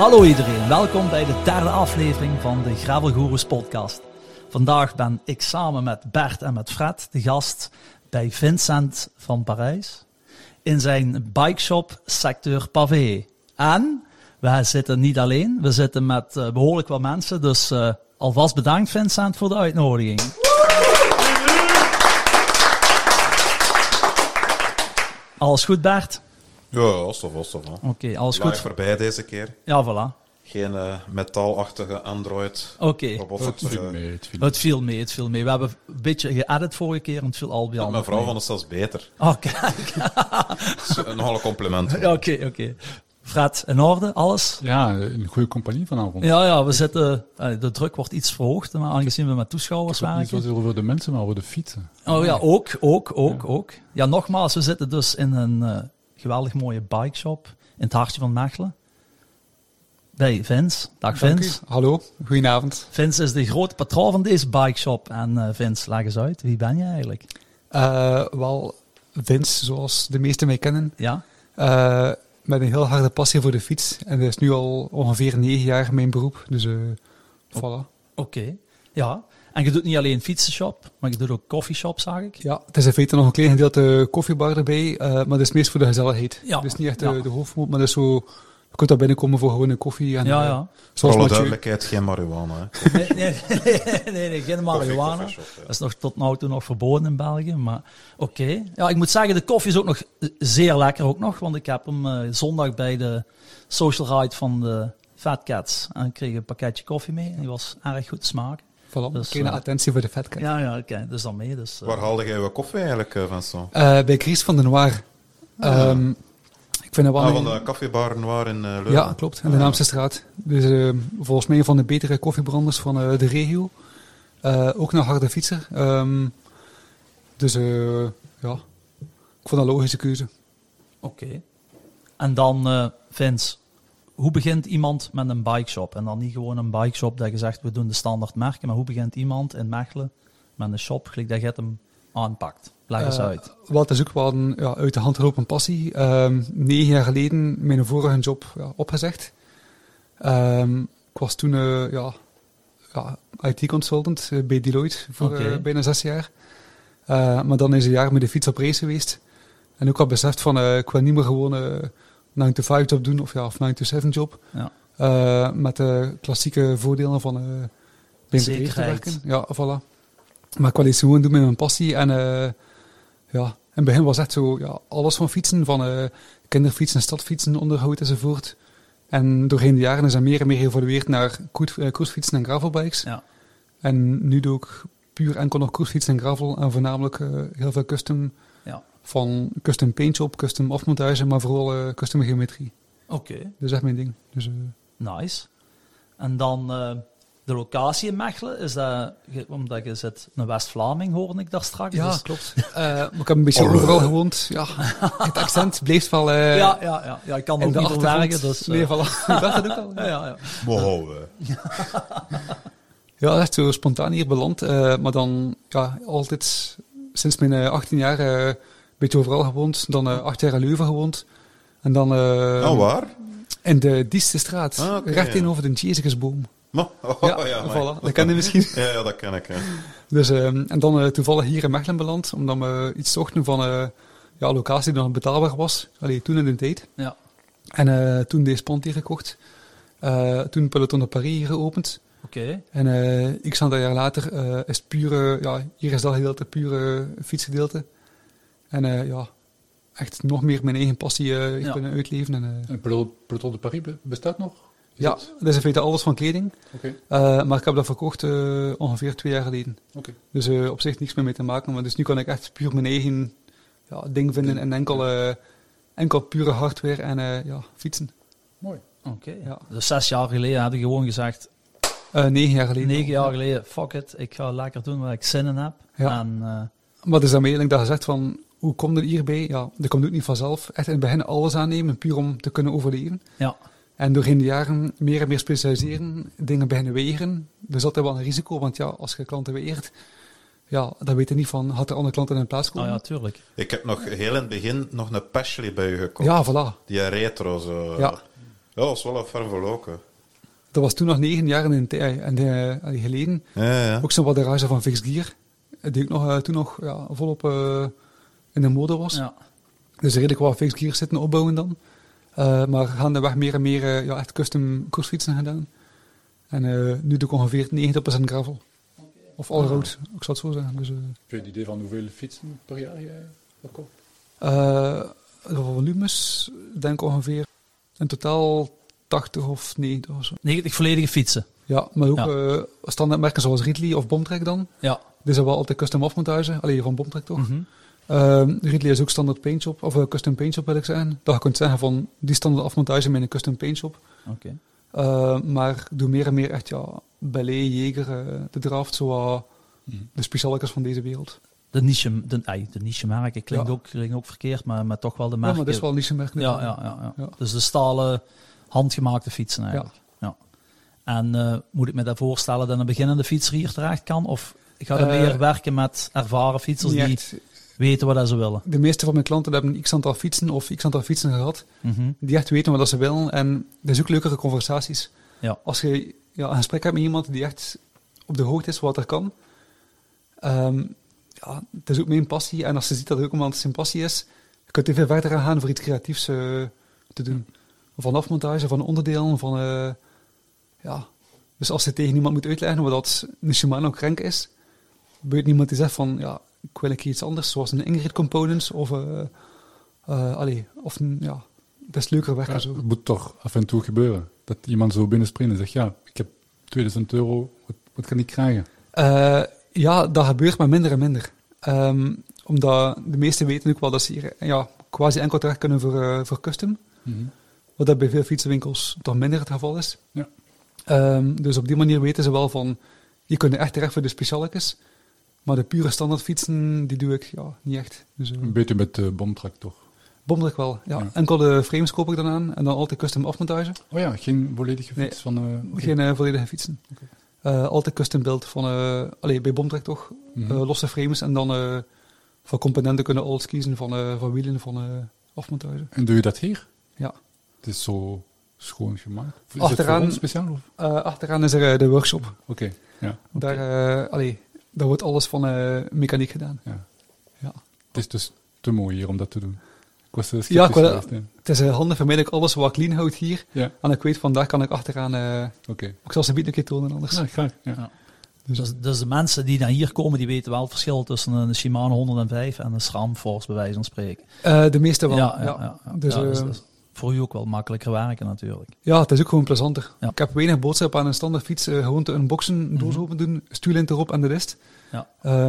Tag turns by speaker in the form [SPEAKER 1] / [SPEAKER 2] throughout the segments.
[SPEAKER 1] Hallo iedereen, welkom bij de derde aflevering van de Gravel Gurus podcast. Vandaag ben ik samen met Bert en met Fred de gast bij Vincent van Parijs in zijn bikeshop secteur Pavé. En we zitten niet alleen, we zitten met behoorlijk wat mensen, dus alvast bedankt Vincent voor de uitnodiging. Alles goed Bert?
[SPEAKER 2] Ja, alsof.
[SPEAKER 1] Oké, alles
[SPEAKER 2] Live
[SPEAKER 1] goed?
[SPEAKER 2] voorbij deze keer.
[SPEAKER 1] Ja, voilà.
[SPEAKER 2] Geen metaalachtige Android.
[SPEAKER 1] Oké.
[SPEAKER 2] Robotics.
[SPEAKER 1] Het viel mee. We hebben een beetje geëdit vorige keer en het viel al bij
[SPEAKER 2] Ja,
[SPEAKER 1] al
[SPEAKER 2] mijn vrouw
[SPEAKER 1] mee.
[SPEAKER 2] vond het zelfs beter.
[SPEAKER 1] Oh, kijk.
[SPEAKER 2] Nogal een compliment.
[SPEAKER 1] Oké. Fred, in orde? Alles?
[SPEAKER 3] Ja, een goede compagnie vanavond.
[SPEAKER 1] Ja, we zitten... de druk wordt iets verhoogd, maar aangezien we met toeschouwers
[SPEAKER 3] Niet
[SPEAKER 1] werken.
[SPEAKER 3] zozeer over de mensen, maar over de fietsen.
[SPEAKER 1] Oh ja, ook. Ja, nogmaals, we zitten dus in een geweldig mooie bikeshop in het hartje van Mechelen. Bij Vince. Dag
[SPEAKER 4] Dank
[SPEAKER 1] Vince.
[SPEAKER 4] u. Hallo, goedenavond.
[SPEAKER 1] Vince is de grote patroon van deze bikeshop. En Vince, leg eens uit, wie ben je eigenlijk?
[SPEAKER 4] Wel, Vince, zoals de meesten mij kennen,
[SPEAKER 1] Ja?
[SPEAKER 4] met een heel harde passie voor de fiets. En dat is nu al ongeveer 9 jaar mijn beroep. Dus voilà.
[SPEAKER 1] Oké. Ja. En je doet niet alleen fietsenshop, maar je doet ook coffeeshop, zag ik.
[SPEAKER 4] Ja, het is in feite nog een klein gedeelte koffiebar erbij, maar dat is meest voor de gezelligheid.
[SPEAKER 1] Ja.
[SPEAKER 4] Het is niet echt
[SPEAKER 1] Ja.
[SPEAKER 4] de hoofdmoot, maar dat is zo... Je kunt daar binnenkomen voor gewoon een koffie. En,
[SPEAKER 1] Ja.
[SPEAKER 2] Voor
[SPEAKER 4] zoals
[SPEAKER 2] alle
[SPEAKER 4] Mathieu.
[SPEAKER 2] duidelijkheid, geen marihuana. Hè.
[SPEAKER 1] Nee, geen marihuana.
[SPEAKER 2] Koffieshop, ja.
[SPEAKER 1] Dat is nog tot nu toe nog verboden in België, maar oké. Ja, ik moet zeggen, de koffie is ook nog zeer lekker ook nog, want ik heb hem zondag bij de social ride van de Fat Cats en ik kreeg een pakketje koffie mee en die was erg goed te smaken.
[SPEAKER 4] Voilà,
[SPEAKER 1] Dus,
[SPEAKER 4] kleine attentie voor de fatcat.
[SPEAKER 1] Ja, oké, dus dan mee. Dus,
[SPEAKER 2] Waar haalde jij je koffie eigenlijk, Vincent?
[SPEAKER 4] Bij Chris van den Noir. Ik vind dat wel
[SPEAKER 2] Van de koffiebar Noir in Leuven?
[SPEAKER 4] Ja, klopt. In de Naamse straat. Dus volgens mij een van de betere koffiebranders van de regio. Ook een harde fietser. Dus ja, ik vond dat een logische keuze.
[SPEAKER 1] Oké. En dan, Vince, hoe begint iemand met een bikeshop? En dan niet gewoon een bikeshop dat je zegt, we doen de standaard merken, maar hoe begint iemand in Mechelen met een shop, gelijk dat je het hem aanpakt? Leg eens uit.
[SPEAKER 4] Wat is ook wel een uit de hand gelopen passie. 9 jaar geleden mijn vorige job opgezegd. Ik was toen IT-consultant bij Deloitte voor
[SPEAKER 1] Oké.
[SPEAKER 4] bijna 6 jaar. Maar dan is een jaar met de fiets op reis geweest. En ook al beseft van, ik wil niet meer gewoon 9-to-5 job doen of 9-to-7 job.
[SPEAKER 1] Ja.
[SPEAKER 4] Met de klassieke voordelen van bij een bedrijf te
[SPEAKER 1] Zekerheid.
[SPEAKER 4] werken. Ja, voilà. Maar ik wil iets gewoon doen met mijn passie. En in het begin was echt zo alles van fietsen. Van kinderfietsen, stadfietsen, onderhoud enzovoort. En doorheen de jaren is er meer en meer geëvolueerd naar cruisefietsen en gravelbikes.
[SPEAKER 1] Ja.
[SPEAKER 4] En nu doe ik puur enkel nog cruisefietsen en gravel. En voornamelijk heel veel custom.
[SPEAKER 1] Ja.
[SPEAKER 4] Van custom paintjob, custom afmontage, maar vooral custom geometrie.
[SPEAKER 1] Oké,
[SPEAKER 4] Dat is echt mijn ding. Dus,
[SPEAKER 1] nice. En dan de locatie in Mechelen, is dat, omdat je zit in West-Vlaming, hoorde ik daar straks.
[SPEAKER 4] ja,
[SPEAKER 1] dus-
[SPEAKER 4] klopt. Maar ik heb een beetje overal gewoond. Ja, het accent blijft wel...
[SPEAKER 1] Ja, ik kan
[SPEAKER 4] in
[SPEAKER 1] ook
[SPEAKER 4] de
[SPEAKER 1] niet
[SPEAKER 4] achtergrond.
[SPEAKER 1] verwerken. Dus,
[SPEAKER 4] Nee, voilà. Dat gaat ook al.
[SPEAKER 1] ja.
[SPEAKER 2] Wow.
[SPEAKER 4] Ja, echt zo spontaan hier beland. Maar dan altijd sinds mijn 18 jaar een beetje overal gewoond. Dan 8 jaar in Leuven gewoond. En dan
[SPEAKER 2] Waar?
[SPEAKER 4] in de Dieste straat.
[SPEAKER 2] Ah, oké,
[SPEAKER 4] recht
[SPEAKER 2] ja.
[SPEAKER 4] tegenover de Jezusboom.
[SPEAKER 2] Ja,
[SPEAKER 4] Voilà. Dat ken je misschien.
[SPEAKER 2] Ja, dat ken ik. Hè.
[SPEAKER 4] Dus, en dan toevallig hier in Mechelen beland. Omdat we iets zochten van een locatie die nog betaalbaar was. Allee, toen in de tijd.
[SPEAKER 1] Ja.
[SPEAKER 4] En toen deze pand hier gekocht. Toen Peloton de Paris hier geopend.
[SPEAKER 1] Oké.
[SPEAKER 4] En x aantal jaar later is het pure, hier is dat gedeelte pure fietsgedeelte. En echt nog meer mijn eigen passie kunnen uitleven.
[SPEAKER 3] En Peloton de Paris bestaat nog? Is
[SPEAKER 4] Ja,
[SPEAKER 3] dat?
[SPEAKER 4] dat is in feite alles van kleding.
[SPEAKER 3] Oké.
[SPEAKER 4] Maar ik heb dat verkocht ongeveer 2 jaar geleden.
[SPEAKER 3] Oké.
[SPEAKER 4] Dus op zich niks meer mee te maken. Maar dus nu kan ik echt puur mijn eigen ding vinden en enkel pure hardware en fietsen.
[SPEAKER 3] Mooi.
[SPEAKER 1] Oké.
[SPEAKER 4] Ja.
[SPEAKER 1] Dus 6 jaar geleden had je gewoon gezegd,
[SPEAKER 4] 9 jaar geleden.
[SPEAKER 1] 9 jaar geleden, fuck it, ik ga lekker doen waar ik zin in heb.
[SPEAKER 4] Ja.
[SPEAKER 1] En,
[SPEAKER 4] Maar dus daarmee dat je zegt van, hoe komt het hierbij? Ja, dat komt ook niet vanzelf. Echt in het begin alles aannemen, puur om te kunnen overleven.
[SPEAKER 1] ja.
[SPEAKER 4] En doorheen de jaren meer en meer specialiseren, dingen beginnen weigeren. Dus dat is wel een risico, want als je klanten weigert, dan weet je niet van, had er andere klanten in plaats komen?
[SPEAKER 1] Oh ja, tuurlijk.
[SPEAKER 2] Ik heb nog heel in het begin nog een Pashley bij u gekocht.
[SPEAKER 4] Ja, voilà.
[SPEAKER 2] Die retro zo.
[SPEAKER 4] Ja.
[SPEAKER 2] dat was wel een vervolgen.
[SPEAKER 4] Dat was toen nog 9 jaar geleden.
[SPEAKER 2] Ja.
[SPEAKER 4] Ook zo'n garage van Fixed Gear. Die ook nog, toen nog volop in de mode was.
[SPEAKER 1] Ja.
[SPEAKER 4] Dus redelijk wat Fixed Gear zitten opbouwen dan. Maar gaandeweg meer en meer echt custom koersfietsen gedaan. En nu doe ik ongeveer 90% gravel. Of allroad, ik zou het zo zeggen. Dus,
[SPEAKER 3] Heb je het idee van hoeveel fietsen per jaar jij verkoopt?
[SPEAKER 4] de volumes, denk ik ongeveer in totaal 80 of 90 of zo.
[SPEAKER 1] 90 volledige fietsen.
[SPEAKER 4] Ja, maar ook standaardmerken zoals Ridley of Bomtrek dan.
[SPEAKER 1] Ja.
[SPEAKER 4] Die zijn wel altijd custom afmontage. Alleen van Bomtrek toch.
[SPEAKER 1] Mhm.
[SPEAKER 4] Ridley is ook standaard paintshop, of custom paintshop wil ik zeggen. Dat je kunt zeggen van die standaard afmontage met een custom paintshop.
[SPEAKER 1] Oké.
[SPEAKER 4] Maar ik doe meer en meer echt ballet, Jager, de draft, de specialekers van deze wereld.
[SPEAKER 1] De niche merken klinkt ook verkeerd, maar toch wel de
[SPEAKER 4] Ja,
[SPEAKER 1] merken.
[SPEAKER 4] maar dat is wel niche merken.
[SPEAKER 1] Ja.
[SPEAKER 4] Ja.
[SPEAKER 1] Dus de stalen handgemaakte fietsen eigenlijk. Ja. En moet ik me dat voorstellen dat een beginnende fietser hier terecht kan? Of ga je meer werken met ervaren fietsers die weten wat ze willen?
[SPEAKER 4] De meeste van mijn klanten hebben x aantal fietsen of x aantal fietsen gehad.
[SPEAKER 1] Mm-hmm.
[SPEAKER 4] Die echt weten wat ze willen. En dat is ook leukere conversaties.
[SPEAKER 1] Ja.
[SPEAKER 4] Als je een gesprek hebt met iemand die echt op de hoogte is wat er kan. Het is ook mijn passie. En als je ziet dat er ook iemand zijn passie is, je kunt er veel verder aan gaan voor iets creatiefs te doen. Van afmontage, van onderdelen, van... Dus als je tegen iemand moet uitleggen wat dat een Shimano crank is, weet niemand die zegt van, ik wil iets anders, zoals een Ingrid Components, of dat is leuker werken zo.
[SPEAKER 3] Het moet toch af en toe gebeuren. Dat iemand zo binnenspringt en zegt, ik heb €2000, wat kan ik krijgen?
[SPEAKER 4] Dat gebeurt, maar minder en minder. Omdat de meesten weten ook wel dat ze hier quasi enkel terecht kunnen voor custom.
[SPEAKER 3] Mm-hmm.
[SPEAKER 4] Wat dat bij veel fietsenwinkels toch minder het geval is.
[SPEAKER 3] Ja.
[SPEAKER 4] Dus op die manier weten ze wel van, je kunt echt terecht voor de specialekes. Maar de pure standaard fietsen, die doe ik niet echt. Dus,
[SPEAKER 3] Een beetje met bomtrak toch?
[SPEAKER 4] Bomtrek wel, ja.
[SPEAKER 3] Ja.
[SPEAKER 4] Enkel de frames koop ik dan aan en dan altijd custom afmontage.
[SPEAKER 3] Oh ja, geen volledige fiets van... okay.
[SPEAKER 4] Geen volledige fietsen. Altijd custom build van, bij Bomtrek toch, losse frames en dan van componenten kunnen alles kiezen van wielen, van afmontage.
[SPEAKER 3] En doe je dat hier?
[SPEAKER 4] Ja.
[SPEAKER 3] Het is zo schoon gemaakt. Is
[SPEAKER 4] Achteraan-
[SPEAKER 3] het voor ons speciaal? Of?
[SPEAKER 4] Achteraan is er de workshop.
[SPEAKER 3] Oké, ja.
[SPEAKER 4] Daar wordt alles van mechaniek gedaan.
[SPEAKER 3] Ja.
[SPEAKER 4] Ja.
[SPEAKER 3] Het is dus te mooi hier om dat te doen. Ik was sceptisch
[SPEAKER 4] Ja,
[SPEAKER 3] geweest, hè.
[SPEAKER 4] het is handig voor mij dat ik alles wat clean houd hier.
[SPEAKER 3] Ja,
[SPEAKER 4] En ik weet, vandaag kan ik achteraan...
[SPEAKER 3] oké.
[SPEAKER 4] Ik zal ze bieden een keer tonen anders.
[SPEAKER 3] Ja, graag. Ja.
[SPEAKER 1] Ja. Dus de mensen die naar hier komen, die weten wel het verschil tussen een Shimano 105 en een SRAM Force, bij wijze van spreken.
[SPEAKER 4] De meeste wel,
[SPEAKER 1] Ja.
[SPEAKER 4] Dus,
[SPEAKER 1] Dus dat is voor u ook wel makkelijker werken natuurlijk.
[SPEAKER 4] ja, het is ook gewoon plezanter.
[SPEAKER 1] Ja.
[SPEAKER 4] Ik heb weinig boodschap aan een standaard fiets. Gewoon te unboxen, doos open doen, stuurlint erop en de rest.
[SPEAKER 1] Ja.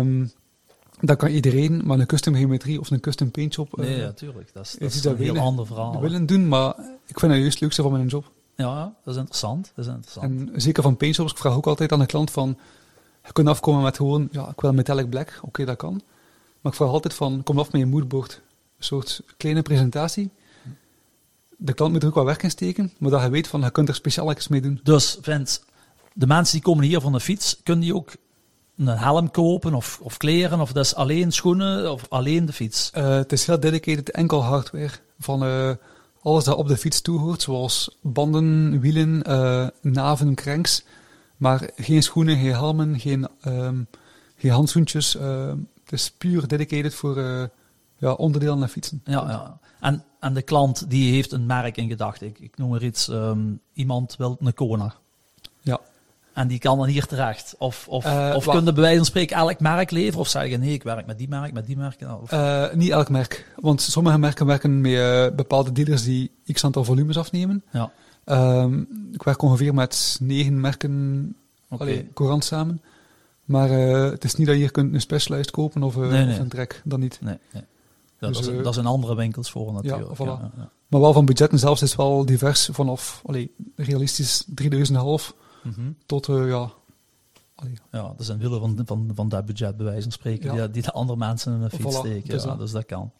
[SPEAKER 4] Dat kan iedereen, maar een custom geometrie of een custom paintshop...
[SPEAKER 1] Nee, natuurlijk. Dat is
[SPEAKER 4] iets
[SPEAKER 1] een
[SPEAKER 4] dat
[SPEAKER 1] heel
[SPEAKER 4] weinig
[SPEAKER 1] ander verhaal.
[SPEAKER 4] willen doen, maar ik vind het juist het leukste van mijn job.
[SPEAKER 1] Ja, dat is interessant.
[SPEAKER 4] En zeker van paintshops, ik vraag ook altijd aan de klant van... Je kunt afkomen met gewoon, ik wil metallic black, oké, dat kan. Maar ik vraag altijd van, kom af met je moodboard. Een soort kleine presentatie. De klant moet er ook wat werk in steken, maar dat je weet van, je kunt er speciaal iets mee doen.
[SPEAKER 1] Dus, Vince, de mensen die komen hier van de fiets, kunnen die ook een helm kopen of kleren? Of dat is alleen schoenen of alleen de fiets?
[SPEAKER 4] Het is heel dedicated, enkel hardware. Van alles dat op de fiets toehoort, zoals banden, wielen, naven, cranks. Maar geen schoenen, geen helmen, geen handschoentjes. Het is puur dedicated voor onderdelen naar fietsen.
[SPEAKER 1] Ja. En de klant die heeft een merk in gedachten. Ik noem er iets. Iemand wil een Kona.
[SPEAKER 4] Ja.
[SPEAKER 1] En die kan dan hier terecht. Of kunnen bij wijze van spreken elk merk leveren? Of zeggen nee, ik werk met die merk. Of...
[SPEAKER 4] Niet elk merk. Want sommige merken werken met bepaalde dealers die x aantal volumes afnemen.
[SPEAKER 1] Ja.
[SPEAKER 4] Ik werk ongeveer met 9 merken courant samen. Maar het is niet dat je hier kunt een Specialized kopen of een Trek. Dat niet.
[SPEAKER 1] Nee. Ja,
[SPEAKER 4] Dus,
[SPEAKER 1] dat is in andere winkels voor natuurlijk.
[SPEAKER 4] Ja, voilà.
[SPEAKER 1] Ja.
[SPEAKER 4] Maar wel van budgetten zelfs is wel divers. Vanaf realistisch 3.500 tot
[SPEAKER 1] Ja, dat zijn wielen van dat budget bij wijze van spreken. Die de andere mensen in een fiets steken. Dus dat kan.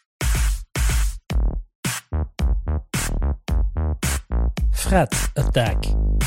[SPEAKER 1] Fred Attack.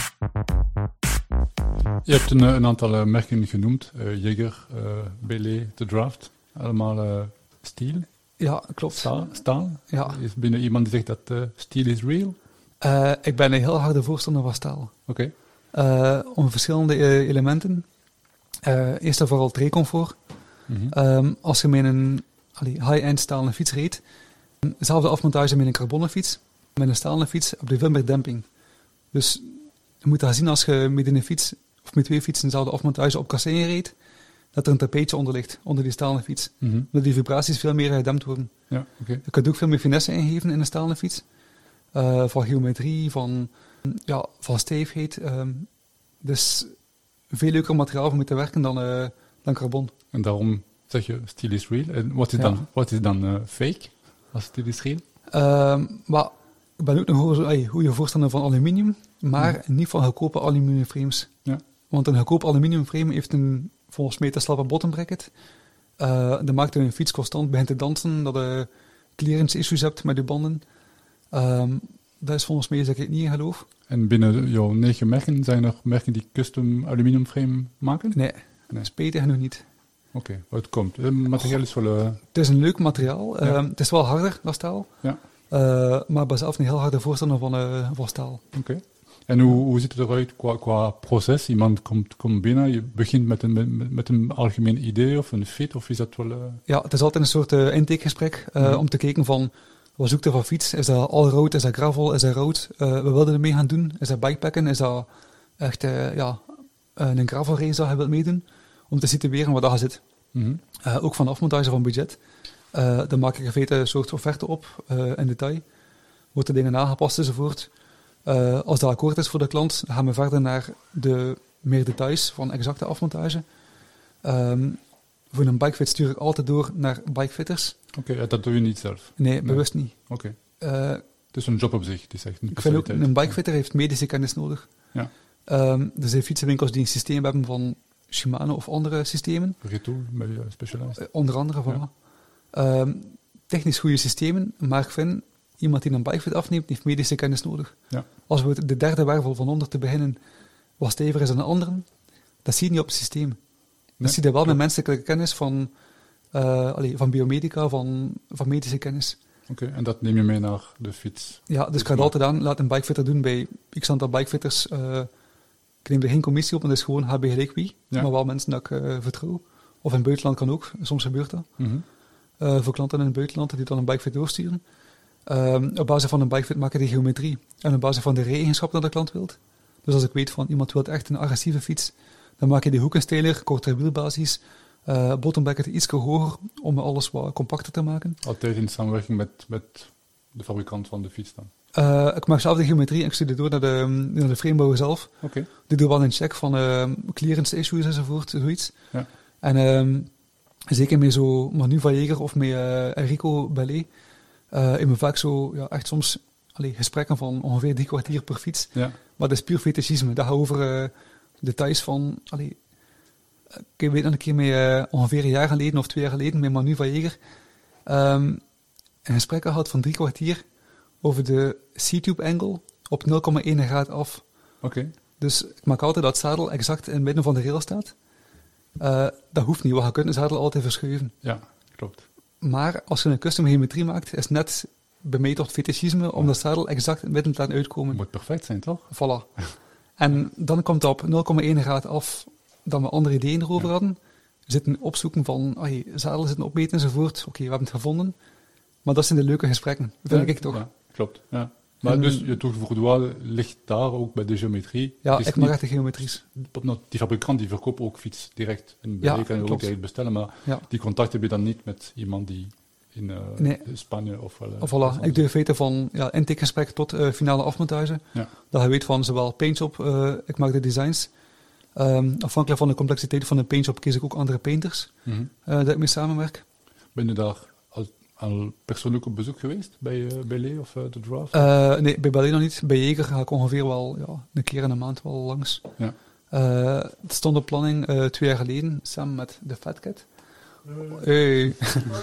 [SPEAKER 3] Je hebt een aantal merken genoemd. Jaeger, Belay, The Draft. Allemaal steel.
[SPEAKER 4] Ja, klopt.
[SPEAKER 3] Staal.
[SPEAKER 4] Ja.
[SPEAKER 3] Is binnen iemand die zegt dat steel is real?
[SPEAKER 4] Ik ben een heel harde voorstander van staal.
[SPEAKER 3] Oké.
[SPEAKER 4] Om verschillende elementen. Eerst en vooral het rijcomfort.
[SPEAKER 3] Mhm.
[SPEAKER 4] Als je met een high-end stalen fiets reed, dezelfde afmontage met een carbonen fiets, met een stalen fiets heb je veel meer demping. Dus je moet dat zien als je met een fiets, of met twee fietsen dezelfde afmontage op kasseien reed, dat er een tapeetje onder ligt, onder die stalen fiets.
[SPEAKER 3] Mhm.
[SPEAKER 4] Dat die vibraties veel meer gedempt worden.
[SPEAKER 3] Ja, oké.
[SPEAKER 4] Je kunt ook veel meer finesse ingeven in een stalen fiets. Van geometrie, van stijfheid. Dus veel leuker materiaal om mee te werken dan carbon.
[SPEAKER 3] En daarom zeg je steel is real. En wat is dan fake als steel is real?
[SPEAKER 4] Maar ik ben ook nog een goede voorstander van aluminium, maar niet van goedkope aluminiumframes.
[SPEAKER 3] Ja.
[SPEAKER 4] Want een goedkoop aluminiumframe heeft volgens mij te slappe bottom bracket. Dat maakt dat je fiets constant begint te dansen, dat je clearance issues hebt met je banden. Dat is volgens mij dat ik het niet in geloof.
[SPEAKER 3] En binnen jouw 9 merken zijn er merken die custom aluminiumframe maken?
[SPEAKER 4] Nee, spijtig genoeg niet.
[SPEAKER 3] Oké, wat komt? Het materiaal is wel...
[SPEAKER 4] Het is een leuk materiaal.
[SPEAKER 3] Ja.
[SPEAKER 4] Het is wel harder dan staal.
[SPEAKER 3] Ja.
[SPEAKER 4] Maar ik ben zelf een heel harde voorstander van staal.
[SPEAKER 3] Oké. En hoe ziet het eruit qua proces? Iemand komt binnen, je begint met een algemeen idee of een fit, of is dat wel...
[SPEAKER 4] Ja, het is altijd een soort intakegesprek om te kijken van, wat zoekt er van fiets? Is dat all-road, is dat gravel, is dat road? We wilden ermee gaan doen. Is dat bikepacken? Is dat echt een gravel race dat je wilt meedoen? Om te situeren waar dat zit.
[SPEAKER 3] Mhm.
[SPEAKER 4] Ook van de afmontage van budget. Dan maak ik in feite een soort offerte op in detail. Worden dingen aangepast enzovoort. Als dat akkoord is voor de klant, dan gaan we verder naar de meer details van exacte afmontage. Voor een bikefit stuur ik altijd door naar bikefitters.
[SPEAKER 3] Oké, dat doe je niet zelf?
[SPEAKER 4] Nee, bewust niet.
[SPEAKER 3] Oké. Het is een job op zich, het is echt een
[SPEAKER 4] Ik vind ook,
[SPEAKER 3] specialiteit.
[SPEAKER 4] een bikefitter heeft medische kennis nodig.
[SPEAKER 3] Ja.
[SPEAKER 4] Er zijn fietsenwinkels die een systeem hebben van Shimano of andere systemen.
[SPEAKER 3] Retool, bij specialist.
[SPEAKER 4] Onder andere, voilà. Technisch goede systemen, maar ik vind, iemand die een bikefit afneemt, heeft medische kennis nodig.
[SPEAKER 3] Ja.
[SPEAKER 4] Als we de derde wervel van onder te beginnen wat steviger is dan de anderen, dat zie je niet op het systeem. Dat
[SPEAKER 3] Nee,
[SPEAKER 4] zie je wel met
[SPEAKER 3] klopt.
[SPEAKER 4] menselijke kennis van biomedica, van medische kennis.
[SPEAKER 3] Oké, en dat neem je mee naar de fiets.
[SPEAKER 4] Ja, dus ik ga het altijd aan, laat een bikefitter doen bij x aantal bikefitters. Ik neem er geen commissie op, want dat is gewoon HB gelijk wie,
[SPEAKER 3] Ja.
[SPEAKER 4] maar wel mensen dat ik vertrouw. Of in het buitenland kan ook, soms gebeurt dat.
[SPEAKER 3] Mhm.
[SPEAKER 4] Voor klanten in het buitenland die dan een bikefit doorsturen. Op basis van een bikefit maken die geometrie. En op basis van de rij-eigenschappen dat de klant wilt. Dus als ik weet van iemand wil echt een agressieve fiets, dan maak je die hoeken steiler, kortere wielbasis, bottom bracket iets hoger om alles wat compacter te maken.
[SPEAKER 3] Altijd in samenwerking met de fabrikant van de fiets dan.
[SPEAKER 4] Ik maak zelf de geometrie en ik stuur die door naar de framebouwer zelf.
[SPEAKER 3] Oké.
[SPEAKER 4] Die doet wel een check van clearance issues enzovoort, zoiets.
[SPEAKER 3] Ja.
[SPEAKER 4] En zeker met zo Manu van Jeger of met Enrico Ballet, in me vaak zo, echt soms gesprekken van ongeveer 3 kwartier per fiets.
[SPEAKER 3] Ja.
[SPEAKER 4] Maar dat is puur fetichisme. Dat gaat over details van... ik weet nog een keer met ongeveer een jaar geleden of 2 jaar geleden met Manu van Jeger een gesprek gehad van 3 kwartier over de C-tube angle op 0,1 graad af.
[SPEAKER 3] Oké.
[SPEAKER 4] Dus ik maak altijd dat het zadel exact in het midden van de rail staat. Dat hoeft niet, want je kunt de zadel altijd verschuiven.
[SPEAKER 3] Ja, klopt.
[SPEAKER 4] Maar als je een custom geometrie maakt, is het net bij mij tot fetichisme om dat zadel exact in het midden te laten uitkomen.
[SPEAKER 3] Moet perfect zijn, toch?
[SPEAKER 4] Voilà. En dan komt het op 0,1 graad af dat we andere ideeën erover hadden. We zitten opzoeken van, zadel zitten opmeten enzovoort. Oké, we hebben het gevonden. Maar dat zijn de leuke gesprekken, vind ik toch.
[SPEAKER 3] Ja, klopt. Ja. Maar dus je toegevoegde waarde ligt daar ook bij de geometrie.
[SPEAKER 4] Ja,
[SPEAKER 3] Het is
[SPEAKER 4] ik mag
[SPEAKER 3] niet-
[SPEAKER 4] echt de geometries.
[SPEAKER 3] Die fabrikant die verkoopt ook fiets direct. En
[SPEAKER 4] Ja,
[SPEAKER 3] je kan je ook
[SPEAKER 4] klopt.
[SPEAKER 3] direct bestellen, maar
[SPEAKER 4] Ja.
[SPEAKER 3] die contact heb je dan niet met iemand die in
[SPEAKER 4] Nee.
[SPEAKER 3] Spanje of...
[SPEAKER 4] Voilà, ik doe in feite van intakegesprek tot finale afmontage.
[SPEAKER 3] Ja.
[SPEAKER 4] Dat je weet van zowel paintshop, ik maak de designs. Afhankelijk van de complexiteit van de paintshop kies ik ook andere painters
[SPEAKER 3] Mhm.
[SPEAKER 4] dat ik mee samenwerk.
[SPEAKER 3] Ben je daar al persoonlijk op bezoek geweest bij Lee of de Draft?
[SPEAKER 4] Nee, bij Ballet nog niet. Bij Jeger ga ik ongeveer wel een keer in de maand wel langs.
[SPEAKER 3] Ja.
[SPEAKER 4] Het stond op planning 2 jaar geleden, samen met de Fat Cat. Hey.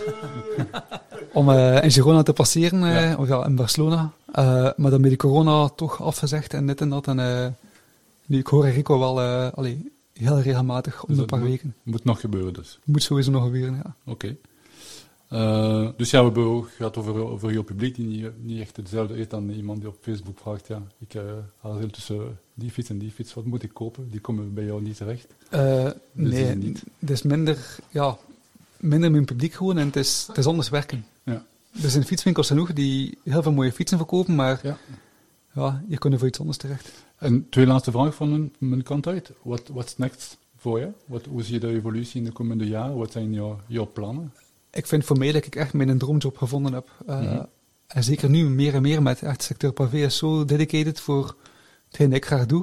[SPEAKER 4] Om in Girona te passeren, of in Barcelona. Maar dan met de corona toch afgezegd en dit en dat. En nu, ik hoor Enrico wel heel regelmatig om
[SPEAKER 3] Dus
[SPEAKER 4] een
[SPEAKER 3] dat
[SPEAKER 4] paar weken.
[SPEAKER 3] Moet nog gebeuren dus.
[SPEAKER 4] Moet sowieso nog gebeuren, ja.
[SPEAKER 3] Oké. Dus ja, we hebben ook gehad over jouw publiek die niet echt hetzelfde is dan iemand die op Facebook vraagt, ja, ik haal tussen die fiets en die fiets, wat moet ik kopen? Die komen bij jou niet terecht.
[SPEAKER 4] Nee,
[SPEAKER 3] niet.
[SPEAKER 4] het is minder mijn publiek gewoon en het is anders werken.
[SPEAKER 3] Ja.
[SPEAKER 4] Er zijn fietswinkels genoeg die heel veel mooie fietsen verkopen, maar je kunt er voor iets anders terecht.
[SPEAKER 3] En twee laatste vragen van mijn kant uit. What's next voor je? Hoe zie je de evolutie in de komende jaren? Wat zijn jouw plannen?
[SPEAKER 4] Ik vind voor mij dat ik echt mijn droomjob gevonden heb. En zeker nu meer en meer met echt secteur pavé is zo dedicated voor hetgeen dat ik graag doe.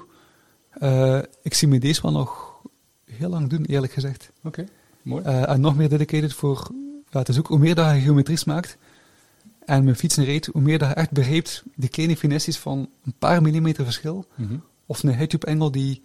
[SPEAKER 4] Ik zie me deze wel nog heel lang doen, eerlijk gezegd.
[SPEAKER 3] Oké, mooi.
[SPEAKER 4] En nog meer dedicated voor... Ja, het is ook hoe meer dat je geometries maakt en met fietsen reed, hoe meer dat je echt begrijpt die kleine finesses van een paar millimeter verschil. Of een headtube-engel die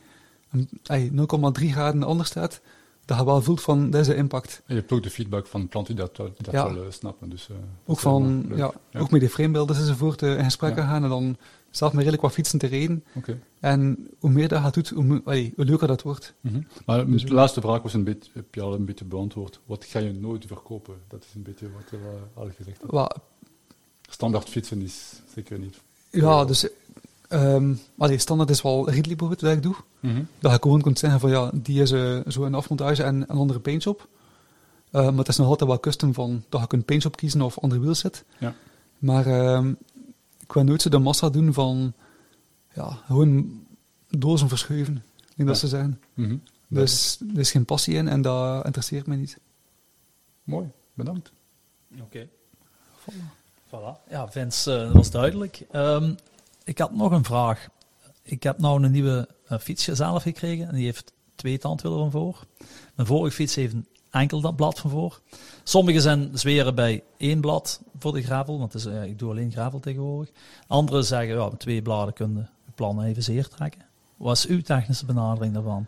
[SPEAKER 4] 0,3 graden anders staat, dat je wel voelt van deze impact.
[SPEAKER 3] En je hebt ook de feedback van klanten die dat wel snappen. Dus,
[SPEAKER 4] ook van, ook met de framebeelden enzovoort in gesprekken gaan en dan zelf met redelijk wat fietsen te rijden.
[SPEAKER 3] Okay.
[SPEAKER 4] En hoe meer dat je doet, hoe leuker dat wordt.
[SPEAKER 3] Maar de laatste vraag was heb je al een beetje beantwoord. Wat ga je nooit verkopen? Dat is een beetje wat je al gezegd hebt. Standaard fietsen is zeker niet.
[SPEAKER 4] Ja, dus standaard is wel Ridley bijvoorbeeld dat ik doe. Dat je gewoon kunt zeggen van die is zo een afmontage en een andere paintshop. Maar het is nog altijd wel custom van dat je kunt paintshop kiezen of andere wheelset.
[SPEAKER 3] Ja.
[SPEAKER 4] Maar ik wil nooit zo de massa doen van gewoon dozen verschuiven. Ik denk dat ze zeggen. Dus er is geen passie in en dat interesseert me niet.
[SPEAKER 3] Mooi, bedankt.
[SPEAKER 1] Oké. Voilà. Ja, Vince, dat was duidelijk. Ik had nog een vraag. Ik heb nou een nieuwe fiets zelf gekregen en die heeft 2 tandwielen van voor. Mijn vorige fiets heeft een enkel dat blad van voor. Sommige zijn zweren bij 1 blad voor de gravel, want ik doe alleen gravel tegenwoordig. Anderen zeggen, met 2 bladen kunnen de plannen evenzeer trekken. Wat is uw technische benadering daarvan?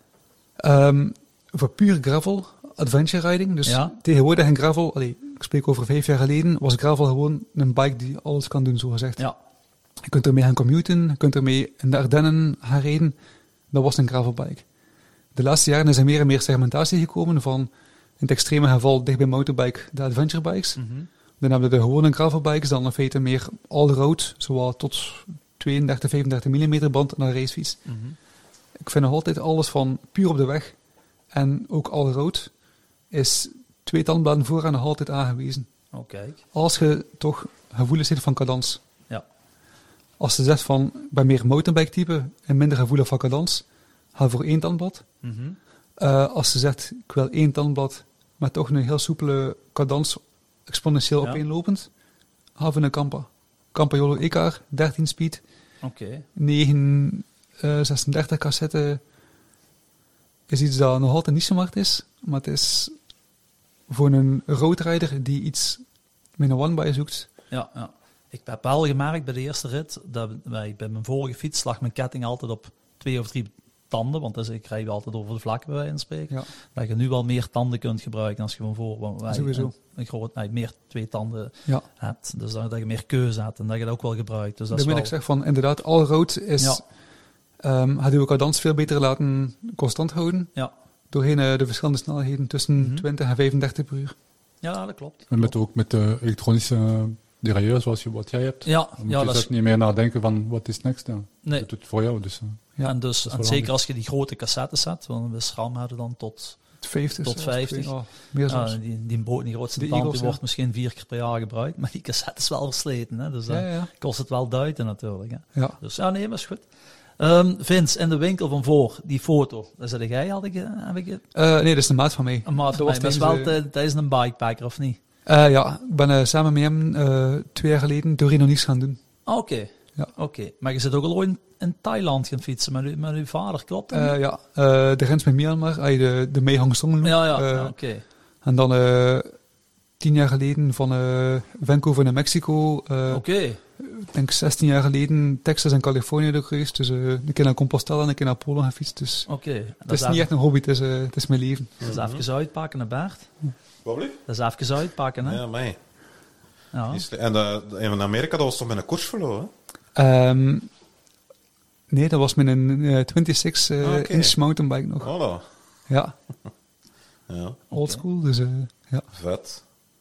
[SPEAKER 4] Voor puur gravel, adventure riding, dus tegenwoordig in gravel, ik spreek over 5 jaar geleden, was gravel gewoon een bike die alles kan doen, zo gezegd. Ja. Je kunt ermee gaan commuten, je kunt ermee in de Ardennen gaan rijden. Dat was een gravelbike. De laatste jaren is er meer en meer segmentatie gekomen van, in het extreme geval dicht bij motorbike, de adventure bikes. Dan hebben we de gewone gravelbikes, dan in feite meer all-road, zowel tot 32, 35 mm band naar racefiets. Ik vind nog altijd alles van puur op de weg en ook all-road is 2 tandbladen vooraan nog altijd aangewezen. Als je toch gevoelens zit van cadans. Als je zegt van, ik ben meer mountainbike type en minder gevoelig van cadans, ga voor 1 tandblad. Als je zegt, ik wil 1 tandblad, maar toch een heel soepele cadans, exponentieel opeenlopend, ga voor een Kampa. Kampa Yolo EKR, 13 speed, 936 cassette, is iets dat nog altijd niet zo hard is, maar het is voor een roadrider die iets met een one-by zoekt.
[SPEAKER 1] Ja. Ik heb wel gemerkt bij de eerste rit, dat bij mijn vorige fiets lag mijn ketting altijd op 2 of 3 tanden, want dus ik rijd altijd over de vlakken bij wijze van spreken. Dat je nu wel meer tanden kunt gebruiken als je van voor
[SPEAKER 4] sowieso
[SPEAKER 1] meer 2 tanden hebt. Dus dat je meer keuze hebt en dat je dat ook wel gebruikt. Dus dat is
[SPEAKER 4] wil ik zeggen van, inderdaad, all-road is, had je cadans veel beter laten constant houden. Doorheen de verschillende snelheden tussen 20 en 35 per uur.
[SPEAKER 1] Ja, dat klopt.
[SPEAKER 3] En ook met de elektronische derailleur zoals wat jij hebt. Dan moet je dus niet meer nadenken van wat is next. Nee. Dat doet het voor jou. Dus,
[SPEAKER 1] en zeker als je die grote cassettes hebt, want we SRAM hadden dan tot 50.
[SPEAKER 4] Meer
[SPEAKER 1] die grootste tand die wordt misschien 4 keer per jaar gebruikt, maar die cassette is wel versleten. Hè? Dus dan kost het wel duiten natuurlijk. Hè? Dus maar is goed. Vince, in de winkel van voor, die foto, dat is jij,
[SPEAKER 4] nee, dat is een maat van mij.
[SPEAKER 1] Een maat van mij, dat is wel tijdens een bikepacker, of niet?
[SPEAKER 4] Ik ben samen met hem 2 jaar geleden Torino Nice gaan doen.
[SPEAKER 1] Oké. Maar je zit ook al in Thailand gaan fietsen met uw vader, klopt dat?
[SPEAKER 4] De grens met Myanmar, de Meehangstong.
[SPEAKER 1] Oké.
[SPEAKER 4] En dan 10 jaar geleden van Vancouver naar Mexico. Ik denk 16 jaar geleden Texas en Californië ook geweest. Dus een keer naar Compostela en een keer naar Polen gefietst. Dus het is niet echt een hobby, het is mijn leven.
[SPEAKER 1] Dat is even uitpakken naar Bert.
[SPEAKER 2] Wat blieft?
[SPEAKER 1] Dat is even uitpakken, hè?
[SPEAKER 2] Ja, mij.
[SPEAKER 1] Ja.
[SPEAKER 2] En in Amerika, dat was toch met een koersvelo,
[SPEAKER 4] hè? Nee, dat was met een 26-inch mountainbike nog.
[SPEAKER 2] Voilà.
[SPEAKER 4] Ja. Old school, dus ja.
[SPEAKER 2] Vet.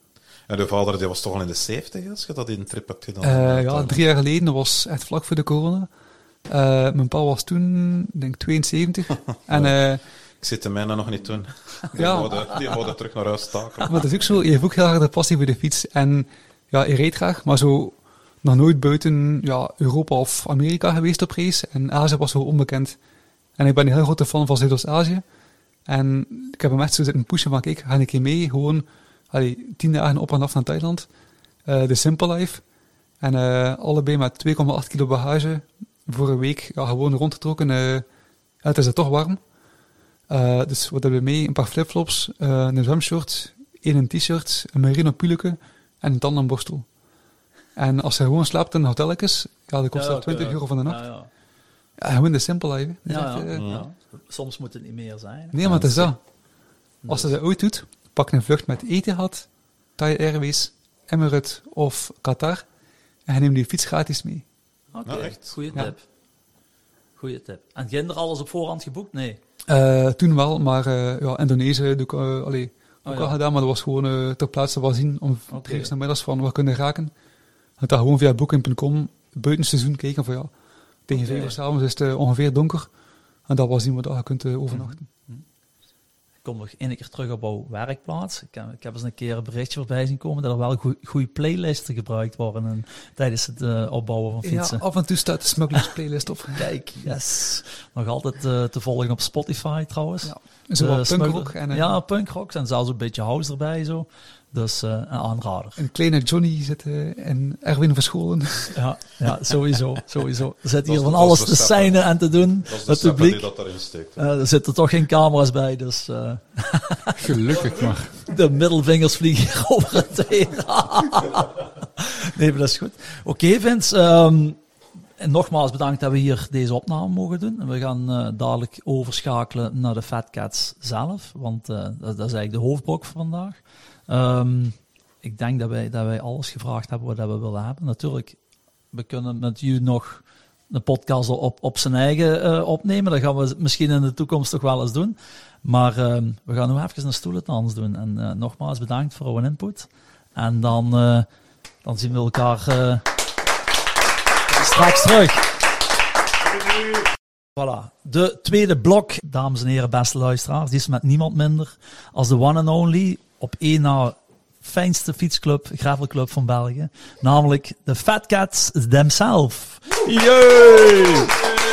[SPEAKER 2] En de vader die was toch al in de 70 als je dat in een trip hebt gedaan?
[SPEAKER 4] Ja, 3 jaar geleden, dat was echt vlak voor de corona. Mijn pa was toen, denk ik, 72. En
[SPEAKER 2] Ik zit de mijne nog niet toen.
[SPEAKER 4] Ja.
[SPEAKER 2] Die wilde terug naar huis staken.
[SPEAKER 4] maar het is ook zo, je heeft ook heel erg de passie voor de fiets. En ja, je reed graag, maar zo nog nooit buiten Europa of Amerika geweest op reis. En Azië was zo onbekend. En ik ben een heel grote fan van Zuidoost-Azië. En ik heb hem echt zo zitten pushen van, kijk, ga een keer mee, gewoon 10 dagen op en af naar Thailand. De Simple Life. En allebei met 2,8 kilo bagage voor een week gewoon rondgetrokken. Het is er toch warm. Dus wat hebben we mee? Een paar flipflops, een zwemshort, een t-shirt, een merino puleke en een tandenborstel. En als je gewoon slaapt in hotelletjes, dan kost dat 20 euro van de nacht.
[SPEAKER 1] Ja.
[SPEAKER 4] Ja, gewoon de Simple Life. Hè.
[SPEAKER 1] Ja,
[SPEAKER 4] Dat is echt,
[SPEAKER 1] ja. Soms moet het niet meer zijn.
[SPEAKER 4] Nee, maar het is dat. Als je dat ooit doet, pak een vlucht met Etihad, Thai Airways, Emirates of Qatar en je neemt die fiets gratis mee.
[SPEAKER 1] Oké,
[SPEAKER 2] echt?
[SPEAKER 1] goeie
[SPEAKER 4] Ja.
[SPEAKER 1] tip. Goeie tip. En ginder alles op voorhand geboekt? Nee.
[SPEAKER 4] Toen wel, maar Indonesië doe ik ook al gedaan, maar dat was gewoon ter plaatse wel zien om
[SPEAKER 1] Oké.
[SPEAKER 4] 3 uur 's middags van wat kunnen raken. En dan gewoon via booking.com buiten seizoen kijken van tegen 5 uur 's avonds is het ongeveer donker. En dat was zien wat je kunt overnachten.
[SPEAKER 1] Ik kom nog één keer terug op jouw werkplaats. Ik heb eens een keer een berichtje voorbij zien komen dat er wel goede playlisten gebruikt worden tijdens het opbouwen van fietsen.
[SPEAKER 4] Ja, af en toe staat de Smugglers playlist op.
[SPEAKER 1] Kijk, yes. Nog altijd te volgen op Spotify trouwens.
[SPEAKER 4] Ja, zo wat punkrock en
[SPEAKER 1] ja, punkrock en zelfs een beetje house erbij zo. Dus een aanrader.
[SPEAKER 4] een kleine Johnny zit en Erwin Verscholen.
[SPEAKER 1] Ja, sowieso. Er zit hier
[SPEAKER 2] is
[SPEAKER 1] van
[SPEAKER 2] de-
[SPEAKER 1] alles
[SPEAKER 2] dat is
[SPEAKER 1] te
[SPEAKER 2] de
[SPEAKER 1] zijn en te doen.
[SPEAKER 2] Dat is de
[SPEAKER 1] Het
[SPEAKER 2] stappen
[SPEAKER 1] publiek.
[SPEAKER 2] die dat daarin steekt.
[SPEAKER 1] Er zitten toch geen camera's bij, dus
[SPEAKER 3] Gelukkig maar.
[SPEAKER 1] de middelvingers vliegen hier over het heen. Nee, maar dat is goed. Oké, Vince. En nogmaals bedankt dat we hier deze opname mogen doen. En we gaan dadelijk overschakelen naar de Fat Cats zelf, want dat is eigenlijk de hoofdblok van vandaag. Ik denk dat wij alles gevraagd hebben wat we willen hebben. Natuurlijk, we kunnen met u nog een podcast op zijn eigen opnemen. Dat gaan we misschien in de toekomst toch wel eens doen. Maar we gaan nu even een stoelentans doen. En nogmaals bedankt voor uw input. En dan zien we elkaar straks terug. Voilà. De tweede blok, dames en heren, beste luisteraars, die is met niemand minder als de one and only op één na fijnste fietsclub, gravelclub van België. Namelijk de Fat Cats themselves. Yay!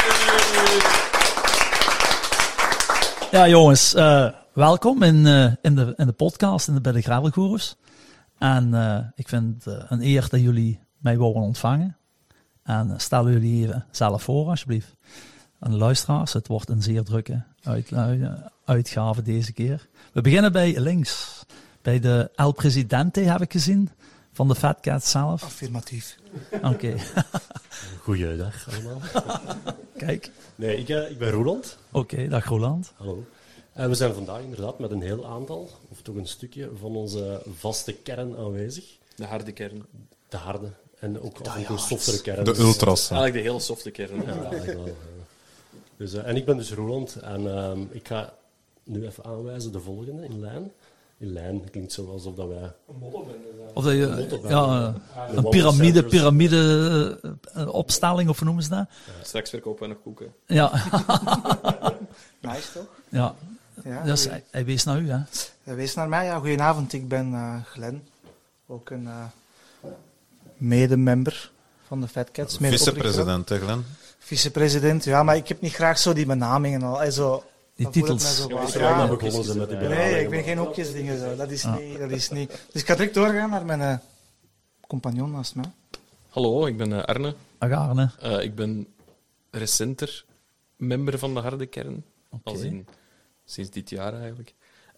[SPEAKER 1] Ja, jongens, welkom in de podcast bij de Gravelgoeroes. En ik vind het een eer dat jullie mij mogen ontvangen. En stel jullie even zelf voor, alsjeblieft. En luisteraars, het wordt een zeer drukke uitgave deze keer. We beginnen bij links. Bij de El Presidente heb ik gezien, van de Fat Cats zelf.
[SPEAKER 5] Affirmatief.
[SPEAKER 1] Oké,
[SPEAKER 6] Goeiedag allemaal.
[SPEAKER 1] kijk.
[SPEAKER 6] Nee, ik ben Roland.
[SPEAKER 1] Oké, dag Roland.
[SPEAKER 6] Hallo. We zijn vandaag inderdaad met een heel aantal, of toch een stukje, van onze vaste kern aanwezig.
[SPEAKER 7] De harde kern.
[SPEAKER 6] De harde. En ook af en toe softere kern.
[SPEAKER 2] De ultras. hè.
[SPEAKER 7] Eigenlijk de hele softe kern.
[SPEAKER 6] Ja, eigenlijk wel. Dus, en ik ben dus Roland. En ik ga nu even aanwijzen de volgende in lijn. In lijn klinkt zo alsof dat wij...
[SPEAKER 1] Of dat je,
[SPEAKER 6] Motto bij,
[SPEAKER 1] ja,
[SPEAKER 6] de
[SPEAKER 1] een
[SPEAKER 6] Wallacers.
[SPEAKER 1] piramide opstelling, of hoe noemen ze dat?
[SPEAKER 7] Straks verkopen we nog koeken.
[SPEAKER 1] Ja,
[SPEAKER 5] Nice toch?
[SPEAKER 1] ja.
[SPEAKER 5] Ja,
[SPEAKER 1] Dus hij wees naar u, hè?
[SPEAKER 5] wees naar mij. Ja, goedenavond, ik ben Glenn. Ook een medemember van de Fat Cats.
[SPEAKER 2] Vicepresident, hè, Glenn?
[SPEAKER 5] Vicepresident, ja, maar ik heb niet graag zo die benamingen al. Zo,
[SPEAKER 1] Die
[SPEAKER 5] dan voelt het
[SPEAKER 1] titels.
[SPEAKER 5] mij zo
[SPEAKER 6] Ja,
[SPEAKER 5] wat-
[SPEAKER 6] is er ook
[SPEAKER 5] ja.
[SPEAKER 6] nog begonnen zijn met die
[SPEAKER 5] Nee,
[SPEAKER 6] benamingen,
[SPEAKER 5] ik ben
[SPEAKER 6] maar-
[SPEAKER 5] geen hokjesdingen zo. Dat is niet. Dus ik ga direct doorgaan naar mijn compagnon naast mij.
[SPEAKER 7] Hallo, ik ben Arne.
[SPEAKER 1] Agarne.
[SPEAKER 7] Ik ben recenter member van de harde kern.
[SPEAKER 1] Oké.
[SPEAKER 7] Als in sinds dit jaar eigenlijk.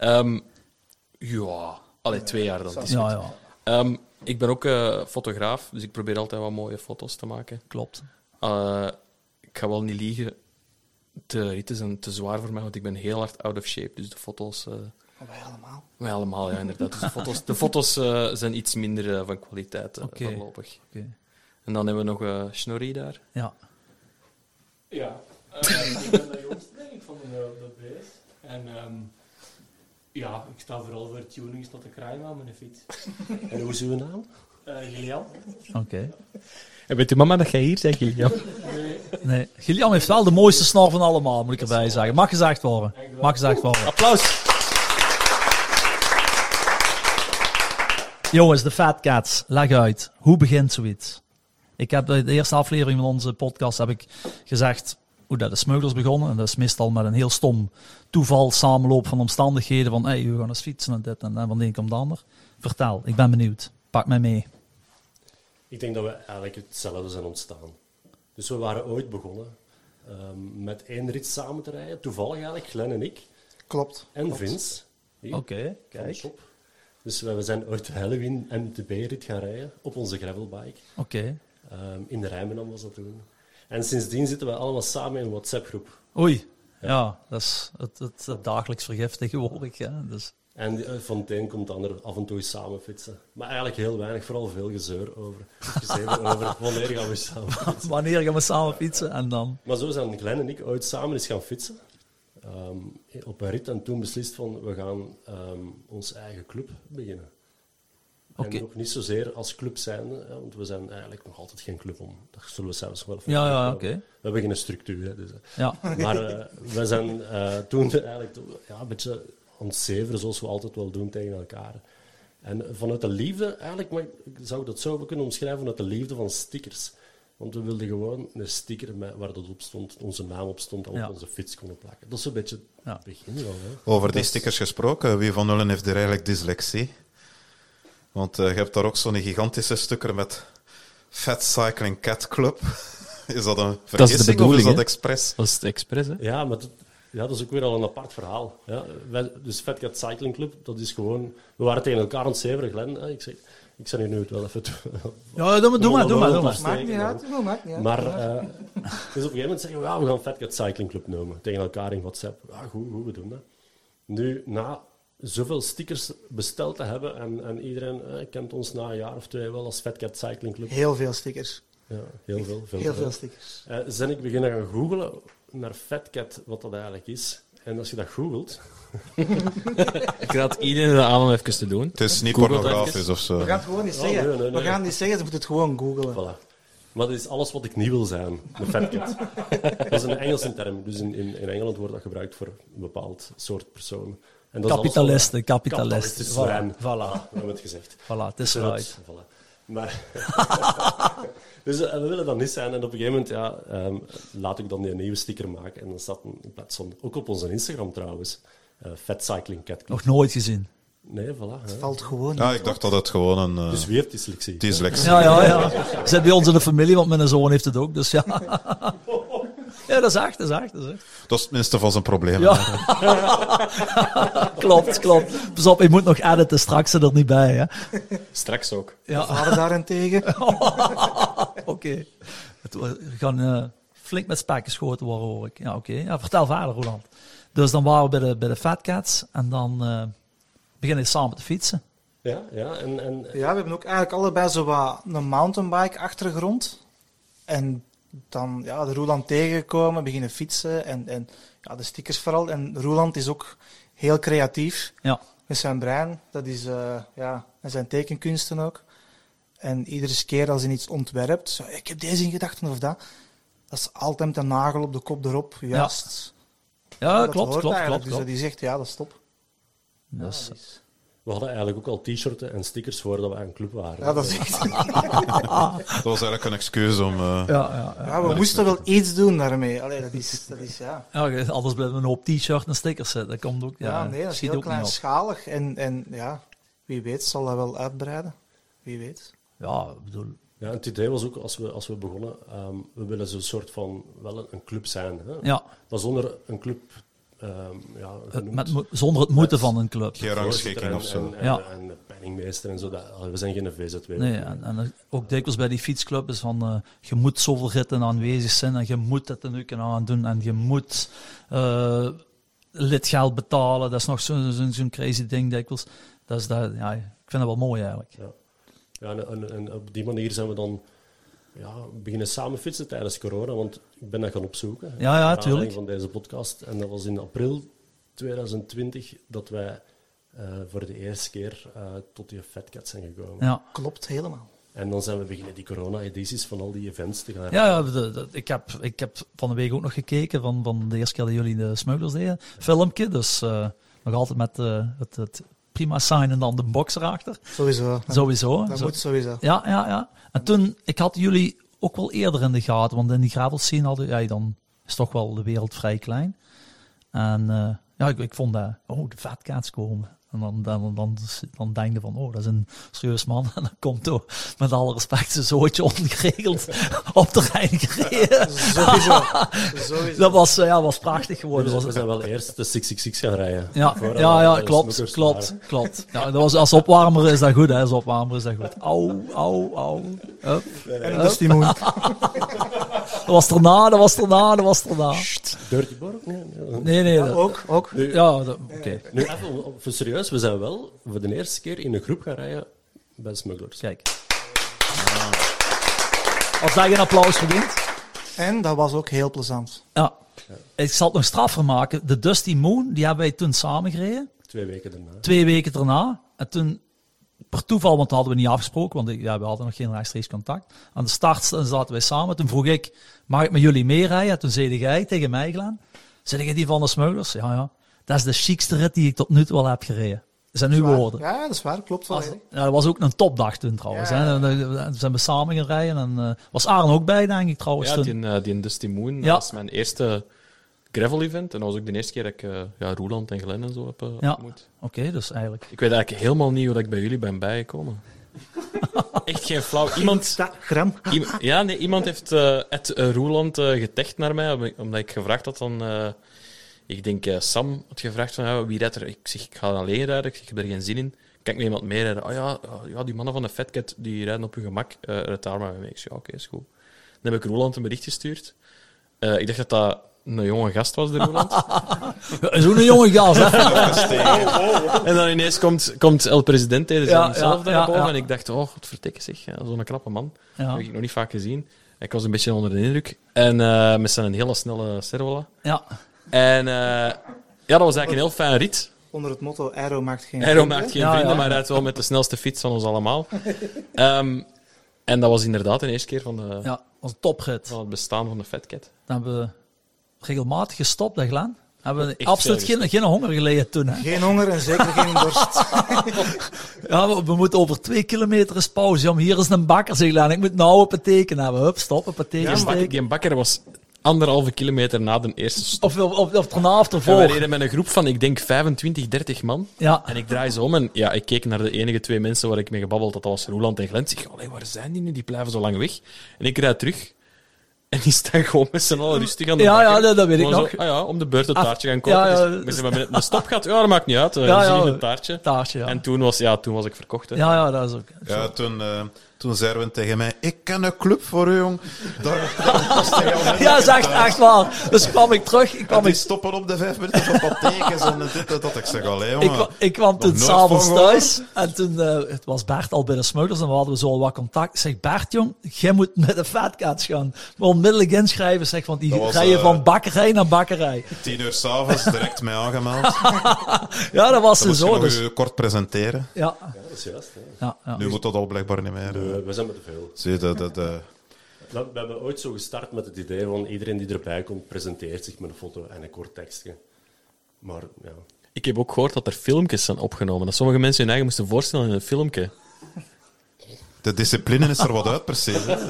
[SPEAKER 7] Ja, 2 jaar dan. Het is
[SPEAKER 1] Ja,
[SPEAKER 7] goed.
[SPEAKER 1] ja,
[SPEAKER 7] Ik ben ook fotograaf, dus ik probeer altijd wat mooie foto's te maken.
[SPEAKER 1] klopt.
[SPEAKER 7] Ik ga wel niet liegen. De ritten zijn te zwaar voor mij, want ik ben heel hard out of shape. Dus de foto's...
[SPEAKER 5] Maar wij allemaal.
[SPEAKER 7] wij allemaal, ja, inderdaad. Dus de foto's zijn iets minder van kwaliteit
[SPEAKER 1] Oké.
[SPEAKER 7] voorlopig.
[SPEAKER 1] Oké.
[SPEAKER 7] En dan hebben we nog Snorri daar.
[SPEAKER 1] Ja.
[SPEAKER 3] Ja, ik ben de jongste denk ik van de beest. En
[SPEAKER 6] Ja, ik sta vooral voor tunings tot de kraai aan mijn fiets. En hoe is uw naam? Gillian.
[SPEAKER 1] Oké.
[SPEAKER 7] En weet je mama dat jij hier zegt, Gillian?
[SPEAKER 1] Nee. Gillian heeft wel de mooiste snor van allemaal, moet ik erbij zeggen. Mag gezegd worden. Mag gezegd worden.
[SPEAKER 7] Applaus!
[SPEAKER 1] Jongens, de Fat Cats, leg uit. Hoe begint zoiets? Ik heb de eerste aflevering van onze podcast heb ik gezegd hoe dat de Smugglers begonnen. En dat is meestal met een heel stom toeval, samenloop van omstandigheden. Van, hey, we gaan eens fietsen en dit en van de een komt de ander. Vertel, ik ben benieuwd. Pak mij mee.
[SPEAKER 6] Ik denk dat we eigenlijk hetzelfde zijn ontstaan. Dus we waren ooit begonnen met 1 rit samen te rijden. Toevallig eigenlijk, Glenn en ik.
[SPEAKER 5] Klopt.
[SPEAKER 6] En
[SPEAKER 5] Klopt.
[SPEAKER 6] Vince. Hier,
[SPEAKER 1] Oké,
[SPEAKER 6] van de
[SPEAKER 1] kijk.
[SPEAKER 6] shop. Dus we zijn ooit de Halloween MTB-rit gaan rijden op onze gravelbike.
[SPEAKER 1] Oké.
[SPEAKER 6] In de Rijmenam was dat toen. En sindsdien zitten we allemaal samen in een WhatsApp-groep.
[SPEAKER 1] Oei. Ja, dat is het dagelijks vergif tegenwoordig. Hè? Dus.
[SPEAKER 6] En van het een komt de ander af en toe eens samen fietsen. Maar eigenlijk heel weinig, vooral veel gezeur over. Gezeven over wanneer gaan we samen fietsen.
[SPEAKER 1] Wanneer gaan we samen fietsen en dan?
[SPEAKER 6] Maar zo zijn Glenn en ik ooit samen eens gaan fietsen. Op een rit en toen beslist van we gaan onze eigen club beginnen.
[SPEAKER 1] Oké.
[SPEAKER 6] En nog niet zozeer als club zijnde, want we zijn eigenlijk nog altijd geen club om. Dat zullen we zelfs wel even
[SPEAKER 1] Ja,
[SPEAKER 6] doen.
[SPEAKER 1] oké.
[SPEAKER 6] We hebben geen structuur. Hè, dus,
[SPEAKER 1] Ja.
[SPEAKER 6] maar we zijn toen eigenlijk een beetje aan het zeveren, zoals we altijd wel doen tegen elkaar. En vanuit de liefde, eigenlijk zou ik dat zo kunnen omschrijven, vanuit de liefde van stickers. Want we wilden gewoon een sticker waar dat op stond, onze naam op stond, en op onze fiets konden plakken. Dat is een beetje het begin wel. Hè.
[SPEAKER 2] Over die stickers gesproken, wie van Nullen heeft er eigenlijk dyslexie? Want je hebt daar ook zo'n gigantische stukker met Fat Cycling Cat Club. Is dat een vergissing of is
[SPEAKER 7] bedoeling,
[SPEAKER 2] dat
[SPEAKER 7] hè?
[SPEAKER 2] expres?
[SPEAKER 7] Dat is het expres, hè?
[SPEAKER 6] Ja, maar dat is ook weer al een apart verhaal. Ja, dus Fat Cat Cycling Club, dat is gewoon... We waren tegen elkaar aan het zeveren, Glenn. Ik zal hier nu het wel even...
[SPEAKER 1] Ja, doe maar.
[SPEAKER 5] Maakt niet uit. Maakt niet uit.
[SPEAKER 6] Maar dus op een gegeven moment zeggen we, ja, we gaan Fat Cat Cycling Club noemen. Tegen elkaar in WhatsApp. Ja, goed, we doen dat. Nu, na zoveel stickers besteld te hebben en iedereen kent ons na een jaar of 2 wel als Fat Cat Cycling Club.
[SPEAKER 5] Heel veel stickers.
[SPEAKER 6] Ja, heel veel.
[SPEAKER 5] Heel veel stickers.
[SPEAKER 6] Zijn ik beginnen gaan googlen naar Fat Cat, wat dat eigenlijk is. En als je dat googelt...
[SPEAKER 7] Ik raad iedereen aan om even te doen.
[SPEAKER 2] Het is niet
[SPEAKER 7] Google
[SPEAKER 2] pornografisch
[SPEAKER 7] even.
[SPEAKER 2] of zo.
[SPEAKER 5] We gaan het gewoon niet zeggen.
[SPEAKER 6] nee.
[SPEAKER 5] We gaan niet zeggen, ze moeten het gewoon googlen.
[SPEAKER 6] Voilà. Maar dat is alles wat ik niet wil zijn, een Fat Cat. Dat is een Engelse term. Dus in Engeland wordt dat gebruikt voor een bepaald soort persoon. En dat is
[SPEAKER 1] Kapitalisten.
[SPEAKER 6] kapitalistisch zwijn.
[SPEAKER 1] Voilà.
[SPEAKER 6] We hebben het gezegd.
[SPEAKER 1] Voilà, het is
[SPEAKER 6] Voilà.
[SPEAKER 1] eruit.
[SPEAKER 6] Maar dus we willen dat niet zijn. En op een gegeven moment laat ik dan die nieuwe sticker maken. En dan staat in plaats van, ook op onze Instagram trouwens, Fat Cycling Cat Club.
[SPEAKER 1] Nog nooit gezien.
[SPEAKER 6] Nee, voilà.
[SPEAKER 5] Het valt gewoon
[SPEAKER 2] Ja,
[SPEAKER 5] niet.
[SPEAKER 2] ik dacht dat het gewoon een
[SPEAKER 6] Dus wie heeft dyslexie?
[SPEAKER 2] dyslexie
[SPEAKER 1] Ja. Zit bij ons in de familie, want mijn zoon heeft het ook. Dus ja. Ja, dat is echt.
[SPEAKER 2] Dat is het minste van zijn probleem.
[SPEAKER 1] Ja. Klopt. Pas op, je moet nog editen, straks zit er niet bij. Hè.
[SPEAKER 7] Straks ook.
[SPEAKER 1] Ja.
[SPEAKER 5] Vader daarentegen.
[SPEAKER 1] Oké. We gaan flink met spek geschoten worden, hoor ik. Ja, oké. Ja, vertel verder, Roland. Dus dan waren we bij de Fat Cats en dan beginnen we samen te fietsen.
[SPEAKER 6] Ja. En
[SPEAKER 5] Ja, we hebben ook eigenlijk allebei zo wat een mountainbike achtergrond. En dan de Roeland tegengekomen, beginnen fietsen en de stickers vooral. En Roeland is ook heel creatief.
[SPEAKER 1] Ja.
[SPEAKER 5] Met zijn brein, dat is, en zijn tekenkunsten ook. En iedere keer als hij iets ontwerpt, zo, ik heb deze in gedachten of dat is altijd met een nagel op de kop erop, juist.
[SPEAKER 1] Ja,
[SPEAKER 5] Dat
[SPEAKER 1] klopt.
[SPEAKER 5] hoort eigenlijk. Dus die zegt, ja, dat is top.
[SPEAKER 1] Dus,
[SPEAKER 6] we hadden eigenlijk ook al t-shirts en stickers voordat we een club waren.
[SPEAKER 5] Ja, dat is echt...
[SPEAKER 2] Dat was eigenlijk een excuus om...
[SPEAKER 5] Ja, we moesten wel iets doen daarmee. Allee, dat is ja.
[SPEAKER 1] Ja, anders blijven we een hoop t-shirt en stickers zitten. Dat komt ook.
[SPEAKER 5] Ja, nee, dat is
[SPEAKER 1] schiet
[SPEAKER 5] heel
[SPEAKER 1] ook niet op.
[SPEAKER 5] kleinschalig. En ja, wie weet zal dat wel uitbreiden. Wie weet.
[SPEAKER 1] Ja, ik bedoel.
[SPEAKER 6] Ja, en het idee was ook, als we begonnen, we willen zo'n soort van wel een club zijn. Hè?
[SPEAKER 1] Ja.
[SPEAKER 6] Maar zonder een club...
[SPEAKER 1] Zonder het moeten van een club.
[SPEAKER 2] Geen rangschikking of zo.
[SPEAKER 6] En de penningmeester en zo. We zijn geen VZW.
[SPEAKER 1] Nee, en ook dikwijls bij die fietsclub is van je moet zoveel ritten aanwezig zijn en je moet het er nu kunnen aan doen en je moet lidgeld betalen. Dat is nog zo'n crazy ding dikwijls. Dat is dat, ja, ik vind dat wel mooi eigenlijk.
[SPEAKER 6] Ja, en op die manier zijn we dan beginnen samen fietsen tijdens corona, want ik ben dat gaan opzoeken.
[SPEAKER 1] Ja, tuurlijk.
[SPEAKER 6] Van deze podcast. En dat was in april 2020 dat wij voor de eerste keer tot die Fat Cats zijn gekomen.
[SPEAKER 1] Ja.
[SPEAKER 5] Klopt, helemaal.
[SPEAKER 6] En dan zijn we beginnen die corona-edities van al die events te gaan
[SPEAKER 1] Ja, ik heb van de week ook nog gekeken van de eerste keer dat jullie de Smugglers deden. Filmpje, dus nog altijd met het prima sign en dan de box erachter.
[SPEAKER 5] Sowieso.
[SPEAKER 1] Sowieso.
[SPEAKER 5] Dat moet sowieso.
[SPEAKER 1] Ja. En toen, ik had jullie ook wel eerder in de gaten, want in die gravel scene hadden, ja, dan is toch wel de wereld vrij klein. En ik vond dat, de Fat Cats komen. En dan denk je van, dat is een serieus man. En dan komt er met alle respect zijn zootje ongeregeld op de Rijn gereden.
[SPEAKER 5] Sowieso.
[SPEAKER 1] Dat was prachtig geworden.
[SPEAKER 6] We zijn wel eerst de 666 gaan rijden.
[SPEAKER 1] Ja, klopt. Ja, dat was, als opwarmer is dat goed, hè. Als opwarmer is dat goed. Au. Hup.
[SPEAKER 5] En dat is die moed.
[SPEAKER 1] Dat was erna.
[SPEAKER 6] Dirty Borg?
[SPEAKER 1] Nee.
[SPEAKER 5] Ja, ook.
[SPEAKER 1] Oké.
[SPEAKER 6] Nu, even voor serieus, we zijn wel voor de eerste keer in een groep gaan rijden bij Smugglers.
[SPEAKER 1] Kijk. Als dat geen applaus verdient.
[SPEAKER 5] En dat was ook heel plezant.
[SPEAKER 1] Ja. Ik zal het nog straffer maken. De Dusty Moon, die hebben wij toen samen gereden.
[SPEAKER 6] 2 weken daarna.
[SPEAKER 1] 2 weken daarna. En toen, per toeval, want dat hadden we niet afgesproken, want we hadden nog geen rechtstreeks contact. Aan de start zaten wij samen. Toen vroeg ik, mag ik met jullie meerijden? Toen zei jij tegen mij, Glenn, zei je die van de Smugglers? Ja. Dat is de chicste rit die ik tot nu toe al heb gereden. Dat zijn uw woorden.
[SPEAKER 5] Ja, dat is waar. Klopt wel.
[SPEAKER 1] Dat was ook een topdag toen trouwens.
[SPEAKER 5] Ja.
[SPEAKER 1] Hè. We zijn samen gaan rijden. En was Aaron ook bij, denk ik trouwens.
[SPEAKER 7] Ja,
[SPEAKER 1] toen.
[SPEAKER 7] die Dusty Moon,
[SPEAKER 1] Ja.
[SPEAKER 7] dat was mijn eerste gravel-event. En dat was ook de eerste keer dat ik Roeland en Glenn en zo heb ontmoet.
[SPEAKER 1] Oké, dus eigenlijk.
[SPEAKER 7] Ik weet eigenlijk helemaal niet hoe dat ik bij jullie ben bijgekomen. Echt geen flauw.
[SPEAKER 5] Gram.
[SPEAKER 7] Iemand heeft Ed Roeland getagd naar mij, omdat ik gevraagd had dan... ik denk Sam had gevraagd van wie rijdt er? Ik zeg, ik ga alleen rijden. Ik heb er geen zin in. Kan ik met iemand mee rijden? Ja, die mannen van de Fat Cat die rijden op hun gemak. Rijd daar maar mee. Ik zeg, oké, is goed. Dan heb ik Roeland een bericht gestuurd. Ik dacht dat een jonge gast was, de Roeland.
[SPEAKER 1] Zo'n jonge gast, hè?
[SPEAKER 7] En dan ineens komt El Presidente zelf naar boven.
[SPEAKER 1] ja.
[SPEAKER 7] En ik dacht, wat vertikken zeg. Zo'n knappe man.
[SPEAKER 1] Ja.
[SPEAKER 7] Dat heb ik nog niet vaak gezien. Ik was een beetje onder de indruk. En met zijn hele snelle Servola.
[SPEAKER 1] Ja.
[SPEAKER 7] En dat was eigenlijk een heel fijn rit.
[SPEAKER 5] Onder het motto, Aero maakt geen
[SPEAKER 7] Aero maakt geen
[SPEAKER 1] Ja,
[SPEAKER 7] vrienden,
[SPEAKER 1] ja.
[SPEAKER 7] maar rijdt wel met de snelste fiets van ons allemaal. En dat was inderdaad de eerste keer van
[SPEAKER 1] Was een toprit.
[SPEAKER 7] het bestaan van de Fat Cat.
[SPEAKER 1] Dan hebben we regelmatig gestopt, hè, Glenn? Hebben we
[SPEAKER 7] Echt
[SPEAKER 1] absoluut
[SPEAKER 7] veel
[SPEAKER 1] geen honger geleden toen, hè?
[SPEAKER 5] Geen honger en zeker geen dorst.
[SPEAKER 1] Ja, we moeten over 2 kilometer eens pauze. Ja, maar hier is een bakker, zeg Glenn. Ik moet nou een pateken hebben. Hup, stop, een pateken steken.
[SPEAKER 7] Die bakker was 1,5 kilometer na de eerste stop.
[SPEAKER 1] Of erna of
[SPEAKER 7] En we
[SPEAKER 1] ervoor.
[SPEAKER 7] reden met een groep van, ik denk, 25, 30 man.
[SPEAKER 1] Ja.
[SPEAKER 7] En ik draai zo om en ik keek naar de enige 2 mensen waar ik mee gebabbeld had. Dat was Roeland en Glenn. Ik zeg, waar zijn die nu? Die blijven zo lang weg. En ik rijd terug. En die staan gewoon met z'n allen rustig aan de bakker.
[SPEAKER 1] Dat weet ik
[SPEAKER 7] Gewoon
[SPEAKER 1] nog.
[SPEAKER 7] zo, om de beurt een taartje gaan kopen.
[SPEAKER 1] Ja,
[SPEAKER 7] Dus we hebben een stop gehad. Ja, dat maakt niet uit. Een taartje.
[SPEAKER 1] Taartje, ja.
[SPEAKER 7] En toen was ik verkocht. Hè.
[SPEAKER 1] Ja, dat is ook.
[SPEAKER 2] Ja, toen zeiden we tegen mij, ik ken een club voor u, jong.
[SPEAKER 1] Ja, dat is echt waar. Dus kwam ik terug.
[SPEAKER 2] Die stoppen op de 5 minuten van patekens en dit en dat. Ik zeg, allee, jongen.
[SPEAKER 1] Ik kwam toen
[SPEAKER 2] nooit
[SPEAKER 1] s'avonds
[SPEAKER 2] van
[SPEAKER 1] thuis. En toen het was Bert al bij de Smugglers en we hadden zo al wat contact. Ik zeg, Bert, jong, jij moet met de Fat Cats gaan. Maar onmiddellijk inschrijven, zeg, want die
[SPEAKER 2] Dat was,
[SPEAKER 1] rijden van bakkerij naar bakkerij.
[SPEAKER 2] 10 uur s'avonds, direct mij aangemeld.
[SPEAKER 1] Ja, dat was
[SPEAKER 2] Dan moest je
[SPEAKER 1] zo.
[SPEAKER 2] nog
[SPEAKER 1] Dus,
[SPEAKER 2] u kort presenteren.
[SPEAKER 1] ja.
[SPEAKER 6] Ja, dat is juist. Hè.
[SPEAKER 1] Ja.
[SPEAKER 2] Nu moet dat al blijkbaar niet meer.
[SPEAKER 6] We zijn met te veel.
[SPEAKER 2] Zie je,
[SPEAKER 6] We hebben ooit zo gestart met het idee van iedereen die erbij komt, presenteert zich met een foto en een kort tekstje. Maar ja...
[SPEAKER 7] Ik heb ook gehoord dat er filmpjes zijn opgenomen. Dat sommige mensen hun eigen moesten voorstellen in een filmpje.
[SPEAKER 2] de discipline is er wat uit, precies. Hè.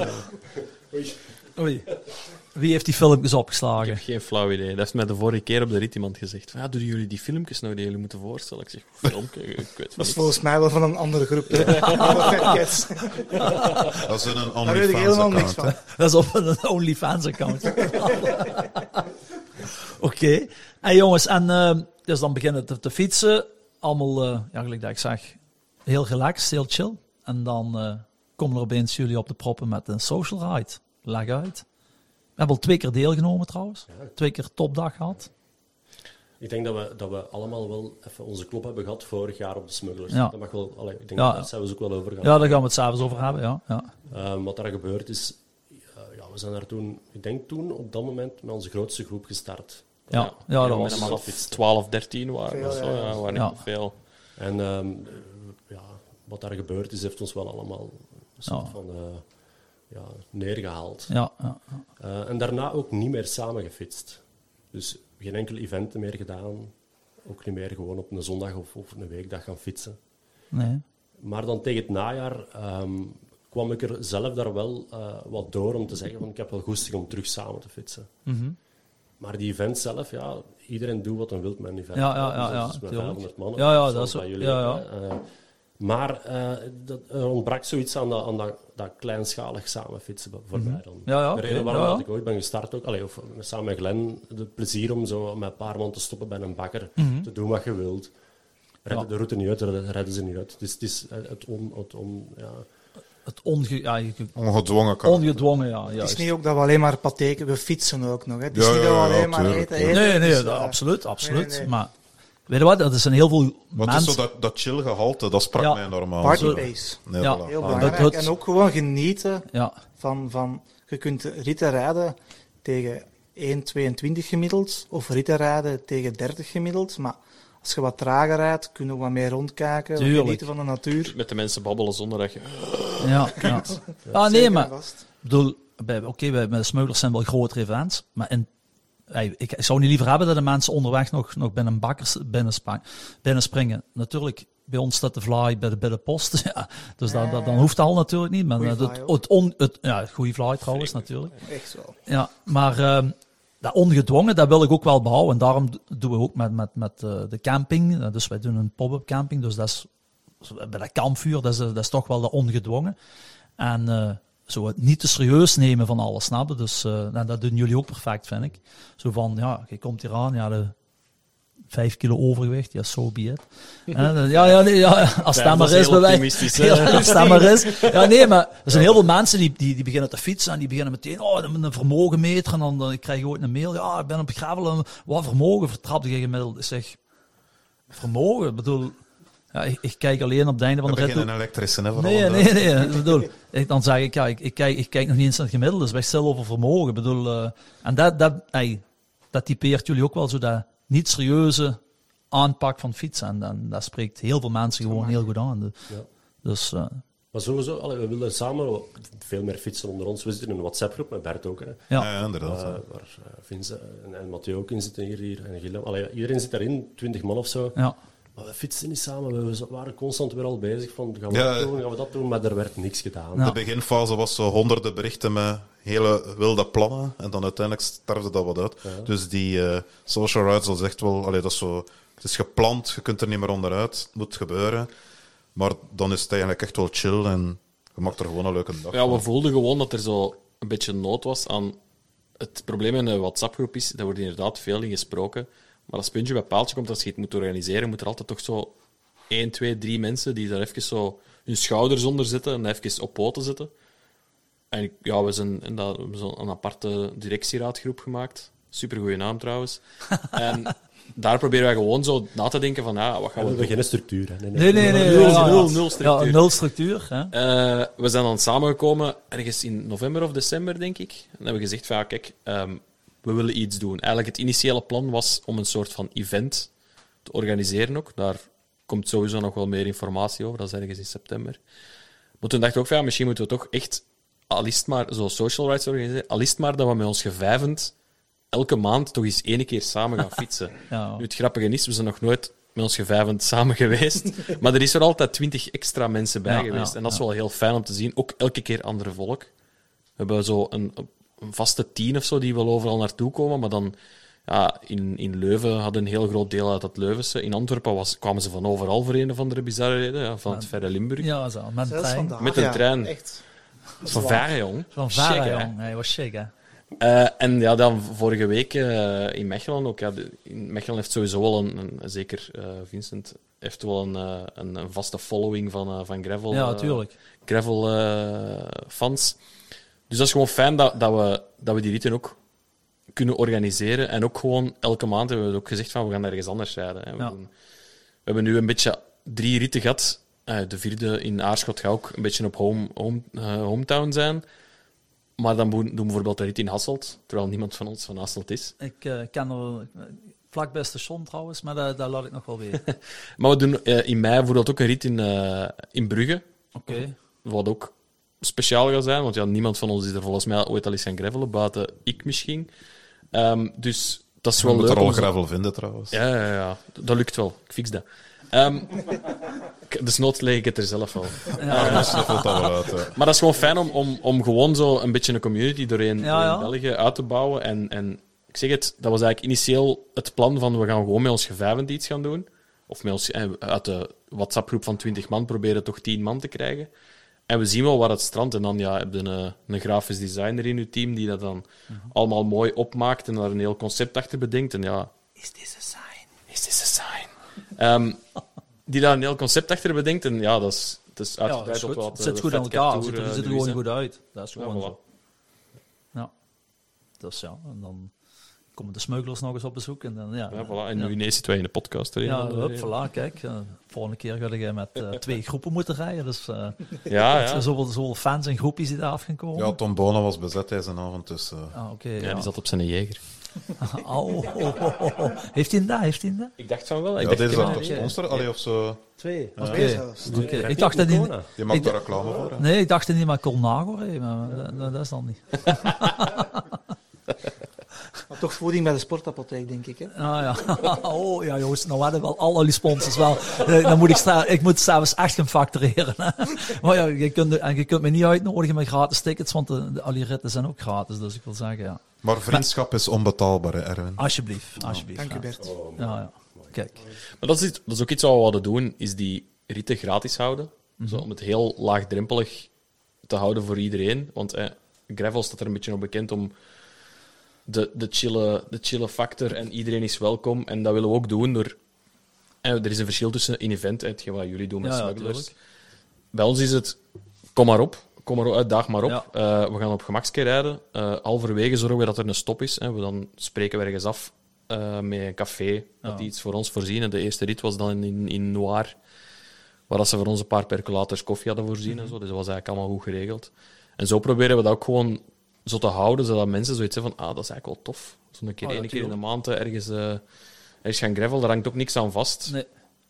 [SPEAKER 1] Oei. Wie heeft die filmpjes
[SPEAKER 7] Ik
[SPEAKER 1] opgeslagen?
[SPEAKER 7] heb geen flauw idee. Dat heeft mij de vorige keer op de rit iemand gezegd. Van, doen jullie die filmpjes nog die jullie moeten voorstellen? Ik zeg, filmpje? Ik weet van
[SPEAKER 5] Dat is
[SPEAKER 7] niks.
[SPEAKER 5] volgens mij wel van een andere groep. De Fat Cats.
[SPEAKER 2] Dat is een
[SPEAKER 5] Daar weet ik helemaal niks
[SPEAKER 2] OnlyFans-account.
[SPEAKER 5] van.
[SPEAKER 1] Dat is op een OnlyFans-account. Oké. En jongens, dus dan beginnen te fietsen. Allemaal, gelijk dat ik zeg, heel relaxed, heel chill. En dan komen er opeens jullie op de proppen met een social ride. Leg uit. We hebben al 2 keer deelgenomen trouwens. 2 keer topdag gehad.
[SPEAKER 6] Ik denk dat we allemaal wel even onze klop hebben gehad vorig jaar op de Smugglers.
[SPEAKER 1] Ja.
[SPEAKER 6] Dat mag wel... ik denk
[SPEAKER 1] Ja.
[SPEAKER 6] dat zijn we ook wel over gaan.
[SPEAKER 1] Ja, daar gaan we het s'avonds over hebben. Ja.
[SPEAKER 6] Wat daar gebeurd is... we zijn daar toen... Ik denk toen op dat moment met onze grootste groep gestart.
[SPEAKER 1] Ja, dat
[SPEAKER 7] met
[SPEAKER 1] was...
[SPEAKER 7] een man of 12, 13 waren.
[SPEAKER 5] Veel,
[SPEAKER 7] Zo,
[SPEAKER 5] ja.
[SPEAKER 7] waren
[SPEAKER 1] Ja.
[SPEAKER 7] niet veel.
[SPEAKER 6] En wat daar gebeurd is, heeft ons wel allemaal een soort van neergehaald.
[SPEAKER 1] Ja.
[SPEAKER 6] En daarna ook niet meer samen gefietst. Dus geen enkel event meer gedaan. Ook niet meer gewoon op een zondag of een weekdag gaan fietsen.
[SPEAKER 1] Nee.
[SPEAKER 6] Maar dan tegen het najaar kwam ik er zelf daar wel wat door om te zeggen van ik heb wel goesting om terug samen te fietsen.
[SPEAKER 1] Mm-hmm.
[SPEAKER 6] Maar die event zelf, iedereen doet wat hij wil met een event. Dus met 500 man.
[SPEAKER 1] Dat is
[SPEAKER 6] bij jullie.
[SPEAKER 1] ja.
[SPEAKER 6] Maar er ontbrak zoiets aan dat kleinschalig samen fietsen voor mij dan.
[SPEAKER 1] Ja,
[SPEAKER 6] de reden waarom dat ik ooit ben gestart ook, of samen met Glenn, het plezier om zo met een paar man te stoppen bij een bakker, te doen wat je wilt. Redden de route niet uit, redden ze niet uit. Dus het is
[SPEAKER 1] Het
[SPEAKER 2] Ongedwongen kan.
[SPEAKER 1] ongedwongen, ja.
[SPEAKER 5] Het
[SPEAKER 1] Juist.
[SPEAKER 5] is niet ook dat we alleen maar pateken, we fietsen ook nog. Hè. Het is
[SPEAKER 2] Ja,
[SPEAKER 5] niet dat we
[SPEAKER 2] ja,
[SPEAKER 5] alleen maar
[SPEAKER 2] tuurlijk,
[SPEAKER 5] eten.
[SPEAKER 1] Nee,
[SPEAKER 5] Dus,
[SPEAKER 1] absoluut.
[SPEAKER 5] nee.
[SPEAKER 1] Maar weet je wat, dat is een heel veel
[SPEAKER 2] Wat is
[SPEAKER 1] mensen...
[SPEAKER 2] zo dat chill gehalte, dat sprak
[SPEAKER 1] Ja.
[SPEAKER 2] mij normaal.
[SPEAKER 5] Party
[SPEAKER 2] Zo.
[SPEAKER 5] pace.
[SPEAKER 2] Nee,
[SPEAKER 1] Ja.
[SPEAKER 2] voilà.
[SPEAKER 5] Heel
[SPEAKER 1] Ja,
[SPEAKER 5] belangrijk.
[SPEAKER 1] dat-
[SPEAKER 5] En ook gewoon genieten
[SPEAKER 1] Ja,
[SPEAKER 5] van... Je kunt ritten rijden tegen 1,22 gemiddeld, of ritten rijden tegen 30 gemiddeld, maar als je wat trager rijdt, kun je ook wat meer rondkijken, wat
[SPEAKER 1] Tuurlijk.
[SPEAKER 5] genieten van de natuur.
[SPEAKER 7] Met de mensen babbelen zonder dat je...
[SPEAKER 1] ja. Ah, nee,
[SPEAKER 5] Zeker
[SPEAKER 1] maar...
[SPEAKER 5] en vast.
[SPEAKER 1] Ik bedoel, bij de smugglers zijn wel grotere events, maar ik zou niet liever hebben dat de mensen onderweg nog bij een bakkers binnenspringen. Natuurlijk, bij ons staat de fly bij de post, ja, dus dan hoeft dat al natuurlijk niet. Maar
[SPEAKER 5] Goeie fly
[SPEAKER 1] goede fly trouwens natuurlijk.
[SPEAKER 5] Echt wel.
[SPEAKER 1] Ja, maar dat ongedwongen, dat wil ik ook wel behouden. En daarom doen we ook met de camping. Dus wij doen een pop-up camping, dus dat is bij dat kampvuur, dat is toch wel de ongedwongen. En zo het niet te serieus nemen van alles, snap je? Dus en dat doen jullie ook perfect, vind ik. Zo van, ja, je komt hier aan, de 5 kilo overgewicht, ja, so be it. Als dat maar is bij wij. Als dat maar is. Ja, nee, maar er zijn heel veel mensen die beginnen te fietsen en die beginnen meteen, een vermogen meteren. En dan krijg je ooit een mail, ja, ik ben op gravel, wat vermogen vertrapte je gemiddeld? Ik zeg, vermogen? Ik bedoel, ja, ik kijk alleen op het einde van
[SPEAKER 2] We
[SPEAKER 1] de rit.
[SPEAKER 2] beginnen een elektrische, hè, vooral.
[SPEAKER 1] Nee. Ik bedoel, dan zeg ik, ja, ik kijk nog niet eens naar het gemiddelde, dus wij stellen over vermogen. Ik bedoel, en dat typeert jullie ook wel zo, dat niet serieuze aanpak van fietsen. En dat spreekt heel veel mensen gewoon heel goed aan. Dus,
[SPEAKER 6] Maar sowieso, we willen samen veel meer fietsen onder ons. We zitten in een WhatsApp-groep met Bert ook. Hè.
[SPEAKER 2] Ja, inderdaad.
[SPEAKER 6] Waar Vince en Mathieu ook in zitten hier. En Guillaume. Iedereen zit daarin, 20 man of zo.
[SPEAKER 1] ja.
[SPEAKER 6] Maar we fietsen niet samen. We waren constant weer al bezig van, gaan we dat doen? Maar er werd niks gedaan.
[SPEAKER 1] Ja.
[SPEAKER 2] De beginfase was zo honderden berichten met hele wilde plannen. En dan uiteindelijk sterfde dat wat uit.
[SPEAKER 6] Ja.
[SPEAKER 2] Dus die social rides, dat is echt wel... dat is zo, het is gepland, je kunt er niet meer onderuit. Het moet gebeuren. Maar dan is het eigenlijk echt wel chill. En je maakt er gewoon een leuke dag
[SPEAKER 7] Ja,
[SPEAKER 2] van.
[SPEAKER 7] we voelden gewoon dat er zo een beetje nood was aan... Het probleem in een WhatsApp-groep is, daar wordt inderdaad veel in gesproken. Maar als puntje bij paaltje komt, als je het moet organiseren, moet er altijd toch zo 1, 2, 3 mensen die daar even zo hun schouders onder zetten en even op poten zetten. En we hebben zo'n aparte directieraadgroep gemaakt. Supergoeie naam trouwens. En daar proberen wij gewoon zo na te denken van, wat gaan
[SPEAKER 6] We
[SPEAKER 7] we
[SPEAKER 6] hebben
[SPEAKER 7] doen?
[SPEAKER 6] geen structuur. Hè.
[SPEAKER 1] Nee.
[SPEAKER 7] Nul structuur.
[SPEAKER 1] Ja, nul structuur. Hè?
[SPEAKER 7] We zijn dan samengekomen ergens in november of december, denk ik. En hebben we gezegd van, kijk, we willen iets doen. Eigenlijk het initiële plan was om een soort van event te organiseren ook. Daar komt sowieso nog wel meer informatie over. Dat is ergens in september. Maar toen dacht ik ook van, misschien moeten we toch echt, al is het maar zo social rights organiseren, al is het maar dat we met ons gevijvend elke maand toch eens 1 keer samen gaan fietsen.
[SPEAKER 1] Ja.
[SPEAKER 7] Nu, het grappige is, we zijn nog nooit met ons gevijvend samen geweest. Maar er is er altijd 20 extra mensen bij geweest. En dat is wel heel fijn om te zien. Ook elke keer andere volk. We hebben zo een vaste 10 of zo die wel overal naartoe komen. Maar dan in Leuven hadden een heel groot deel uit het Leuvense. In Antwerpen kwamen ze van overal voor een of andere bizarre reden. Van het verre Limburg.
[SPEAKER 1] Ja, zo, met een
[SPEAKER 5] Zelfs
[SPEAKER 1] trein.
[SPEAKER 5] vandaag,
[SPEAKER 7] Met een trein.
[SPEAKER 5] Echt.
[SPEAKER 7] Van verre, jong.
[SPEAKER 1] Van
[SPEAKER 7] Chic,
[SPEAKER 1] Vara,
[SPEAKER 7] hè.
[SPEAKER 1] jong. Hij was chic, hè.
[SPEAKER 7] En ja, dan vorige week in Mechelen ook. Ja, in Mechelen heeft sowieso wel zeker Vincent, heeft wel een vaste following van gravel.
[SPEAKER 1] Ja, natuurlijk.
[SPEAKER 7] Gravel fans. Dus dat is gewoon fijn dat we die ritten ook kunnen organiseren. En ook gewoon elke maand hebben we ook gezegd van we gaan ergens anders rijden. Hè. We hebben nu een beetje 3 ritten gehad. De 4e in Aarschot gaat ook een beetje op hometown zijn. Maar dan doen we bijvoorbeeld een rit in Hasselt, terwijl niemand van ons van Hasselt is.
[SPEAKER 1] Ik ken er Vlak bij het station trouwens, maar dat laat ik nog wel weten.
[SPEAKER 7] Maar we doen in mei bijvoorbeeld ook een rit in Brugge.
[SPEAKER 1] Oké.
[SPEAKER 7] Wat ook speciaal gaat zijn, want ja, niemand van ons is er volgens mij ooit al eens gaan gravelen, buiten ik misschien. Dus dat is
[SPEAKER 2] Je
[SPEAKER 7] wel
[SPEAKER 2] moet
[SPEAKER 7] leuk.
[SPEAKER 2] er al
[SPEAKER 7] om zo-
[SPEAKER 2] gravel vinden, trouwens.
[SPEAKER 7] Ja. Dat lukt wel. Ik fix dat. Dus nooit leg ik het er zelf wel.
[SPEAKER 2] Ja, dat snuffelt dat wel uit.
[SPEAKER 7] Maar dat is gewoon fijn om gewoon zo een beetje een community doorheen
[SPEAKER 1] Ja.
[SPEAKER 7] België uit te bouwen. En ik zeg het, dat was eigenlijk initieel het plan van we gaan gewoon met ons gevijvend iets gaan doen. Of met ons, uit de WhatsApp-groep van 20 man proberen toch 10 man te krijgen. En we zien wel waar het strandt. En dan heb je een grafisch designer in je team die dat dan allemaal mooi opmaakt en daar een heel concept achter bedenkt. En ja... Is this a sign? Die daar een heel concept achter bedenkt. En ja, dat is
[SPEAKER 1] Ja, dat
[SPEAKER 7] uitgebreid
[SPEAKER 1] is
[SPEAKER 7] op
[SPEAKER 1] goed.
[SPEAKER 7] wat
[SPEAKER 1] Het zit goed aan elkaar. Het ziet er gewoon goed uit. Dat is gewoon zo. Ja. Dus ja, en dan komen de smugglers nog eens op bezoek. En dan,
[SPEAKER 7] Ja, voilà. En nu ineens zitten wij in de podcast.
[SPEAKER 1] Ja, voilà, kijk. Volgende keer ga jij met 2 groepen moeten rijden. Dus
[SPEAKER 7] Ja.
[SPEAKER 1] zoveel fans en groepjes die daar af gaan komen.
[SPEAKER 2] Ja, Tom Bona was bezet deze avond, dus...
[SPEAKER 1] Oké.
[SPEAKER 7] Ja, die zat op zijn jeger.
[SPEAKER 1] Heeft hij dat?
[SPEAKER 7] Ik dacht van wel.
[SPEAKER 2] Ja,
[SPEAKER 7] dacht,
[SPEAKER 2] deze
[SPEAKER 7] ik
[SPEAKER 2] is
[SPEAKER 7] heb-
[SPEAKER 2] toch sponsor? Allee, of zo...
[SPEAKER 5] 2.
[SPEAKER 2] Ja.
[SPEAKER 5] Twee zelfs.
[SPEAKER 1] Oké. Ik dacht dat hij...
[SPEAKER 2] Je maakt daar reclame voor, hè?
[SPEAKER 1] Nee, ik dacht dat hij maar Colnago reed, maar dat is dan niet.
[SPEAKER 5] Maar toch voeding bij de sportapotheek, denk ik. Hè?
[SPEAKER 1] Ah ja. Oh ja, jongens, nou hadden we wel al die sponsors wel. Dan moet ik moet s'avonds echt gaan factureren. Hè. Maar ja, je kunt me niet uitnodigen met gratis tickets, want al die ritten zijn ook gratis. Dus ik wil zeggen, ja.
[SPEAKER 2] Maar vriendschap is onbetaalbaar, hè, Erwin.
[SPEAKER 1] Alsjeblieft.
[SPEAKER 5] Dank u,
[SPEAKER 1] Ja.
[SPEAKER 5] Bert.
[SPEAKER 1] Ja. Kijk.
[SPEAKER 7] Maar dat is ook iets wat we wilden doen, is die ritten gratis houden. Zo, om het heel laagdrempelig te houden voor iedereen. Want gravel staat er een beetje op bekend om de chille factor en iedereen is welkom. En dat willen we ook doen door... er is een verschil tussen een event, hetgeen wat jullie doen met
[SPEAKER 1] Ja,
[SPEAKER 7] smugglers.
[SPEAKER 1] tuurlijk.
[SPEAKER 7] Bij ons is het, kom maar op, daag maar op.
[SPEAKER 1] Ja.
[SPEAKER 7] We gaan op gemakske rijden. Halverwege zorgen we dat er een stop is. Dan spreken we ergens af met een café, dat die iets voor ons voorzien. En de eerste rit was dan in Noir, waar dat ze voor ons een paar percolators koffie hadden voorzien. En zo. Dus dat was eigenlijk allemaal goed geregeld. En zo proberen we dat ook gewoon zo te houden, zodat mensen zoiets hebben van, dat is eigenlijk wel tof. Zo'n keer, één keer in de maand ergens gaan gravel, daar hangt ook niks aan vast.
[SPEAKER 1] Nee.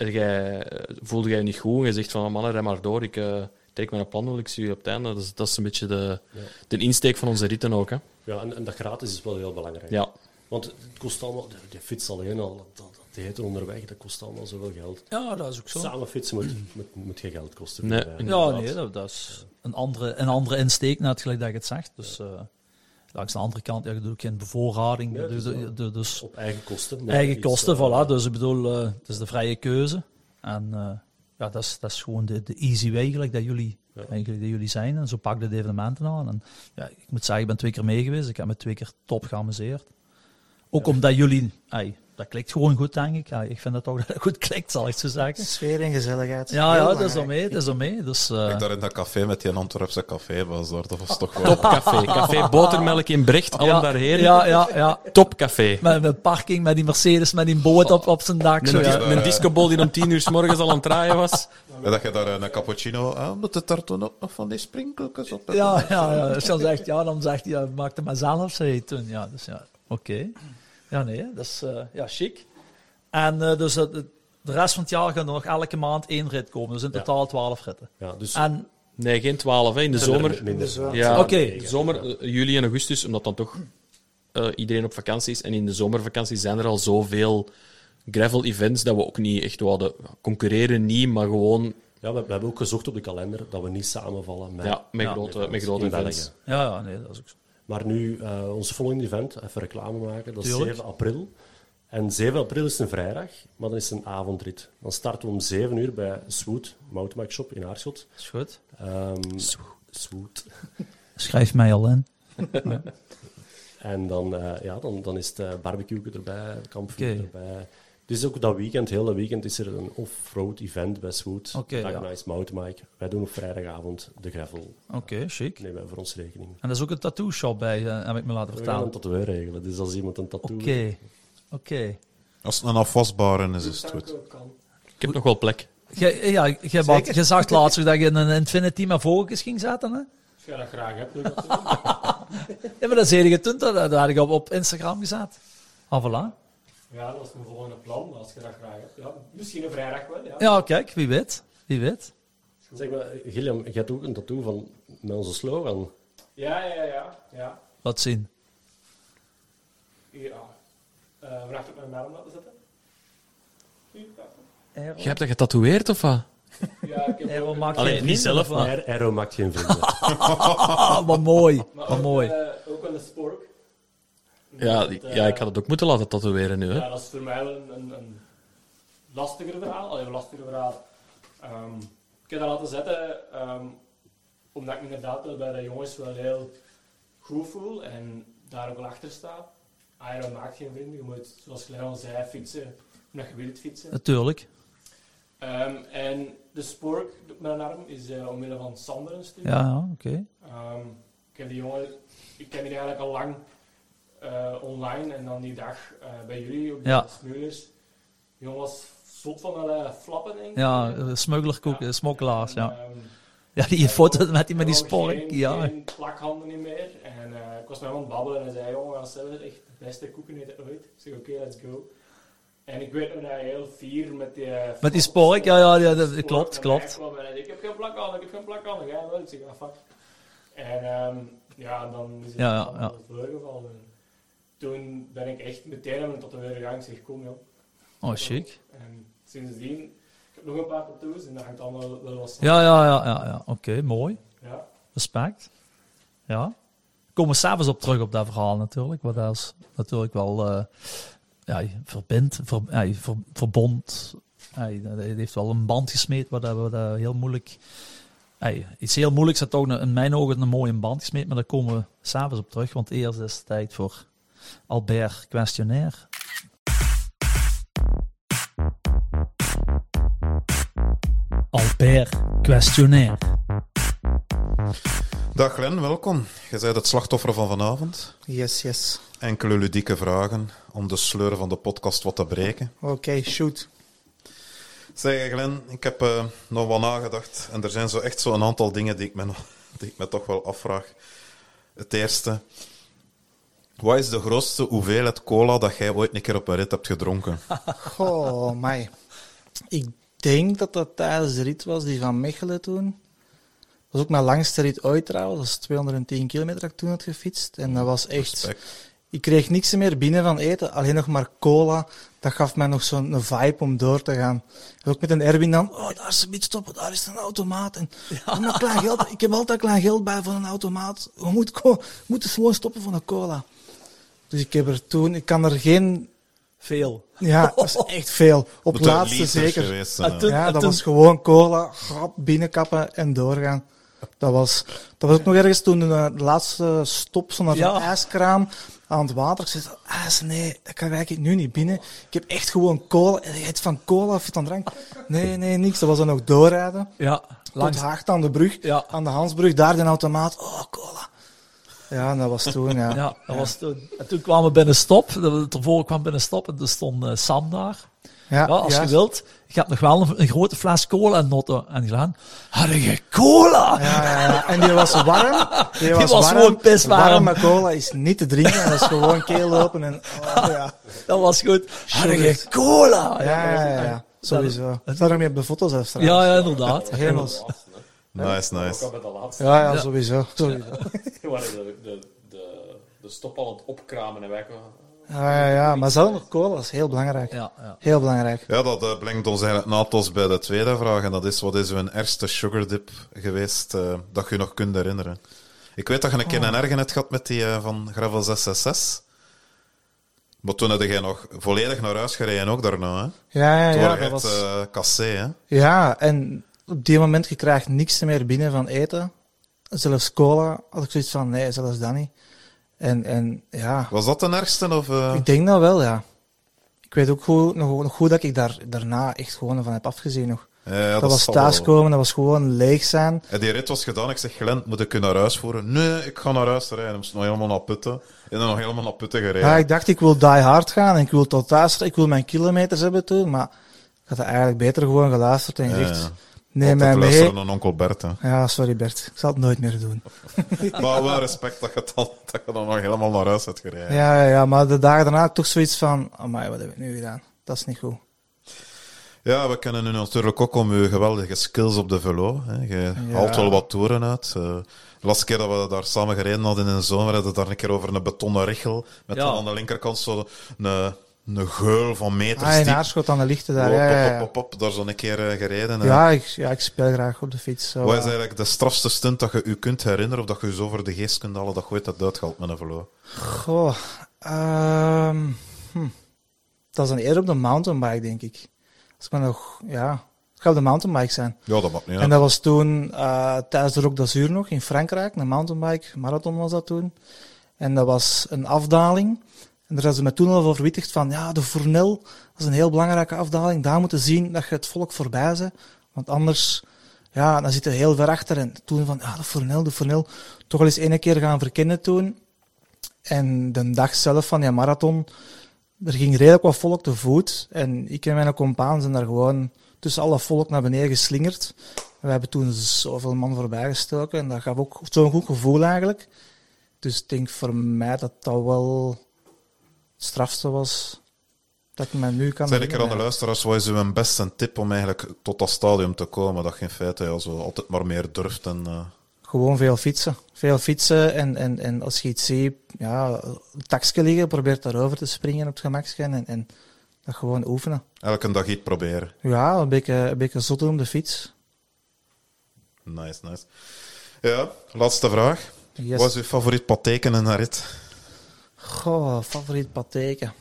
[SPEAKER 7] Voelde jij je niet goed en je zegt van, mannen, rij maar door, ik trek mijn plan, ik zie je op het einde. Dat is een beetje de insteek van onze ritten ook. Hè.
[SPEAKER 6] Ja, en dat gratis is wel heel belangrijk.
[SPEAKER 7] Ja.
[SPEAKER 6] Want het kost allemaal, de fiets alleen al, dat eten onderweg, dat kost allemaal zoveel geld.
[SPEAKER 1] Ja, dat is ook zo.
[SPEAKER 6] Samen fietsen moet geen geld kosten.
[SPEAKER 7] Nee,
[SPEAKER 6] vinden wij.
[SPEAKER 1] Ja,
[SPEAKER 7] inderdaad.
[SPEAKER 1] nee, dat is een andere insteek, net gelijk dat je het zegt. Dus langs de andere kant, je doet ook geen bevoorrading.
[SPEAKER 6] Ja,
[SPEAKER 1] Dus
[SPEAKER 6] Op eigen kosten.
[SPEAKER 1] eigen
[SPEAKER 6] iets,
[SPEAKER 1] kosten, voilà. Dus ik bedoel, het is de vrije keuze. En ja, dat is gewoon de easy way gelijk dat jullie zijn. En zo pak je de evenementen aan. En ja, ik moet zeggen, ik ben 2 keer mee geweest. Ik heb me 2 keer top geamuseerd. Ook omdat jullie... dat klikt gewoon goed, denk ik. Ik vind dat toch dat het goed klikt, zal ik zo zeggen.
[SPEAKER 5] Sfeer en gezelligheid.
[SPEAKER 1] Ja,
[SPEAKER 5] Heel
[SPEAKER 1] dat is
[SPEAKER 5] belangrijk.
[SPEAKER 1] ermee. Dus,
[SPEAKER 2] Ik daar in dat café met die Antwerpse café was, daar, dat was toch wel...
[SPEAKER 7] Topcafé. Café Botermelk in Brecht, allen daarheen.
[SPEAKER 1] Ja.
[SPEAKER 7] Topcafé.
[SPEAKER 1] Met parking, met die Mercedes, met die boot op zijn dak. Zo, ja.
[SPEAKER 7] Een discobol die om 10 uur 's morgens al aan het draaien was.
[SPEAKER 2] En dat je daar een cappuccino... moet het daar toen ook nog van die sprinkeltjes op?
[SPEAKER 1] Ja. Dus dan zegt hij, maak het maar zelf, zei hij toen. Ja, dus ja, oké. Ja, nee, dat is chic. En dus de rest van het jaar gaan er nog elke maand 1 rit komen. Dus in totaal 12 ritten.
[SPEAKER 6] Ja, dus
[SPEAKER 1] En,
[SPEAKER 7] Nee, geen 12. Hè. In de zomer...
[SPEAKER 6] Minder.
[SPEAKER 7] Ja,
[SPEAKER 1] Oké.
[SPEAKER 7] de zomer, juli en augustus, omdat dan toch iedereen op vakantie is. En in de zomervakantie zijn er al zoveel gravel-events dat we ook niet echt wilden concurreren, niet, maar gewoon
[SPEAKER 6] Ja, we hebben ook gezocht op de kalender dat we niet samenvallen met,
[SPEAKER 7] met grote
[SPEAKER 6] in België.
[SPEAKER 7] events.
[SPEAKER 1] ja, nee, dat is ook zo.
[SPEAKER 6] Maar nu, onze volgende event, even reclame maken, dat is
[SPEAKER 1] Tuurlijk.
[SPEAKER 6] 7 april. En 7 april is een vrijdag, maar dan is het een avondrit. Dan starten we om 7 uur bij Swoot, Mountainbike Shop in Aarschot.
[SPEAKER 1] Is goed.
[SPEAKER 6] Swoot.
[SPEAKER 1] Schrijf mij al in.
[SPEAKER 6] En dan is het barbecue erbij, kampvuur
[SPEAKER 1] Oké.
[SPEAKER 6] erbij. Dus ook dat weekend, heel dat weekend, is er een off-road event bij Swoot.
[SPEAKER 1] Oké, ja.
[SPEAKER 6] Nice Mountainbike. Wij doen op vrijdagavond de gravel.
[SPEAKER 1] Oké, chic.
[SPEAKER 6] Nemen wij voor ons rekening.
[SPEAKER 1] En er is ook een tattoo shop bij, heb ik me laten
[SPEAKER 6] We gaan
[SPEAKER 1] vertellen.
[SPEAKER 6] een tatoeëur regelen. Dus als iemand een tattoo...
[SPEAKER 1] Oké.
[SPEAKER 2] Als het een afwasbare is het goed.
[SPEAKER 7] Ik heb nog wel plek.
[SPEAKER 1] Je zag laatst ook dat je een Infinity met vogels ging zetten, hè?
[SPEAKER 6] Als jij dat graag hebt, doe dat.
[SPEAKER 1] Ja, maar dat zei je toen, dat had ik op Instagram gezet. Ah, voilà.
[SPEAKER 8] Ja, dat is mijn volgende plan, als je dat graag hebt. Ja, misschien een vrijdag wel, ja.
[SPEAKER 1] Ja, kijk, wie weet. Wie weet.
[SPEAKER 6] Zeg maar, Gilliam, je hebt ook een tattoo van met onze slogan.
[SPEAKER 8] Ja.
[SPEAKER 1] Laat zien.
[SPEAKER 8] Ja. Vraagt op mijn naam laten zetten?
[SPEAKER 7] Je hebt dat getatoeëerd, of wat?
[SPEAKER 8] Ja, ik heb
[SPEAKER 1] Aero maakt
[SPEAKER 7] Allee,
[SPEAKER 1] geen
[SPEAKER 7] niet
[SPEAKER 1] vrienden,
[SPEAKER 7] zelf,
[SPEAKER 1] of wat?
[SPEAKER 6] Aero maakt geen vrienden.
[SPEAKER 1] Ah, wat mooi.
[SPEAKER 8] maar
[SPEAKER 1] Wat
[SPEAKER 8] ook,
[SPEAKER 1] mooi.
[SPEAKER 8] ook wel een spork.
[SPEAKER 7] Ja,
[SPEAKER 8] Dat,
[SPEAKER 7] ja, ik had het ook moeten laten tatoeëren nu. Hè.
[SPEAKER 8] Ja, dat is voor mij wel een lastiger verhaal. Allee, een lastiger verhaal. Ik heb dat laten zetten omdat ik me inderdaad bij de jongens wel heel goed voel en daar ook wel achter sta. Aero maakt geen vrienden. Je moet, zoals Glenn al zei, fietsen omdat je wilt fietsen.
[SPEAKER 1] Natuurlijk.
[SPEAKER 8] En de spork op mijn arm is omwille van Sander een stuk.
[SPEAKER 1] Ja, oké.
[SPEAKER 8] Ik heb die jongen, ik ken die eigenlijk al lang online en dan die dag bij jullie op de
[SPEAKER 1] Ja.
[SPEAKER 8] Smulers. Die jongen was zot van alle flappen, denk ik.
[SPEAKER 1] Ja, smugglerkoeken, smokkelaars, ja.
[SPEAKER 8] En,
[SPEAKER 1] Ja, die foto met die
[SPEAKER 8] ik had
[SPEAKER 1] spork, ja.
[SPEAKER 8] geen plakhanden niet meer. En ik was met hem aan het babbelen en hij zei, jongen, dat is echt de beste koeken eten ooit. Ik zeg, oké, let's go. En ik weet nog dat hij heel fier met die
[SPEAKER 1] spork, ja, dat
[SPEAKER 8] spork
[SPEAKER 1] klopt,
[SPEAKER 8] naar
[SPEAKER 1] klopt.
[SPEAKER 8] mij kwam en hij zei, ik heb geen plakhanden, jij wel. Ik zeg, ah, fuck. En ja, dan is het
[SPEAKER 1] Ja.
[SPEAKER 8] voorgevallen. En toen ben ik echt meteen aan mijn tatoeëren gegaan. Ik zeg, kom joh.
[SPEAKER 1] Oh, chic.
[SPEAKER 8] En sindsdien, ik heb nog een paar tattoos en dat hangt allemaal wel wat
[SPEAKER 1] Ja. Oké, mooi.
[SPEAKER 8] Ja.
[SPEAKER 1] Respect. Ja. We komen s'avonds op terug op dat verhaal natuurlijk. Want dat is natuurlijk wel verbond. Dat heeft wel een band gesmeed waar we heel moeilijk... iets heel moeilijks had ook in mijn ogen een mooie band gesmeed, maar daar komen we s'avonds op terug. Want eerst is het tijd voor Albert Questionnaire. Albert Questionnaire.
[SPEAKER 2] Dag Glenn, welkom. Je bent het slachtoffer van vanavond.
[SPEAKER 5] Yes.
[SPEAKER 2] Enkele ludieke vragen om de sleur van de podcast wat te breken.
[SPEAKER 5] Oké, shoot.
[SPEAKER 2] Zeg Glenn, ik heb nog wat nagedacht. En er zijn zo echt zo een aantal dingen die ik me toch wel afvraag. Het eerste. Wat is de grootste hoeveelheid cola dat jij ooit een keer op een rit hebt gedronken?
[SPEAKER 5] Goh, mij. Ik denk dat dat tijdens de rit was, die van Mechelen toen. Dat was ook mijn langste rit ooit trouwens. Dat is 210 kilometer dat ik toen had gefietst. En dat was echt...
[SPEAKER 2] Respect.
[SPEAKER 5] Ik kreeg niks meer binnen van eten, alleen nog maar cola. Dat gaf mij nog zo'n vibe om door te gaan. En ook met een Erwin dan, daar is een beetje stoppen, daar is een automaat. En met klein geld, ik heb altijd klein geld bij van een automaat. We moeten gewoon stoppen van een cola. Dus ik kan er geen...
[SPEAKER 1] Veel.
[SPEAKER 5] Ja, dat is echt veel. Op
[SPEAKER 2] Moet dat
[SPEAKER 5] laatste
[SPEAKER 2] liters
[SPEAKER 5] zeker.
[SPEAKER 2] geweest zijn, hè?
[SPEAKER 5] Ja, dat was gewoon cola, grap, binnenkappen en doorgaan. Dat was ook nog ergens toen de laatste stop zonder
[SPEAKER 1] Ja.
[SPEAKER 5] ijskraam aan het water. Ik zei, ijs, nee, dat kan ik nu niet binnen. Ik heb echt gewoon cola. En je eet van cola of van drank? Nee, niks. Dat was dan nog doorrijden.
[SPEAKER 1] Ja,
[SPEAKER 5] Tot Haagt aan de brug,
[SPEAKER 1] Ja.
[SPEAKER 5] aan de Hansbrug, daar de automaat. Oh, cola. Ja, en dat was toen, ja.
[SPEAKER 1] Ja, dat was toen. En toen kwamen we binnen stop. Ervoor kwam binnen stop en er stond Sam daar. Ja, als je wilt. Je hebt nog wel een grote fles cola en noten. En gedaan. Had je cola?
[SPEAKER 5] Ja. En die was warm. Die was
[SPEAKER 1] was
[SPEAKER 5] warm.
[SPEAKER 1] gewoon piswarm.
[SPEAKER 5] Warme cola is niet te drinken. Dat is gewoon keel open. En, ja.
[SPEAKER 1] Dat was goed. Had je cola?
[SPEAKER 5] Ja. Sowieso. Dat staat er mee op de foto's af straks.
[SPEAKER 1] Ja, inderdaad.
[SPEAKER 5] Hemels.
[SPEAKER 2] Nice.
[SPEAKER 6] Ook al met de laatste.
[SPEAKER 5] Ja, sowieso.
[SPEAKER 7] We waren de stop al aan het opkramen en wij kwamen...
[SPEAKER 5] Ja, maar zelf nog cola is heel belangrijk.
[SPEAKER 1] Ja.
[SPEAKER 5] Heel belangrijk.
[SPEAKER 2] Ja, dat brengt ons eigenlijk naadloos bij de tweede vraag. En dat is, wat is uw eerste sugardip geweest dat je nog kunt herinneren? Ik weet dat je een keer een ergen hebt gehad met die van Gravel 666. Maar toen had jij nog volledig naar huis gereden, ook daarna. Hè? Toen
[SPEAKER 5] Ja,
[SPEAKER 2] waren
[SPEAKER 5] dat
[SPEAKER 2] je
[SPEAKER 5] was...
[SPEAKER 2] echt cassé, hè?
[SPEAKER 5] Ja, en op die moment, je krijgt niks meer binnen van eten. Zelfs cola had ik zoiets van, nee, zelfs dat niet. En ja...
[SPEAKER 2] Was dat de ergste? Of,
[SPEAKER 5] Ik denk dat wel, ja. Ik weet ook nog goed dat ik daarna echt gewoon van heb afgezien nog.
[SPEAKER 2] Ja,
[SPEAKER 5] dat was
[SPEAKER 2] zal wel.
[SPEAKER 5] thuiskomen, dat was gewoon leeg zijn.
[SPEAKER 2] En die rit was gedaan. Ik zeg, Glenn, moet ik u naar huis voeren? Nee, ik ga naar huis rijden. Ik moest nog helemaal naar Putten. En dan nog helemaal naar Putten gereden.
[SPEAKER 5] Ja, ik dacht, ik wil die hard gaan en ik wil tot thuis, ik wil mijn kilometers hebben toen, maar ik had eigenlijk beter gewoon geluisterd en gezegd, Neem mij
[SPEAKER 2] Altijd
[SPEAKER 5] mee.
[SPEAKER 2] luisteren naar onkel Bert. Hè.
[SPEAKER 5] Ja, sorry Bert. Ik zal het nooit meer doen.
[SPEAKER 2] Maar wel respect dat je dan nog helemaal naar huis hebt gereden.
[SPEAKER 5] Ja, maar de dagen daarna toch zoiets van... Amai, wat heb ik nu gedaan? Dat is niet goed.
[SPEAKER 2] Ja, we kennen u natuurlijk ook om uw geweldige skills op de velo. Hè. Je haalt wel wat toeren uit. De laatste keer dat we daar samen gereden hadden in de zomer, hadden we daar een keer over een betonnen richel. Met
[SPEAKER 1] Ja.
[SPEAKER 2] dan aan de linkerkant zo een geul van meters
[SPEAKER 5] In
[SPEAKER 2] diep.
[SPEAKER 5] Aarschot aan de lichten daar.
[SPEAKER 2] Pop,
[SPEAKER 5] Ja.
[SPEAKER 2] pop, pop, daar zo'n keer gereden.
[SPEAKER 5] Ik speel graag op de fiets. Zo.
[SPEAKER 2] Wat is eigenlijk de strafste stunt dat je u kunt herinneren, of dat je je zo voor de geest kunt halen, dat je ooit dat uitgehaald met een velo?
[SPEAKER 5] Goh. Dat is dan eerder op de mountainbike, denk ik. Als ik me nog... Ja, het gaat op de mountainbike zijn.
[SPEAKER 2] Ja, dat mag niet.
[SPEAKER 5] En dat was toen tijdens de Roque d'Azur nog in Frankrijk. Een mountainbike marathon was dat toen. En dat was een afdaling. En daar hadden ze me toen al over verwittigd van, ja, de Fournel, dat is een heel belangrijke afdaling. Daar moeten zien dat je het volk voorbij bent. Want anders, ja, dan zit je heel ver achter. En toen van, de Fournel. Toch wel eens ene keer gaan verkennen toen. En de dag zelf van die marathon, er ging redelijk wat volk te voet. En ik en mijn compaan zijn daar gewoon tussen alle volk naar beneden geslingerd. We hebben toen zoveel man voorbij gestoken. En dat gaf ook zo'n goed gevoel eigenlijk. Dus ik denk voor mij dat dat wel het strafste was dat ik me nu kan
[SPEAKER 2] Zeg ik er aan de
[SPEAKER 5] herinneren.
[SPEAKER 2] luisteraars, wat is uw beste tip om eigenlijk tot dat stadium te komen? Dat je in feite ja, zo altijd maar meer durft. En,
[SPEAKER 5] Gewoon veel fietsen. Veel fietsen en als je iets ziet, ja, een takje liggen, probeer daarover te springen op het gemakje en dat gewoon oefenen.
[SPEAKER 2] elke dag iets proberen.
[SPEAKER 5] Ja, een beetje zot doen op de fiets.
[SPEAKER 2] Nice. Ja, laatste vraag.
[SPEAKER 5] Yes.
[SPEAKER 2] Wat is uw favoriet patheken in een rit?
[SPEAKER 5] Goh, favoriet patheken.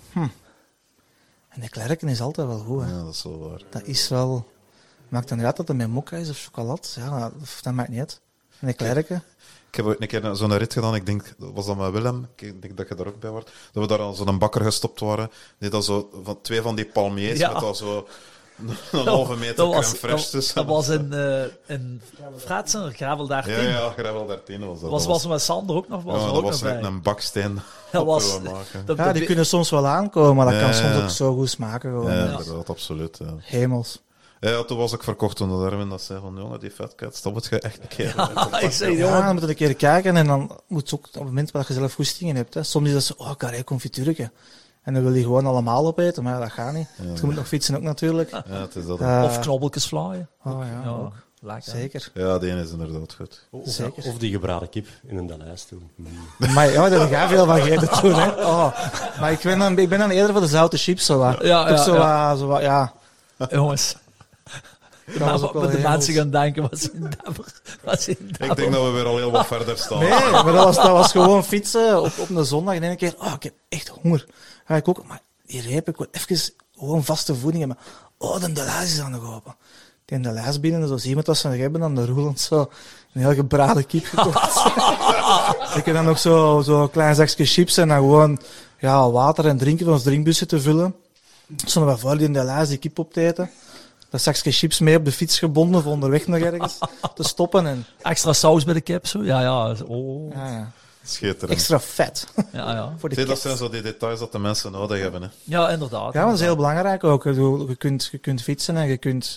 [SPEAKER 5] En de klerken is altijd wel goed, hè.
[SPEAKER 2] Ja, dat is wel waar.
[SPEAKER 5] Dat is wel... Maakt dan niet uit dat het met mokka is of chocolade. Ja, dat maakt niet uit. En de klerken...
[SPEAKER 2] Ik heb ooit een keer zo'n rit gedaan, ik denk, was dat met Willem, ik denk dat je daar ook bij wordt, dat we daar aan zo'n bakker gestopt waren, die dat zo, van, 2 van die palmiers
[SPEAKER 1] Ja.
[SPEAKER 2] met dat zo een halve meter crème fraîche tussen.
[SPEAKER 1] Dat was in Fraatsen, Gravel 13.
[SPEAKER 2] Ja, Gravel 13 was dat.
[SPEAKER 1] Was met Sander ook nog, was
[SPEAKER 2] ja,
[SPEAKER 1] er
[SPEAKER 2] dat
[SPEAKER 1] ook
[SPEAKER 2] was
[SPEAKER 1] nog bij.
[SPEAKER 2] een baksteen
[SPEAKER 1] Dat
[SPEAKER 2] op
[SPEAKER 1] was-
[SPEAKER 2] willen maken.
[SPEAKER 5] Ja, die kunnen soms wel aankomen, maar dat
[SPEAKER 2] Ja,
[SPEAKER 5] kan soms
[SPEAKER 2] ja.
[SPEAKER 5] ook zo goed smaken. Gewoon.
[SPEAKER 2] Ja, inderdaad, absoluut. Ja.
[SPEAKER 5] Hemels.
[SPEAKER 2] Ja, toen was ik verkocht onder Erwin dat zei van, jongen, die Fatcats, dat moet je echt een keer...
[SPEAKER 1] Ik zei,
[SPEAKER 5] Ja,
[SPEAKER 1] jongen,
[SPEAKER 5] dan moet je een keer kijken en dan moet je ook op het moment waar je zelf goestingen hebt. Hè. Soms is dat zo, carré confituurtje. En dan wil je gewoon allemaal opeten, maar dat gaat niet.
[SPEAKER 2] Ja,
[SPEAKER 5] Je moet nog fietsen ook natuurlijk.
[SPEAKER 2] Ja, het is dat.
[SPEAKER 1] of knobbeltjes vlaaien.
[SPEAKER 5] Oh ja,
[SPEAKER 1] Ja,
[SPEAKER 5] ook.
[SPEAKER 1] lekker.
[SPEAKER 5] Zeker.
[SPEAKER 2] Ja, die ene is inderdaad goed.
[SPEAKER 5] Zeker.
[SPEAKER 6] Of die gebraden kip in een Delijs doen.
[SPEAKER 5] Maar ja, daar ga je veel van gegeten toen. Hè. Oh. Maar ik ben dan eerder voor de zoute chips. Zo wat.
[SPEAKER 1] Ja,
[SPEAKER 5] Toch
[SPEAKER 1] ja,
[SPEAKER 5] zo,
[SPEAKER 1] ja.
[SPEAKER 5] wat, zo wat, ja.
[SPEAKER 1] Jongens.
[SPEAKER 5] Dat was ook wel
[SPEAKER 1] de
[SPEAKER 5] hemels.
[SPEAKER 1] mensen gaan denken, wat zijn dapper.
[SPEAKER 2] Ik denk dat we weer al heel wat verder staan.
[SPEAKER 5] Nee, maar dat was gewoon fietsen op een zondag. En een keer, ik heb echt honger. Ga ik ook, maar die reep, ik wil even gewoon vaste voeding hebben. De lijst is aan de open. Die in de lijst binnen, zo zien we dat ze nog hebben, dan de Roeland zo een heel gebraden kip gekocht. Ik heb dan nog zo klein zakje chips en dan gewoon water en drinken van ons drinkbussen te vullen. Stonden we voor die in de lijst die kip op te eten. Dat zakje chips mee op de fiets gebonden voor onderweg nog ergens te stoppen. En,
[SPEAKER 1] Extra saus bij de kip, zo. Ja. Oh.
[SPEAKER 5] ja.
[SPEAKER 2] Schitterend.
[SPEAKER 5] Extra vet
[SPEAKER 1] Ja.
[SPEAKER 5] voor de
[SPEAKER 2] Zie, dat
[SPEAKER 5] kip.
[SPEAKER 2] zijn zo die details dat de mensen nodig hebben. Hè.
[SPEAKER 1] Ja, inderdaad.
[SPEAKER 5] Ja, maar dat is heel belangrijk ook. Ik bedoel, je kunt fietsen en je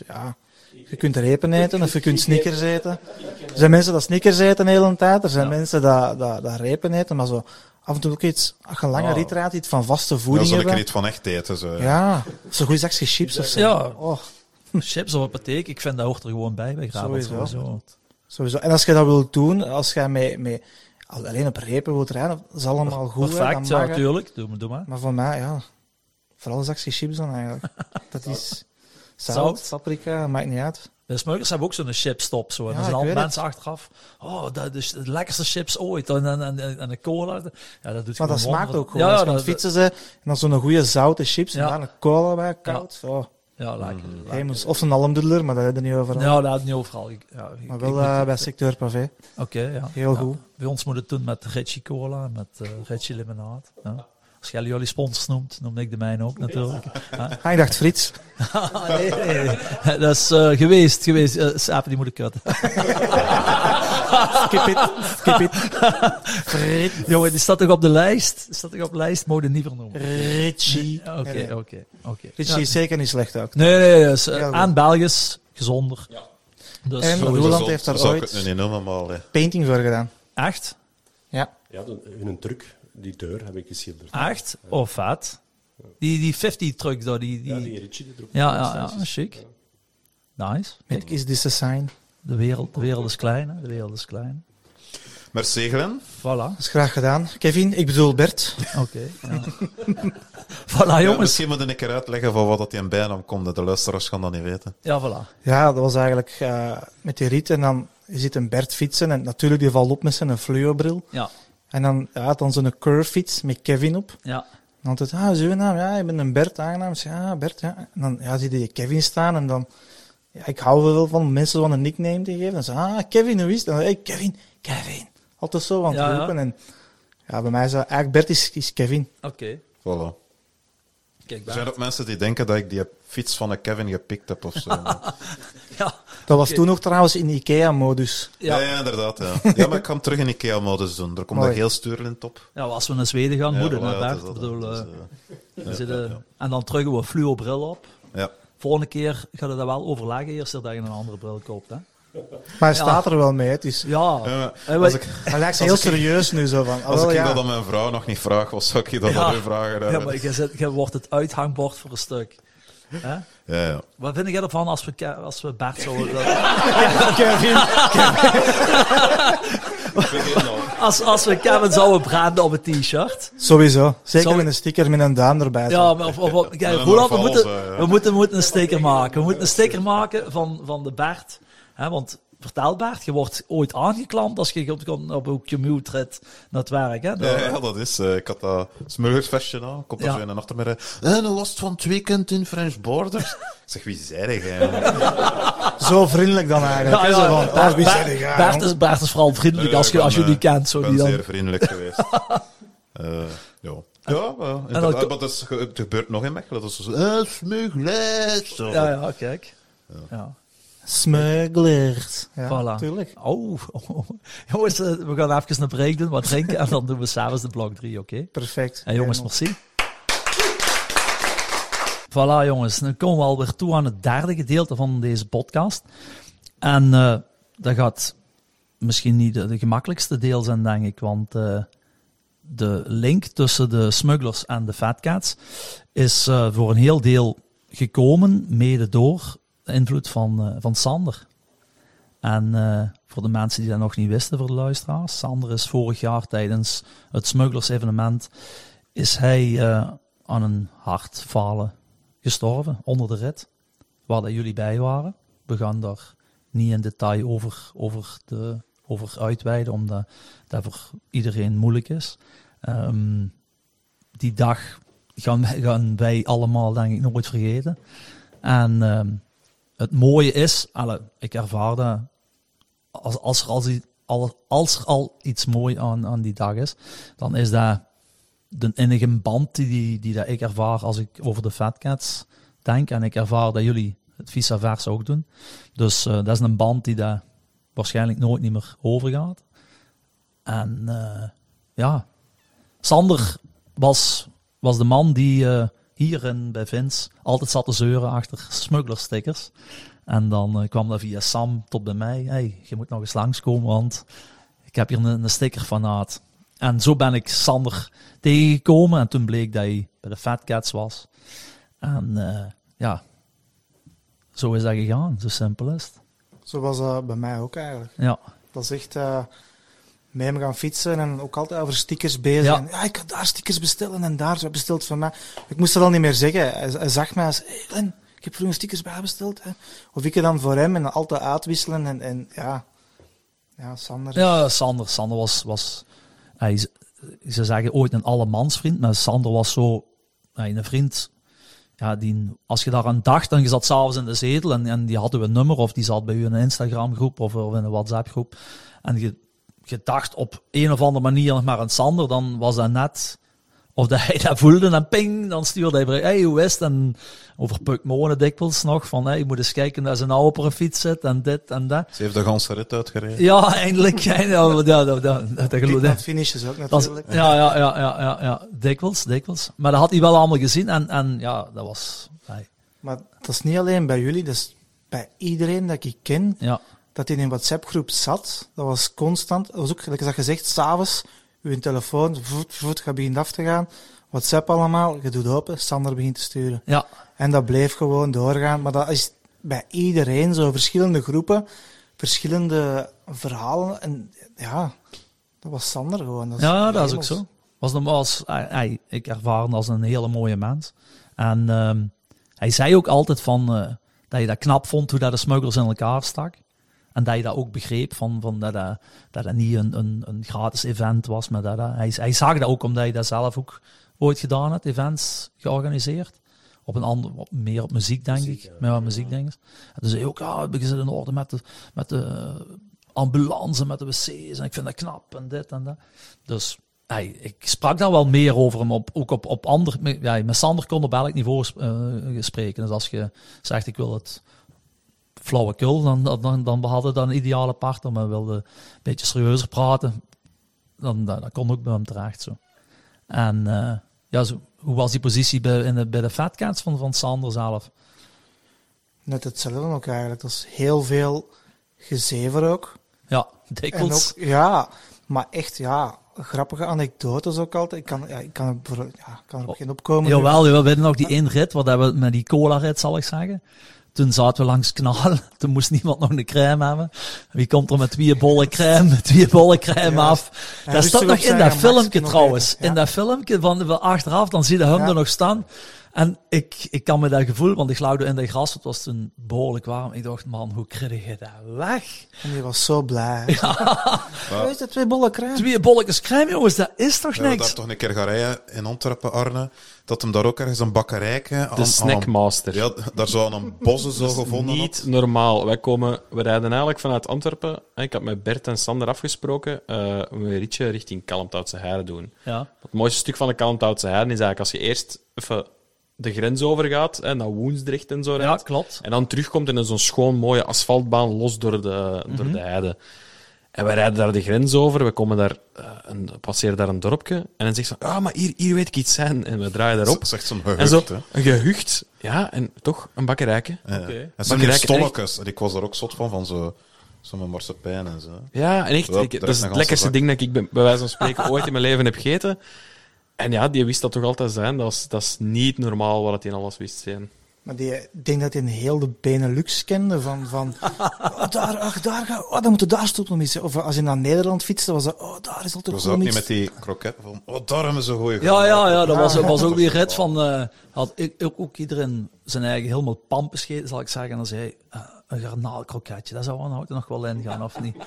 [SPEAKER 5] kunt repen eten of je kunt sneakers eten. Er zijn mensen dat sneakers eten de hele tijd. Er zijn mensen dat repen eten. Maar zo af en toe ook iets, als je een lange rit rijdt, iets van vaste
[SPEAKER 2] Ja,
[SPEAKER 5] voeding
[SPEAKER 2] zo'n keer
[SPEAKER 5] hebben.
[SPEAKER 2] iets van echt eten. Zo.
[SPEAKER 5] Ja, zo'n goede zakje chips of zo.
[SPEAKER 1] Ja.
[SPEAKER 5] Oh,
[SPEAKER 1] Chips of apotheek, ik vind dat hoort er gewoon bij Gravel.
[SPEAKER 5] Sowieso. sowieso. En als je dat wilt doen, als je met alleen op repen wilt rijden, dat is allemaal goed. hè,
[SPEAKER 1] Perfect,
[SPEAKER 5] dan
[SPEAKER 1] ja,
[SPEAKER 5] mag het.
[SPEAKER 1] natuurlijk. Doe maar.
[SPEAKER 5] Maar voor mij, vooral een zakje chips dan eigenlijk. Dat is zout,
[SPEAKER 1] Zout.
[SPEAKER 5] paprika, maakt niet uit.
[SPEAKER 1] De smokers hebben ook zo'n chipstop. Zo. En
[SPEAKER 5] Ja,
[SPEAKER 1] dan zijn
[SPEAKER 5] ik
[SPEAKER 1] al
[SPEAKER 5] weet
[SPEAKER 1] mensen achteraf. Dat is de lekkerste chips ooit. En de cola. Ja, dat doet
[SPEAKER 5] Maar dat
[SPEAKER 1] gewoon
[SPEAKER 5] smaakt
[SPEAKER 1] wonderen.
[SPEAKER 5] ook goed. Als je aan het
[SPEAKER 1] dat-
[SPEAKER 5] fietsen ze en dan zo'n goede zoute chips
[SPEAKER 1] Ja.
[SPEAKER 5] en dan een cola bij, koud. Oh,
[SPEAKER 1] Ja, lekker.
[SPEAKER 5] hemels. Of een almdoedler, maar dat hebben we niet overal.
[SPEAKER 1] Ja, dat had niet overal.
[SPEAKER 5] Maar wel bij secteur pavé.
[SPEAKER 1] Oké, ja.
[SPEAKER 5] Heel
[SPEAKER 1] Ja.
[SPEAKER 5] goed.
[SPEAKER 1] Bij ons moet het doen met Ritchie Cola, met Ritchie Limonade. Ja. Als jij jullie sponsors noemt, noem ik de mijne ook natuurlijk. Ja.
[SPEAKER 5] Ik dacht Frits.
[SPEAKER 1] Nee. Dat is geweest. Sapen, die moet ik kutten.
[SPEAKER 5] Skip it. Frits.
[SPEAKER 1] Jongen, die staat toch op de lijst? Moet je niet vernoemen.
[SPEAKER 5] Ritchie.
[SPEAKER 1] Oké.
[SPEAKER 5] Ritchie is zeker niet slecht ook.
[SPEAKER 1] Nee, dus,
[SPEAKER 5] Heel goed.
[SPEAKER 1] aan Belgisch, gezonder. Dus
[SPEAKER 5] En
[SPEAKER 1] sowieso.
[SPEAKER 5] Roeland heeft daar
[SPEAKER 2] zou ik
[SPEAKER 5] ooit
[SPEAKER 2] het nu niet noemen, maar...
[SPEAKER 5] painting voor gedaan.
[SPEAKER 1] Echt?
[SPEAKER 5] Ja.
[SPEAKER 6] Ja, in een truck, die deur heb ik geschilderd.
[SPEAKER 1] Echt? Oh, vet. Die 50 truck daar,
[SPEAKER 6] Ja, die Ritchie die erop
[SPEAKER 1] ja, chic. Nice.
[SPEAKER 5] Met Is This a Sign?
[SPEAKER 1] De wereld is klein, hè? De wereld is klein.
[SPEAKER 2] Merci, Glenn.
[SPEAKER 1] Voilà.
[SPEAKER 5] Dat is graag gedaan. Kevin, ik bedoel Bert.
[SPEAKER 1] Oké. Ja. Voilà,
[SPEAKER 2] Ja,
[SPEAKER 1] jongens.
[SPEAKER 2] misschien moet ik keer uitleggen van wat dat die een bijnaam komt. De luisteraars gaan dat niet weten.
[SPEAKER 1] Ja, voilà.
[SPEAKER 5] Ja, dat was eigenlijk met die rit en dan je ziet een Bert fietsen en natuurlijk die valt op met zijn fluo-bril.
[SPEAKER 1] Ja.
[SPEAKER 5] En dan zo'n curve fiets met Kevin op.
[SPEAKER 1] Ja.
[SPEAKER 5] En altijd, zo'n naam, ja, ik ben een Bert aangenaam. Ik zeg, ja, Bert, ja. En dan zie je Kevin staan en dan, ja, ik hou wel van mensen van een nickname te geven. Dan zeg Kevin, hoe is het? En dan, hey, Kevin. Altijd zo aan het
[SPEAKER 1] Ja, ja.
[SPEAKER 5] roepen. En ja, bij mij is dat, eigenlijk Bert is Kevin.
[SPEAKER 1] Oké.
[SPEAKER 2] Voilà.
[SPEAKER 1] Kijk,
[SPEAKER 2] Er zijn ook mensen die denken dat ik die fiets van een Kevin gepikt heb of zo.
[SPEAKER 1] Ja.
[SPEAKER 5] Dat was
[SPEAKER 1] Oké.
[SPEAKER 5] toen nog trouwens in IKEA-modus.
[SPEAKER 2] Ja,
[SPEAKER 1] Ja.
[SPEAKER 2] inderdaad. Ja. Ja, maar ik ga hem terug in IKEA-modus doen. Er komt
[SPEAKER 5] Mooi.
[SPEAKER 2] een heel stuurlint op.
[SPEAKER 1] Ja, als we naar Zweden gaan,
[SPEAKER 2] Ja,
[SPEAKER 1] moeten
[SPEAKER 2] voilà,
[SPEAKER 1] naar
[SPEAKER 2] dat
[SPEAKER 1] Bert.
[SPEAKER 2] is dat,
[SPEAKER 1] Ik bedoel,
[SPEAKER 2] dus,
[SPEAKER 1] we zitten- En dan terug we fluo-bril op.
[SPEAKER 2] ja.
[SPEAKER 1] Volgende keer ga je dat wel overleggen, eerst dat je een andere bril koopt. Hè?
[SPEAKER 5] Maar hij staat er wel mee. Het is,
[SPEAKER 1] Ja.
[SPEAKER 2] Ja, maar
[SPEAKER 1] En
[SPEAKER 2] als
[SPEAKER 1] wij-
[SPEAKER 2] ik,
[SPEAKER 5] hij lijkt heel serieus nu zo van.
[SPEAKER 2] als
[SPEAKER 5] wel,
[SPEAKER 2] ik
[SPEAKER 5] ja.
[SPEAKER 2] dat aan mijn vrouw nog niet vraag, wat zou ik dat
[SPEAKER 1] Ja.
[SPEAKER 2] aan u vragen?
[SPEAKER 1] Ja, maar je wordt het uithangbord voor een stuk. Hè?
[SPEAKER 2] Ja.
[SPEAKER 1] Wat vind jij ervan als we Bert zouden...
[SPEAKER 5] Kevin.
[SPEAKER 1] als we Kevin zouden branden op een t-shirt.
[SPEAKER 5] Sowieso. Zeker
[SPEAKER 1] Zou-
[SPEAKER 5] met een sticker met een duim erbij.
[SPEAKER 1] Ja, maar kijk,
[SPEAKER 2] een
[SPEAKER 1] Roland, we
[SPEAKER 2] vals,
[SPEAKER 1] moeten een sticker maken. We moeten een sticker maken van de Bert. Hè, want vertel Bert, je wordt ooit aangeklampt als je op een commute-rit naar het werk. Hè?
[SPEAKER 2] Ja, dat is. Ik had dat smullersvestje aan. Komt er
[SPEAKER 1] Ja.
[SPEAKER 2] zo in en achter me. Een last van het weekend in French Borders. Ik zeg, wie zei jij?
[SPEAKER 5] Zo vriendelijk dan eigenlijk.
[SPEAKER 1] Ja,
[SPEAKER 5] hè,
[SPEAKER 1] ja,
[SPEAKER 5] zo van,
[SPEAKER 1] Bert-
[SPEAKER 5] wie
[SPEAKER 1] Bert-
[SPEAKER 5] zei die guy,
[SPEAKER 1] Bert
[SPEAKER 5] jong?
[SPEAKER 1] Bert is vooral vriendelijk als je die kent. Zo,
[SPEAKER 2] Ik
[SPEAKER 1] die
[SPEAKER 2] ben
[SPEAKER 1] dan,
[SPEAKER 2] zeer vriendelijk geweest. Ja. Ja, inderdaad,
[SPEAKER 1] dan-
[SPEAKER 2] maar dat is, het gebeurt nog in Mechelen. Dat is zo, smugglers. Zo.
[SPEAKER 1] ja, kijk. Ja.
[SPEAKER 5] Smugglers. Ja,
[SPEAKER 1] Voilà.
[SPEAKER 5] tuurlijk.
[SPEAKER 1] Oh. Jongens, we gaan even een break doen, wat drinken en dan doen we s'avonds de blok 3, oké?
[SPEAKER 5] Perfect.
[SPEAKER 1] En jongens, merci. Voilà, jongens. Dan komen we alweer toe aan het derde gedeelte van deze podcast. En dat gaat misschien niet de gemakkelijkste deel zijn, denk ik. Want de link tussen de smugglers en de Fat Cats is voor een heel deel gekomen, mede door de invloed van Sander. En voor de mensen die dat nog niet wisten, voor de luisteraars, Sander is vorig jaar tijdens het smugglers-evenement is hij aan een hartfalen gestorven onder de rit, waar dat jullie bij waren. We gaan daar niet in detail over uitweiden, omdat dat voor iedereen moeilijk is. Die dag gaan wij allemaal, denk ik, nooit vergeten. En het mooie is, ik ervaar dat, als er al iets mooi aan die dag is, dan is dat de innige band die dat ik ervaar als ik over de Fat Cats denk. En ik ervaar dat jullie het vice versa ook doen. Dus dat is een band die daar waarschijnlijk nooit niet meer overgaat. En ja, Sander was de man die hierin bij Vince altijd zat te zeuren achter smugglerstickers. En dan kwam dat via Sam tot bij mij. Hey, je moet nog eens langskomen, want ik heb hier een stickerfanaat. En zo ben ik Sander tegengekomen. En toen bleek dat hij bij de Fat Cats was. En ja, zo is dat gegaan. Zo simpel is het.
[SPEAKER 5] Zo was dat bij mij ook eigenlijk.
[SPEAKER 1] Ja,
[SPEAKER 5] Dat is echt mee me gaan fietsen en ook altijd over stickers bezig.
[SPEAKER 1] Ja.
[SPEAKER 5] En, ik kan daar stickers bestellen en daar zo besteld van mij. Ik moest dat al niet meer zeggen. Hij zag mij als, hey Glenn, ik heb vroeger stickers bijbesteld. Hè. Of ik het dan voor hem en dan altijd uitwisselen. En ja, Sander.
[SPEAKER 1] ja Sander was ze zeggen ooit een allemansvriend, maar Sander was zo een vriend. Ja, als je daaraan dacht, dan je zat s'avonds in de zetel en die hadden we een nummer, of die zat bij u in een Instagram-groep of in een WhatsApp-groep. En je dacht op een of andere manier nog maar aan Sander, dan was dat net of dat hij dat voelde en ping, dan stuurde hij bericht, hey, hoe is het? En over Puk Monen dikwijls nog, van hey, je moet eens kijken dat ze nou op een fiets zit en dit en dat.
[SPEAKER 2] Ze heeft de ganse rit uitgereden.
[SPEAKER 1] Ja, eindelijk. Dat
[SPEAKER 5] Kijk
[SPEAKER 1] geloof
[SPEAKER 5] naar
[SPEAKER 1] ik.
[SPEAKER 5] het finishes ook
[SPEAKER 1] Dat is-
[SPEAKER 5] natuurlijk.
[SPEAKER 1] ja, dikwijls. Maar dat had hij wel allemaal gezien en ja, dat was...
[SPEAKER 5] Maar dat is niet alleen bij jullie, dat is bij iedereen dat ik ken,
[SPEAKER 1] Ja.
[SPEAKER 5] dat in een WhatsApp-groep zat. Dat was constant. Dat was ook, gelijk als je zegt, s'avonds, je telefoon, gaat begint af te gaan. WhatsApp allemaal, je doet open, Sander begint te sturen.
[SPEAKER 1] Ja.
[SPEAKER 5] En dat bleef gewoon doorgaan. Maar dat is bij iedereen zo, verschillende groepen, verschillende verhalen. En ja, dat was Sander gewoon. Dat
[SPEAKER 1] Ja, dat is ook
[SPEAKER 5] hemels.
[SPEAKER 1] zo. Ik ervaar hem als een hele mooie mens. En hij zei ook altijd van, dat je dat knap vond hoe dat de smugglers in elkaar stak. En dat je dat ook begreep, van dat het niet een gratis event was. Maar hij zag dat ook omdat hij dat zelf ook ooit gedaan had, events georganiseerd. Meer op muziek, denk ik. Ja, muziek, denk ik. En toen zei hij ook, we zitten in orde met de ambulance, met de wc's. En ik vind dat knap en dit en dat. Dus ik sprak daar wel meer over hem, ook op ander... Ja, met Sander kon op elk niveau spreken. Dus als je zegt, ik wil het flauwekul, dan hadden we dan een ideale partner. Maar wilde een beetje serieuzer praten, dan kon ook bij hem terecht. Zo. En hoe was die positie bij de Fatcats van Sander zelf?
[SPEAKER 5] Net hetzelfde ook eigenlijk. Dat is heel veel gezever ook.
[SPEAKER 1] Ja,
[SPEAKER 5] En
[SPEAKER 1] dikwijls.
[SPEAKER 5] ook, ja, maar echt, ja, grappige anekdotes ook altijd. Ik kan er op geen opkomen.
[SPEAKER 1] Jawel, we weten nog die één rit, wat hebben we met die cola-rit, zal ik zeggen. Toen zaten we langs Knal. Toen moest niemand nog een crème hebben. Wie komt er met 2 bollen crème af?
[SPEAKER 5] Ja,
[SPEAKER 1] Dat staat
[SPEAKER 5] rustig
[SPEAKER 1] nog
[SPEAKER 5] op
[SPEAKER 1] in
[SPEAKER 5] zijn
[SPEAKER 1] dat
[SPEAKER 5] gemak
[SPEAKER 1] filmpje
[SPEAKER 5] nog
[SPEAKER 1] trouwens.
[SPEAKER 5] even, ja.
[SPEAKER 1] In dat filmpje van achteraf, dan zie je hem
[SPEAKER 5] Ja.
[SPEAKER 1] er nog staan. En ik kan me dat gevoel, want ik lag in dat gras, het was toen behoorlijk warm. Ik dacht, man, hoe krijg je dat weg?
[SPEAKER 5] En die was zo blij. Hoe is dat 2 bollen crème?
[SPEAKER 1] 2 bolletjes crème, jongens, dat is toch
[SPEAKER 2] We hebben
[SPEAKER 1] niks?
[SPEAKER 2] daar toch een keer gaan rijden in Antwerpen, Arne. Dat hem daar ook ergens een bakkerijke...
[SPEAKER 7] De Snackmaster.
[SPEAKER 2] Ja, daar zou een bossen zo
[SPEAKER 7] Dat is
[SPEAKER 2] gevonden
[SPEAKER 7] niet
[SPEAKER 2] had.
[SPEAKER 7] normaal. We rijden eigenlijk vanuit Antwerpen. Ik had met Bert en Sander afgesproken om een ritje richting Kalmthoutse Heide doen.
[SPEAKER 1] Ja.
[SPEAKER 7] Het mooiste stuk van de Kalmthoutse Heide is eigenlijk als je eerst even de grens overgaat, naar Woensdrecht en zo
[SPEAKER 1] Ja,
[SPEAKER 7] rijdt.
[SPEAKER 1] klopt.
[SPEAKER 7] En dan terugkomt in zo'n schoon mooie asfaltbaan los door de heide. En we rijden daar de grens over, we komen daar, passeren daar een dorpje, en dan zegt ze van, maar hier weet ik iets zijn. En we draaien daarop.
[SPEAKER 2] Dat is echt zo'n
[SPEAKER 7] En zo,
[SPEAKER 2] gehucht, hè.
[SPEAKER 7] een gehucht, ja, en toch een bakkerijke.
[SPEAKER 2] Ja.
[SPEAKER 7] Oké.
[SPEAKER 2] En zo'n
[SPEAKER 7] Bakkerijke,
[SPEAKER 2] stolletjes. Ik was daar ook zot van zo met marsepein en zo.
[SPEAKER 7] Ja, en echt,
[SPEAKER 2] Ja,
[SPEAKER 7] dat
[SPEAKER 2] direct
[SPEAKER 7] is
[SPEAKER 2] een
[SPEAKER 7] het lekkerste
[SPEAKER 2] ganse
[SPEAKER 7] ding dat ik bij wijze van spreken ooit in mijn leven heb gegeten. En ja, die wist dat toch altijd zijn. Dat is niet normaal wat hij in alles wist zijn.
[SPEAKER 5] Maar ik denk dat hij een heel de Benelux kende. Dat moet daar stoppen missen. Of als hij naar Nederland fietste, was dat, daar is
[SPEAKER 2] Ik
[SPEAKER 5] altijd
[SPEAKER 2] was
[SPEAKER 5] gewoon
[SPEAKER 2] ook niet
[SPEAKER 5] niks.
[SPEAKER 2] met die kroket van, daar hebben ze goeie
[SPEAKER 1] Ja, dat
[SPEAKER 5] Ja.
[SPEAKER 1] was ook weer rit van... had ook iedereen zijn eigen helemaal pampen scheten, zal ik zeggen. En dan zei hij, een garnaalkroketje, dat zou er nou nog wel in gaan, of niet?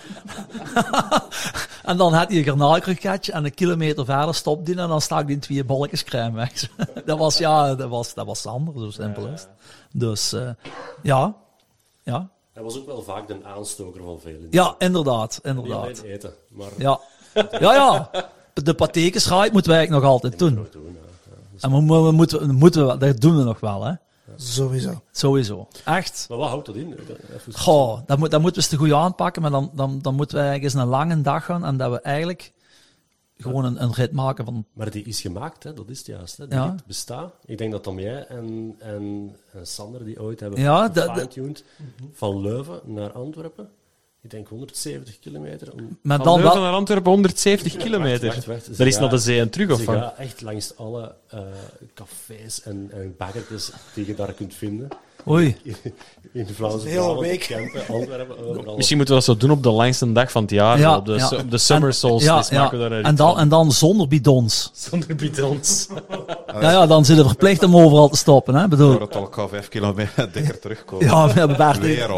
[SPEAKER 1] En dan had hij een garnaalkroketje en een kilometer verder stopte hij en dan stak hij in 2 bolletjes crème weg. dat was Sander, zo simpel is het. Dus, ja.
[SPEAKER 6] Hij was ook wel vaak de aanstoker van velen.
[SPEAKER 1] Ja, inderdaad.
[SPEAKER 6] Niet alleen eten, maar
[SPEAKER 1] Ja. De patekensraad moeten wij eigenlijk nog altijd doen.
[SPEAKER 6] nog doen. Ja.
[SPEAKER 1] En dat doen we nog wel, hè.
[SPEAKER 5] Sowieso.
[SPEAKER 1] Sowieso. Echt.
[SPEAKER 6] Maar wat houdt dat in? Even-
[SPEAKER 1] Goh, dat moeten we eens te goed aanpakken, maar dan moeten we eigenlijk eens een lange dag gaan en dat we eigenlijk gewoon een rit maken van...
[SPEAKER 6] Maar die is gemaakt, hè? Dat is het juist. Hè? Die
[SPEAKER 1] Ja.
[SPEAKER 6] rit bestaat. Ik denk dat dan jij en Sander die ooit hebben
[SPEAKER 1] Ja,
[SPEAKER 6] gefine-tuned van Leuven naar Antwerpen. Ik denk 170 kilometer.
[SPEAKER 1] Maar
[SPEAKER 7] Van
[SPEAKER 1] dan
[SPEAKER 7] Leuven
[SPEAKER 1] wel...
[SPEAKER 7] naar Antwerpen 170 kilometer.
[SPEAKER 6] Wacht.
[SPEAKER 7] Dat is naar de zee en terug, of
[SPEAKER 6] Ze
[SPEAKER 7] wat?
[SPEAKER 6] gaan echt langs alle cafés en bakkertjes die je daar kunt vinden.
[SPEAKER 1] Oei.
[SPEAKER 6] In de Vlaamse
[SPEAKER 5] De hele
[SPEAKER 6] Brabant,
[SPEAKER 5] week.
[SPEAKER 6] Kempen, Antwerpen, overal.
[SPEAKER 7] Misschien moeten we dat zo doen op de langste dag van het jaar.
[SPEAKER 1] Ja,
[SPEAKER 7] op de,
[SPEAKER 1] ja.
[SPEAKER 7] op de summer solstice maken we daar een rit van.
[SPEAKER 1] En dan zonder bidons.
[SPEAKER 7] Zonder bidons.
[SPEAKER 1] Ja, dan zitten we verplicht om overal te stoppen, hè. Bedoel...
[SPEAKER 2] Door het al 5 kilometer dikker terugkomen.
[SPEAKER 1] Ja, we hebben Bert...
[SPEAKER 2] Weer al.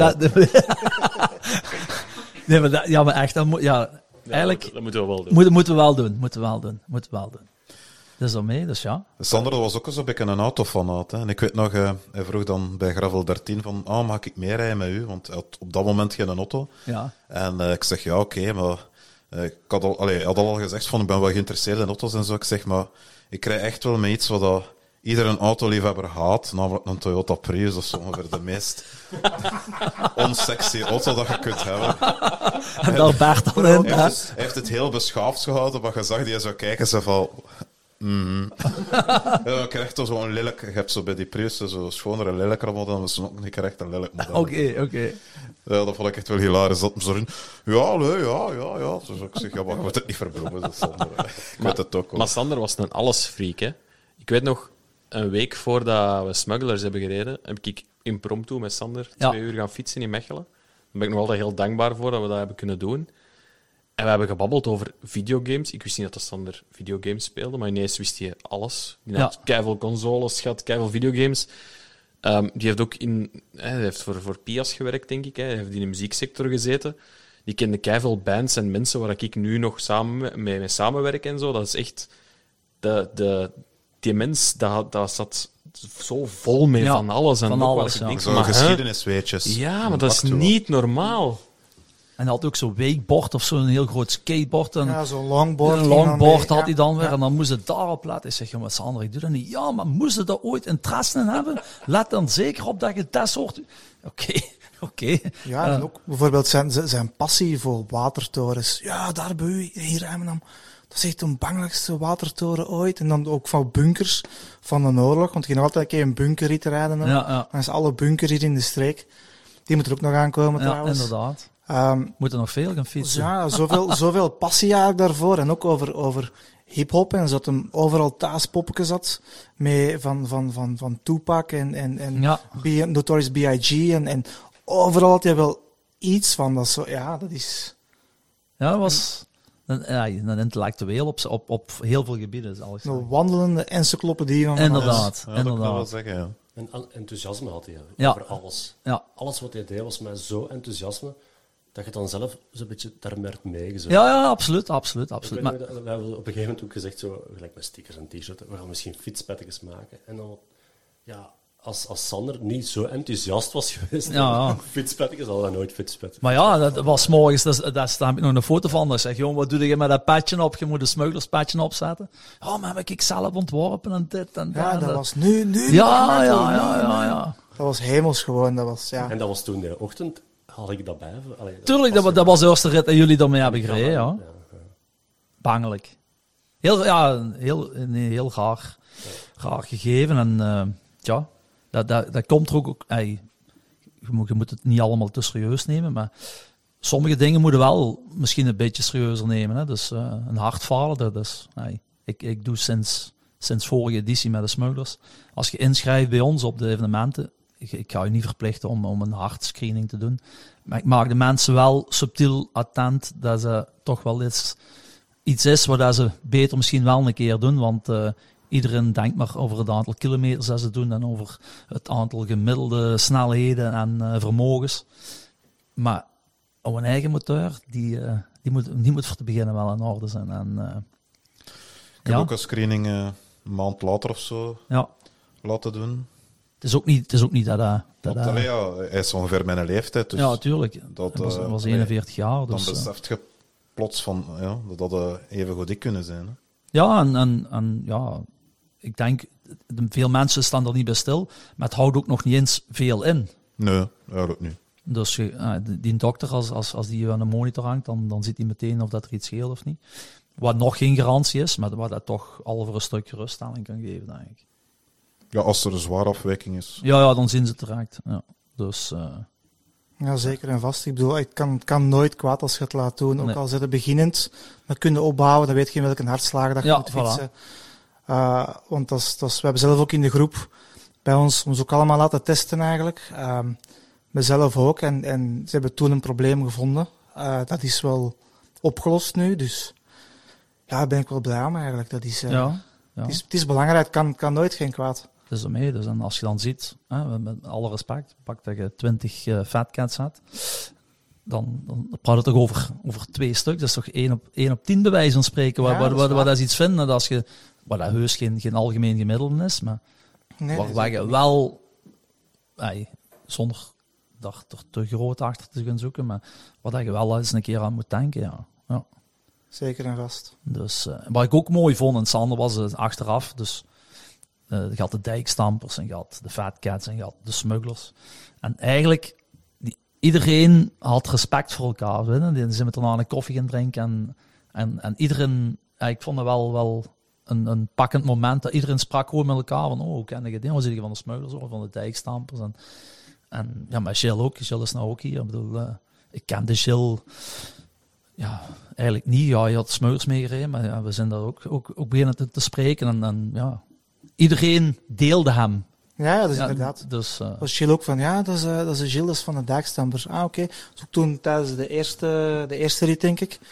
[SPEAKER 1] Nee, maar echt, eigenlijk...
[SPEAKER 7] Dat moeten we wel doen.
[SPEAKER 1] Moeten we wel doen. Dus daarmee, dus ja.
[SPEAKER 2] Sander was ook eens een beetje een autofanaat. En ik weet nog, hij vroeg dan bij Gravel 13 van, mag ik meerijden met u? Want hij had op dat moment geen auto.
[SPEAKER 1] Ja.
[SPEAKER 2] En ik zeg, ja, oké, maar ik had al gezegd van, ik ben wel geïnteresseerd in auto's en zo. Ik zeg, maar ik rij echt wel met iets wat dat iedere autoliefhebber haat, namelijk een Toyota Prius. Dat is ongeveer de meest onsexy auto dat je kunt hebben.
[SPEAKER 1] En daar Bert dan in, hè.
[SPEAKER 2] Hij heeft het heel beschaafd gehouden, maar je zag die zo kijken, ze van... Ja, je krijgt toch zo'n lelijk... Je hebt zo bij die Priussen zo schonere lelijker model, en we zijn ook niet echt een lelijk model.
[SPEAKER 1] Oké.
[SPEAKER 2] Ja, dat vond ik echt wel hilarisch. Dat zo in, ja. Dus ik zeg, ja, maar je moet het niet verbloemen. Dus Sander, ik weet het ook wel.
[SPEAKER 7] Maar Sander was een allesfreak, hè. Ik weet nog, een week voordat we Smugglers hebben gereden, heb ik impromptu met Sander 2 uur gaan fietsen in Mechelen. Daar ben ik nog altijd heel dankbaar voor dat we dat hebben kunnen doen. En we hebben gebabbeld over videogames. Ik wist niet dat Sander videogames speelde, maar ineens wist hij alles. Die had keiveel consoles, had keiveel videogames. Die heeft ook hij heeft voor Pias gewerkt, denk ik. Hij heeft in de muzieksector gezeten. Die kende keiveel bands en mensen waar ik nu nog samen mee samenwerk en zo. Dat is echt... Die mens, dat zat zo vol mee van alles. En
[SPEAKER 1] van
[SPEAKER 7] ook
[SPEAKER 1] alles,
[SPEAKER 7] wat ik denk,
[SPEAKER 2] Zo
[SPEAKER 7] maar,
[SPEAKER 2] geschiedenisweetjes.
[SPEAKER 7] ja, maar dat is niet normaal.
[SPEAKER 1] En hij had ook zo'n wakeboard of zo'n heel groot skateboard. En
[SPEAKER 5] Ja, zo'n longboard.
[SPEAKER 1] een longboard had
[SPEAKER 5] Ja.
[SPEAKER 1] hij dan weer.
[SPEAKER 5] Ja.
[SPEAKER 1] En dan moest het daarop laten. Ik zeg, maar Sander, ik doe dat niet. Ja, maar moest je daar ooit interesse in hebben? Let dan zeker op dat je dat soort... Oké.
[SPEAKER 5] Ja, en ook bijvoorbeeld zijn passie voor watertorens. Ja, daar bij u, hier in Emmenam. Dat is echt de bangelijkste watertoren ooit. En dan ook van bunkers van de oorlog. Want je ging altijd een keer een bunkerrit rijden.
[SPEAKER 1] Ja.
[SPEAKER 5] Dan is alle bunkers hier in de streek. Die moeten er ook nog aankomen
[SPEAKER 1] Ja,
[SPEAKER 5] trouwens.
[SPEAKER 1] inderdaad.
[SPEAKER 5] Ehm,
[SPEAKER 1] Moeten nog veel gaan fietsen.
[SPEAKER 5] ja, zoveel passie eigenlijk daarvoor. En ook over hip-hop. En zodat hem overal thuis poppetjes had. Mee van Tupac en
[SPEAKER 1] Ja.
[SPEAKER 5] Notorious B.I.G. En overal had hij wel iets van. Dat, zo, ja, dat is...
[SPEAKER 1] Ja, dat was een intellectueel op heel veel gebieden. Zal ik
[SPEAKER 5] Een
[SPEAKER 1] zeggen.
[SPEAKER 5] wandelende encyclopedie van alles.
[SPEAKER 1] Inderdaad,
[SPEAKER 2] Ja, dat kan ik wel
[SPEAKER 1] inderdaad.
[SPEAKER 2] zeggen, ja.
[SPEAKER 6] En enthousiasme had hij
[SPEAKER 1] Ja.
[SPEAKER 6] over alles.
[SPEAKER 1] Ja.
[SPEAKER 6] Alles wat hij deed was met zo enthousiasme dat je dan zelf zo'n beetje daar werd meegezogen.
[SPEAKER 1] Ja, absoluut.
[SPEAKER 6] Ik weet
[SPEAKER 1] Maar,
[SPEAKER 6] nog dat we hebben op een gegeven moment ook gezegd, zo, gelijk met stickers en t-shirts, we gaan misschien fietspetjes maken. En dan, ja, als Sander niet zo enthousiast was geweest,
[SPEAKER 1] Ja.
[SPEAKER 6] fietspetjes, hadden we nooit fietspetjes.
[SPEAKER 1] maar ja, dat was morgens, daar heb ik nog een foto van. Ik zeg, joh, wat doe je met dat petje op? Je moet een smugglerspetje opzetten. Ja, maar heb ik zelf ontworpen en dit en dat.
[SPEAKER 5] Ja,
[SPEAKER 1] en
[SPEAKER 5] dat
[SPEAKER 1] dat.
[SPEAKER 5] was nu.
[SPEAKER 1] Ja.
[SPEAKER 5] Dat was hemels gewoon. Dat was, ja.
[SPEAKER 6] En dat was toen de ochtend, had ik dat bij. Allee,
[SPEAKER 1] Tuurlijk, dat was de eerste rit dat jullie daarmee hebben gereden, ja. Bangelijk. Heel graag gegeven. En ja, dat komt er ook... Je moet het niet allemaal te serieus nemen, maar sommige dingen moeten wel misschien een beetje serieuzer nemen. Hè. Dus een hartfalen, dat is... Ik doe sinds vorige editie met de Smugglers. Als je inschrijft bij ons op de evenementen, ik ga je niet verplichten om een hartscreening te doen. Maar ik maak de mensen wel subtiel attent dat ze toch wel iets is waar ze beter misschien wel een keer doen. Want iedereen denkt maar over het aantal kilometers dat ze doen en over het aantal gemiddelde snelheden en vermogens. Maar op een eigen motor, die moet voor te beginnen wel in orde zijn. En,
[SPEAKER 2] Ik heb ook een screening een maand later of zo
[SPEAKER 1] ja.
[SPEAKER 2] laten doen.
[SPEAKER 1] Het is ook niet dat
[SPEAKER 2] Allee, ja, hij is ongeveer mijn leeftijd. Dus
[SPEAKER 1] ja, tuurlijk.
[SPEAKER 2] dat,
[SPEAKER 1] Hij was 41 jaar.
[SPEAKER 2] dan
[SPEAKER 1] Dus,
[SPEAKER 2] beseft je plots van, dat even goed ik kunnen zijn. Hè.
[SPEAKER 1] ja, en ja, ik denk, veel mensen staan er niet bij stil, maar het houdt ook nog niet eens veel in.
[SPEAKER 2] Nee, eigenlijk niet.
[SPEAKER 1] Dus die dokter, als die aan de monitor hangt, dan ziet hij meteen of dat er iets scheelt of niet. Wat nog geen garantie is, maar wat dat toch al voor een stuk geruststelling kan geven, denk ik.
[SPEAKER 2] Ja, als er een zware afwijking is.
[SPEAKER 1] Ja, dan zien ze het direct. Ja. Dus,
[SPEAKER 5] Ja, zeker en vast. Ik bedoel, het kan nooit kwaad als je het laat doen. Ook
[SPEAKER 1] Nee.
[SPEAKER 5] al zit het beginnend, dan kun je opbouwen, dan weet je in welke hartslagen dat je
[SPEAKER 1] Ja,
[SPEAKER 5] moet
[SPEAKER 1] voilà.
[SPEAKER 5] fietsen. Want we hebben zelf ook in de groep bij ons ook allemaal laten testen eigenlijk. Mezelf ook. En ze hebben toen een probleem gevonden. Dat is wel opgelost nu, dus ja, daar ben ik wel blij om eigenlijk. Dat is,
[SPEAKER 1] ja.
[SPEAKER 5] het is belangrijk, kan nooit geen kwaad.
[SPEAKER 1] Het is ermee. Dus en als je dan ziet, met alle respect, pak dat je 20 fatcats had, dan praat het toch over 2 stuk. Dat is toch 1 op 10 bij wijze van spreken,
[SPEAKER 5] Ja, dat is
[SPEAKER 1] waar
[SPEAKER 5] waar.
[SPEAKER 1] dat is iets vinden. Dat waar dat heus geen algemeen gemiddelde is, maar
[SPEAKER 5] Nee,
[SPEAKER 1] waar je wel, zonder daar te groot achter te gaan zoeken, maar waar dat je wel eens een keer aan moet denken, ja.
[SPEAKER 5] zeker en vast.
[SPEAKER 1] Dus, wat ik ook mooi vond in Sander was achteraf, dus je had de dijkstampers en je had de fatcats en je had de smugglers. En eigenlijk, iedereen had respect voor elkaar. Weet je? Die zijn met elkaar een koffie gaan drinken en iedereen, ik vond het wel een pakkend moment dat iedereen sprak gewoon met elkaar van, hoe ken ik het? Hoe zit je van de smuilers of van de dijkstampers? En ja, maar Gilles ook. Gilles is nou ook hier. Ik bedoel, ik kende Gilles eigenlijk niet. Ja, je had smuilers meegereden, maar ja, we zijn daar ook beginnen te spreken. En ja, iedereen deelde hem.
[SPEAKER 5] Ja, dat is inderdaad.
[SPEAKER 1] Dus,
[SPEAKER 5] was Gilles ook van, dat is de Gilles, dat is van de dijkstampers. Oké. Dus ook toen tijdens de eerste rit, denk ik,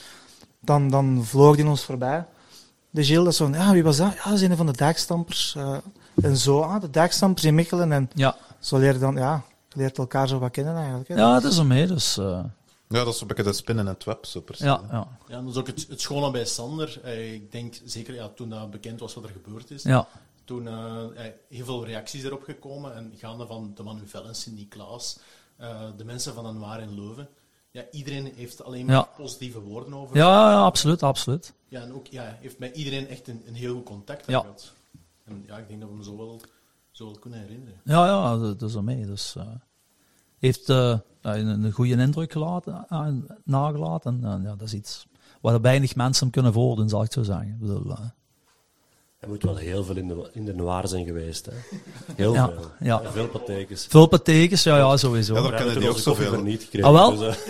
[SPEAKER 5] dan vloog die ons voorbij. De Gilles, dat is van, wie was dat? Ja, dat is een van de dijkstampers. En zo, de dijkstampers in Mechelen. En zo leer je dan, je leert elkaar zo wat kennen eigenlijk. Hè.
[SPEAKER 1] Ja, dat is ermee, dus...
[SPEAKER 2] Ja, dat is een beetje de spinnen en het web, zo precies.
[SPEAKER 9] Ja, dat is ook het schone bij Sander. Ik denk, zeker toen dat bekend was wat er gebeurd is, toen heel veel reacties erop gekomen. En gaande van de Manu Vellens, Cindy Klaas, de mensen van Anouar in Leuven. Ja, iedereen heeft alleen maar positieve woorden over.
[SPEAKER 1] Ja, absoluut.
[SPEAKER 9] Ja, en ook heeft met iedereen echt een heel goed contact gehad. En ik denk dat we hem zo wel kunnen herinneren.
[SPEAKER 1] Ja, dat is ermee. Dus heeft een goede indruk nagelaten. En dat is iets waar er weinig mensen hem kunnen voordoen, zal ik zo zeggen. Ik bedoel,
[SPEAKER 6] er moet wel heel veel in de noir zijn geweest. Hè? Heel veel.
[SPEAKER 1] Ja.
[SPEAKER 6] Veel patekens.
[SPEAKER 1] Veel patekens, ja, sowieso.
[SPEAKER 2] Ja, daar kennen die ook zoveel.
[SPEAKER 6] Niet gekregen.
[SPEAKER 1] Wel?
[SPEAKER 6] Dus,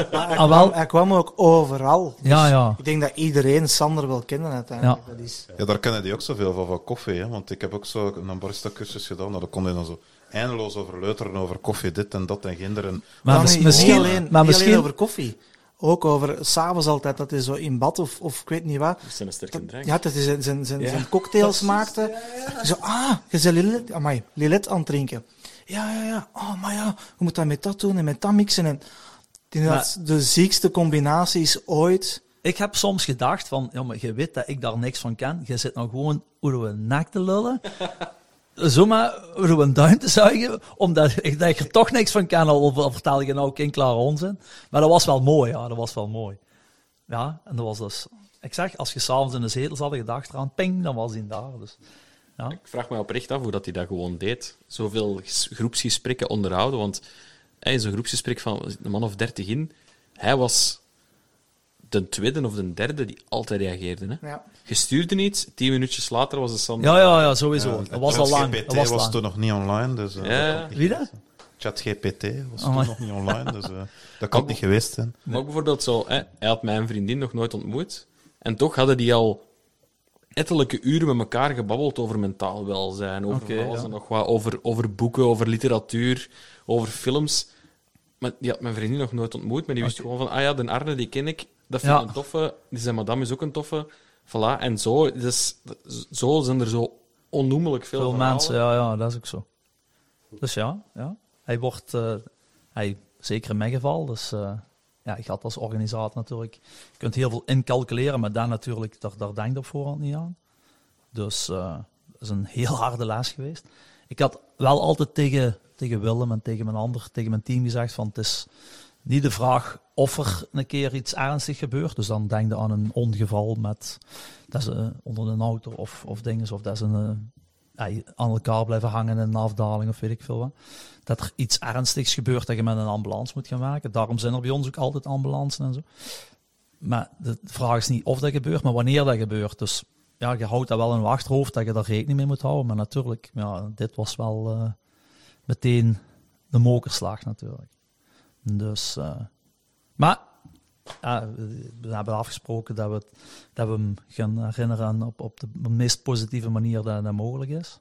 [SPEAKER 5] Hij kwam ook overal. Dus
[SPEAKER 1] ja.
[SPEAKER 5] Ik denk dat iedereen Sander wel kende uiteindelijk.
[SPEAKER 1] Ja.
[SPEAKER 5] Dat is...
[SPEAKER 2] Ja, daar kennen die ook zoveel van koffie. Hè? Want ik heb ook zo een barista-cursus gedaan. Daar kon je dan zo eindeloos over leuteren, over koffie, dit en dat en ginder.
[SPEAKER 1] Maar misschien
[SPEAKER 5] alleen over koffie. Ook over s'avonds altijd, dat hij zo in bad of ik weet niet wat.
[SPEAKER 7] Dat is een sterke drank.
[SPEAKER 5] Ja, dat hij zijn cocktails maakte. Zo, je bent Lillet aan het drinken. Ja. Oh, maar ja, je moet dat met dat doen en met dat mixen. En dat de ziekste combinaties ooit.
[SPEAKER 1] Ik heb soms gedacht van, maar je weet dat ik daar niks van ken. Je zit nou gewoon hoe we nek te lullen. Zomaar hoe een duim te zuigen, omdat ik er toch niks van ken, al vertel je nou geen klare onzin. Maar dat was wel mooi, dat was wel mooi. Ja, en dat was dus... Ik zeg, als je s'avonds in de zetel zat, je dacht eraan, ping, dan was hij daar. Dus, ja.
[SPEAKER 7] Ik vraag me oprecht af hoe dat hij dat gewoon deed. Zoveel groepsgesprekken onderhouden, want in zo'n groepsgesprek van een man of 30 in, hij was de tweede of de derde die altijd reageerde. Hè?
[SPEAKER 5] Ja.
[SPEAKER 7] Je stuurde iets, 10 minuutjes later was het Sam.
[SPEAKER 1] Ja, sowieso. Dat was al lang.
[SPEAKER 2] ChatGPT was toen nog niet online, dus...
[SPEAKER 1] Wie dat?
[SPEAKER 2] ChatGPT was toen nog niet online, dus dat kan het niet geweest zijn.
[SPEAKER 7] Maar ook bijvoorbeeld zo, hij had mijn vriendin nog nooit ontmoet, en toch hadden die al ettelijke uren met elkaar gebabbeld over mentaal welzijn, over alles en nog wat, over boeken, over literatuur, over films. Maar die had mijn vriendin nog nooit ontmoet, maar die wist gewoon van, de Arne, die ken ik, dat vind ik een toffe, die zijn madame is ook een toffe, voilà. En zo, dus, zo zijn er zo onnoemelijk veel
[SPEAKER 1] mensen, ja, dat is ook zo. Dus ja. Hij wordt, zeker in mijn geval, dus je gaat als organisator natuurlijk, je kunt heel veel incalculeren, maar daar natuurlijk, daar denk je op voorhand niet aan. Dus dat is een heel harde les geweest. Ik had wel altijd tegen Willem en tegen mijn team gezegd van, het is niet de vraag of er een keer iets ernstig gebeurt, dus dan denk je aan een ongeval met, dat ze onder een auto of dingen, of dat ze aan elkaar blijven hangen in een afdaling of weet ik veel wat. Dat er iets ernstigs gebeurt dat je met een ambulance moet gaan werken. Daarom zijn er bij ons ook altijd ambulances en zo. Maar de vraag is niet of dat gebeurt, maar wanneer dat gebeurt. Dus ja, je houdt dat wel in je achterhoofd dat je daar rekening mee moet houden. Maar natuurlijk, dit was wel meteen de mokerslag natuurlijk. Dus, maar we hebben afgesproken dat we hem gaan herinneren op de meest positieve manier dat mogelijk is.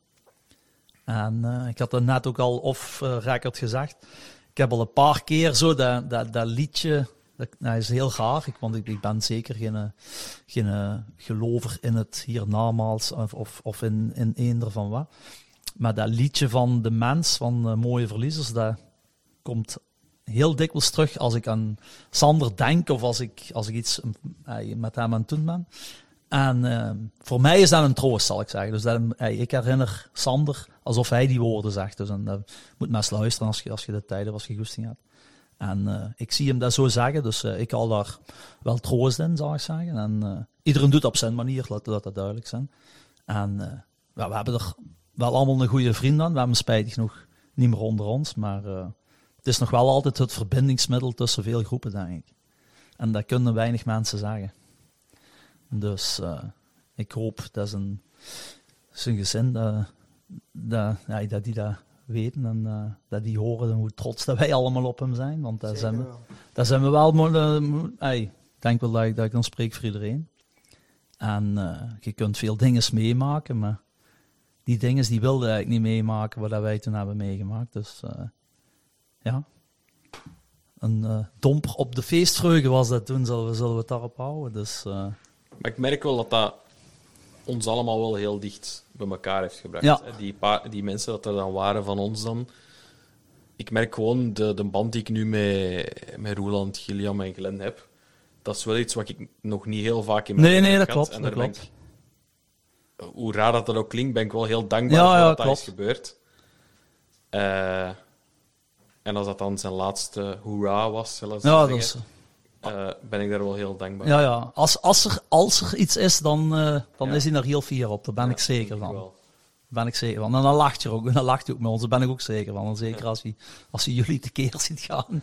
[SPEAKER 1] En ik had dat net ook al off-record gezegd. Ik heb al een paar keer zo dat liedje, dat is heel raar, want ik ben zeker geen gelover in het hiernamaals of in eender van wat. Maar dat liedje van de mens, van Mooie Verliezers, dat komt heel dikwijls terug als ik aan Sander denk of als ik iets met hem aan het doen ben. En voor mij is dat een troost, zal ik zeggen. Dus ik herinner Sander alsof hij die woorden zegt. Dus moet maar eens luisteren als je de tijden was gegoesting hebt. En ik zie hem dat zo zeggen, dus ik haal daar wel troost in, zal ik zeggen. En iedereen doet op zijn manier, laat dat duidelijk zijn. En we hebben er wel allemaal een goede vriend aan. We hebben spijtig genoeg niet meer onder ons, maar het is nog wel altijd het verbindingsmiddel tussen veel groepen, denk ik. En dat kunnen weinig mensen zeggen. Dus ik hoop dat zijn gezin dat die dat weten en dat die horen hoe trots dat wij allemaal op hem zijn. Want daar zijn we wel. Ik denk wel dat ik dan spreek voor iedereen. En je kunt veel dingen meemaken, maar die dingen die wilde ik niet meemaken wat wij toen hebben meegemaakt. Dus een domper op de feestvreugde was dat toen, zullen we het daarop houden. Dus,
[SPEAKER 7] Maar ik merk wel dat ons allemaal wel heel dicht bij elkaar heeft gebracht.
[SPEAKER 1] Ja.
[SPEAKER 7] Die mensen dat er dan waren van ons dan. Ik merk gewoon de band die ik nu met Roeland, Gilliam en Glenn heb. Dat is wel iets wat ik nog niet heel vaak in mijn leven heb
[SPEAKER 1] dat
[SPEAKER 7] gehad.
[SPEAKER 1] klopt.
[SPEAKER 7] En
[SPEAKER 1] Dat
[SPEAKER 7] daar
[SPEAKER 1] klopt.
[SPEAKER 7] hoe raar dat ook klinkt, ben ik wel heel dankbaar voor dat is gebeurd. En als dat dan zijn laatste hoera was, ben ik daar wel heel dankbaar voor.
[SPEAKER 1] Ja. Als er iets is, dan is hij er heel fier op. Daar ben ik zeker van. Ben ik zeker van. En dan lacht je ook. Dan lacht hij ook met ons. Daar ben ik ook zeker van. En zeker als hij jullie tekeer ziet gaan.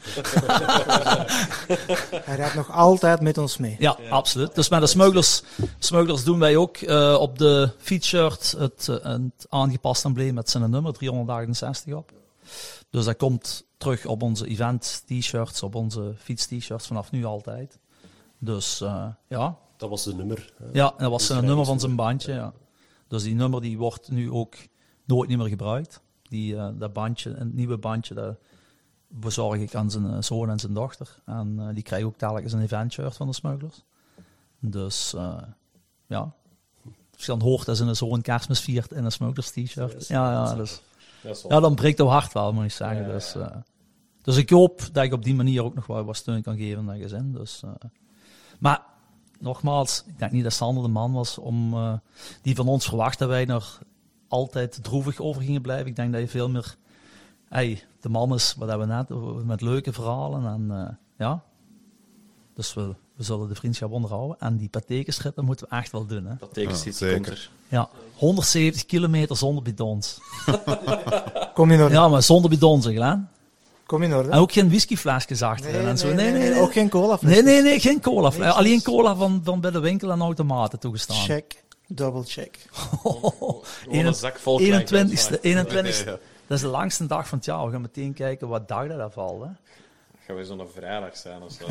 [SPEAKER 5] Hij rijdt nog altijd met ons mee.
[SPEAKER 1] Ja, absoluut. Dus met de smugglers doen wij ook op de fietsshirt het aangepast embleem met zijn nummer 368 op. Dus dat komt terug op onze event t-shirts, op onze fiets t-shirts vanaf nu altijd. Dus ja.
[SPEAKER 6] Dat was de nummer.
[SPEAKER 1] Ja, dat was een nummer van zijn bandje. Ja. Dus die nummer die wordt nu ook nooit meer gebruikt. Dat bandje, een nieuwe bandje, dat bezorg ik aan zijn zoon en zijn dochter. En die krijgen ook telkens een event-shirt van de smugglers. Dus ja. Als je dan hoort dat zijn zoon Kerstmis viert in een smugglers t-shirt. Ja, dan breekt het hart wel, moet ik zeggen. Dus ik hoop dat ik op die manier ook nog wel wat steun kan geven aan dat gezin. Dus, maar nogmaals, ik denk niet dat Sander de man was die van ons verwacht dat wij er altijd droevig over gingen blijven. Ik denk dat je veel meer de man is, wat hebben we net, met leuke verhalen. En ja, dus we zullen de vriendschap onderhouden. En die patekenstrip, moeten we echt wel doen. Hè?
[SPEAKER 7] Patekenstrip komt er.
[SPEAKER 1] Ja, 170 kilometer zonder bidons.
[SPEAKER 5] Kom in orde.
[SPEAKER 1] Ja, maar zonder bidons, zeg Glenn.
[SPEAKER 5] Kom in orde.
[SPEAKER 1] En ook geen whiskyflesjes achterin en zo. Nee.
[SPEAKER 5] Ook geen cola.
[SPEAKER 1] Nee, geen cola. Alleen cola van bij de winkel en automaten toegestaan.
[SPEAKER 5] Check, double check.
[SPEAKER 7] Een zak vol
[SPEAKER 1] 21ste. Dat is de langste dag van het jaar. We gaan meteen kijken wat dag dat valt. Hè.
[SPEAKER 7] Gaan we zo'n vrijdag zijn of zo?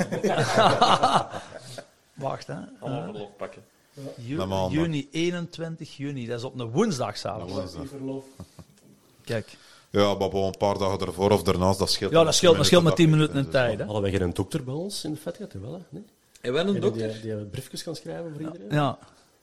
[SPEAKER 1] Wacht, hè.
[SPEAKER 7] Allemaal verlof pakken.
[SPEAKER 1] Juni, 21 juni. Dat is op een woensdag zelfs. Kijk.
[SPEAKER 2] Ja, maar een paar dagen ervoor of daarnaast, dat scheelt.
[SPEAKER 1] Ja, dat scheelt met 10 minuten in tijd. Hè.
[SPEAKER 6] Hadden wij geen dokter bij ons in de vet gehad? Wel, hè? Nee?
[SPEAKER 7] En wel een dokter?
[SPEAKER 6] Die briefjes kan schrijven voor iedereen?
[SPEAKER 1] Ja.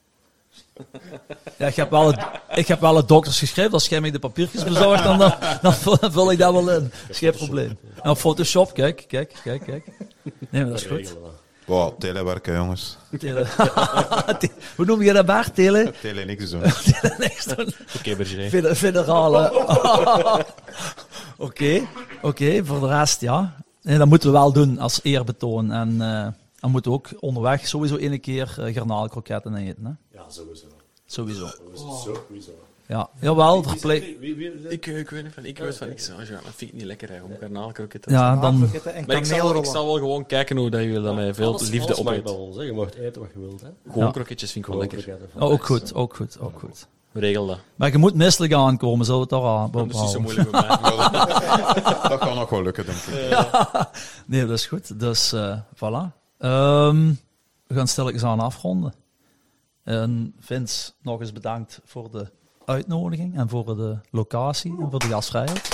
[SPEAKER 1] Ja, ik heb wel het dokters geschreven. Als jij mij de papiertjes bezorgt, dan vul ik dat wel in. Dat is geen probleem. En op Photoshop, kijk. Nee, maar dat is goed.
[SPEAKER 2] Wow, telewerken, jongens.
[SPEAKER 1] Hoe noem je dat, Bart?
[SPEAKER 2] Tele niks doen.
[SPEAKER 7] Oké, Berger.
[SPEAKER 1] Federale. Oké, voor de rest, ja. Nee, dat moeten we wel doen als eerbetoon. En dan moeten we ook onderweg sowieso één keer garnalenkroketten eten. Hè?
[SPEAKER 6] Ja, sowieso.
[SPEAKER 1] Sowieso.
[SPEAKER 6] Sowieso.
[SPEAKER 1] Ja, jawel.
[SPEAKER 7] Ik weet niet van, ik weet van niks. Dat vind ik niet lekker, hè, om garnaalkroketten.
[SPEAKER 1] Ja, dan...
[SPEAKER 7] Maar ik zal wel gewoon kijken hoe dat jullie dat met veel liefde opeten.
[SPEAKER 6] Je mag eten wat je wilt. Hè?
[SPEAKER 7] Gewoon kroketjes vind ik wel lekker.
[SPEAKER 1] Ook goed.
[SPEAKER 7] We regelen dat.
[SPEAKER 1] Maar je moet misselijk aankomen, zo het toch
[SPEAKER 7] Dat is niet zo moeilijk bij mij.
[SPEAKER 2] Dat kan nog wel lukken, denk ik.
[SPEAKER 1] Ja. Nee, dat is goed. Dus, voilà. We gaan stilletjes aan afronden. En Vince, nog eens bedankt voor de uitnodiging en voor de locatie en voor de gastvrijheid.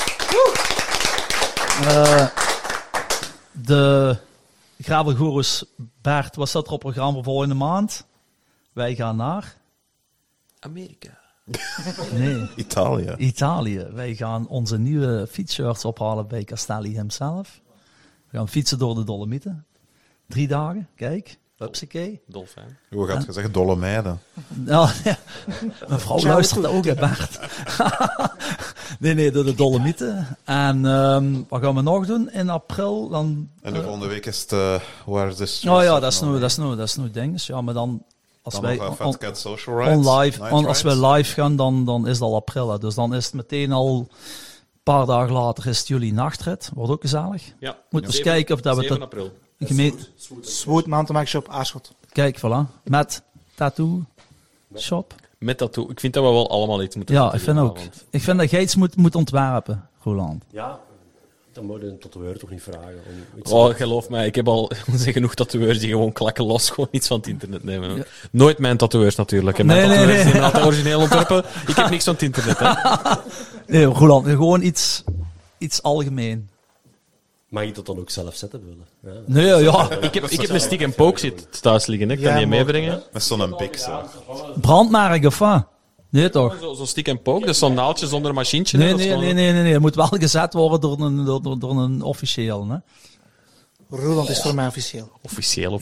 [SPEAKER 1] De Gravelgoeroes, Bert, wat staat er op programma voor volgende maand? Wij gaan naar...
[SPEAKER 7] Amerika.
[SPEAKER 1] Nee.
[SPEAKER 2] Italië.
[SPEAKER 1] Wij gaan onze nieuwe fietsshirts ophalen bij Castelli himself. We gaan fietsen door de Dolomieten. 3 dagen, kijk. Hupsakee.
[SPEAKER 7] Dolfijn.
[SPEAKER 2] Hoe gaat je zeggen? Dolle meiden.
[SPEAKER 1] Ja, mijn vrouw luistert ook, hè, Bert. Nee, door de Dolomieten. En wat gaan we nog doen in april? Dan,
[SPEAKER 2] en de volgende week is het Where the Streets.
[SPEAKER 1] Oh ja, dat is nu dinges. Ja, maar dan... Als wij
[SPEAKER 2] Fat Cat Social Rides,
[SPEAKER 1] als wij live gaan, dan is het al april. Hè. Dus dan is het meteen al een paar dagen later is het jullie nachtrit. Wordt ook gezellig.
[SPEAKER 7] Ja.
[SPEAKER 1] Moeten we eens kijken of dat we
[SPEAKER 7] 7 april.
[SPEAKER 5] Swoot Mountainbike Shop Aarschot.
[SPEAKER 1] Kijk, voilà. Met tattoo. shop.
[SPEAKER 7] Met tattoo. Ik vind dat we wel allemaal iets moeten
[SPEAKER 1] Ja, ik vind ook. Ik vind dat jij iets moet ontwerpen, Roland.
[SPEAKER 6] Ja, dan moet je een tatoeëur toch niet vragen.
[SPEAKER 7] Geloof mij, ik heb al genoeg tatoeëurs die gewoon klakken los, gewoon iets van het internet nemen. Ja. Nooit mijn tatoeëurs natuurlijk. Mijn zijn altijd origineel ontwerpen. Ik heb niks van het internet. Hè.
[SPEAKER 1] Nee, Roland, gewoon iets algemeen.
[SPEAKER 6] Mag je dat dan ook zelf zetten willen? Ja.
[SPEAKER 1] Nee, ja.
[SPEAKER 7] Ik heb een stick and poke zit thuis liggen. Ik kan die meebrengen.
[SPEAKER 2] Met zo'n bik zo.
[SPEAKER 1] Brandmerk of wat? Nee, toch?
[SPEAKER 7] Zo stick and poke, dus zo'n naaldje zonder een machientje.
[SPEAKER 1] Nee. Het moet wel gezet worden door een officieel. Hè?
[SPEAKER 5] Roland is voor mij officieel.
[SPEAKER 7] Officieel.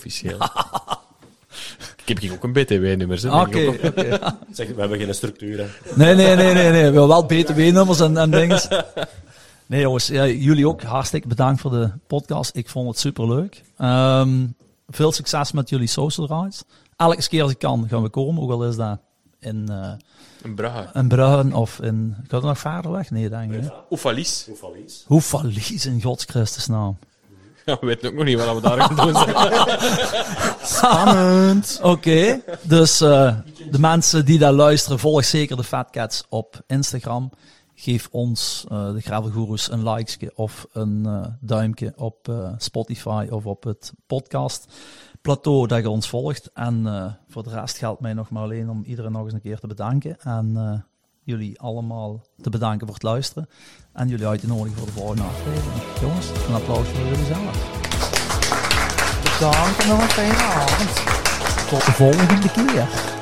[SPEAKER 7] Ik heb ook een BTW-nummer.
[SPEAKER 1] Oké.
[SPEAKER 6] Zeg, we hebben geen structuur. Hè.
[SPEAKER 1] Nee. We hebben wel BTW-nummers en dingen. Nee, jongens, jullie ook hartstikke bedankt voor de podcast. Ik vond het superleuk. Veel succes met jullie social rides. Elke keer als ik kan, gaan we komen. Ook al is dat in Brugge of in... Gaat het nog verder weg? Nee, denk ik. Oefalies in Gods Christus naam.
[SPEAKER 7] Ja, we weten ook nog niet wat we daar gaan doen zijn.
[SPEAKER 1] Spannend. Oké, dus de mensen die daar luisteren, volg zeker de Fat Cats op Instagram. Geef ons, de Gravelgoeroes, een like of een duimpje op Spotify of op het podcast plateau dat je ons volgt. En voor de rest geldt mij nog maar alleen om iedereen nog eens een keer te bedanken. En jullie allemaal te bedanken voor het luisteren. En jullie uit te nodigen voor de volgende aflevering. Jongens, een applaus voor jullie zelf.
[SPEAKER 5] Bedankt en nog een fijne avond.
[SPEAKER 1] Tot de volgende keer.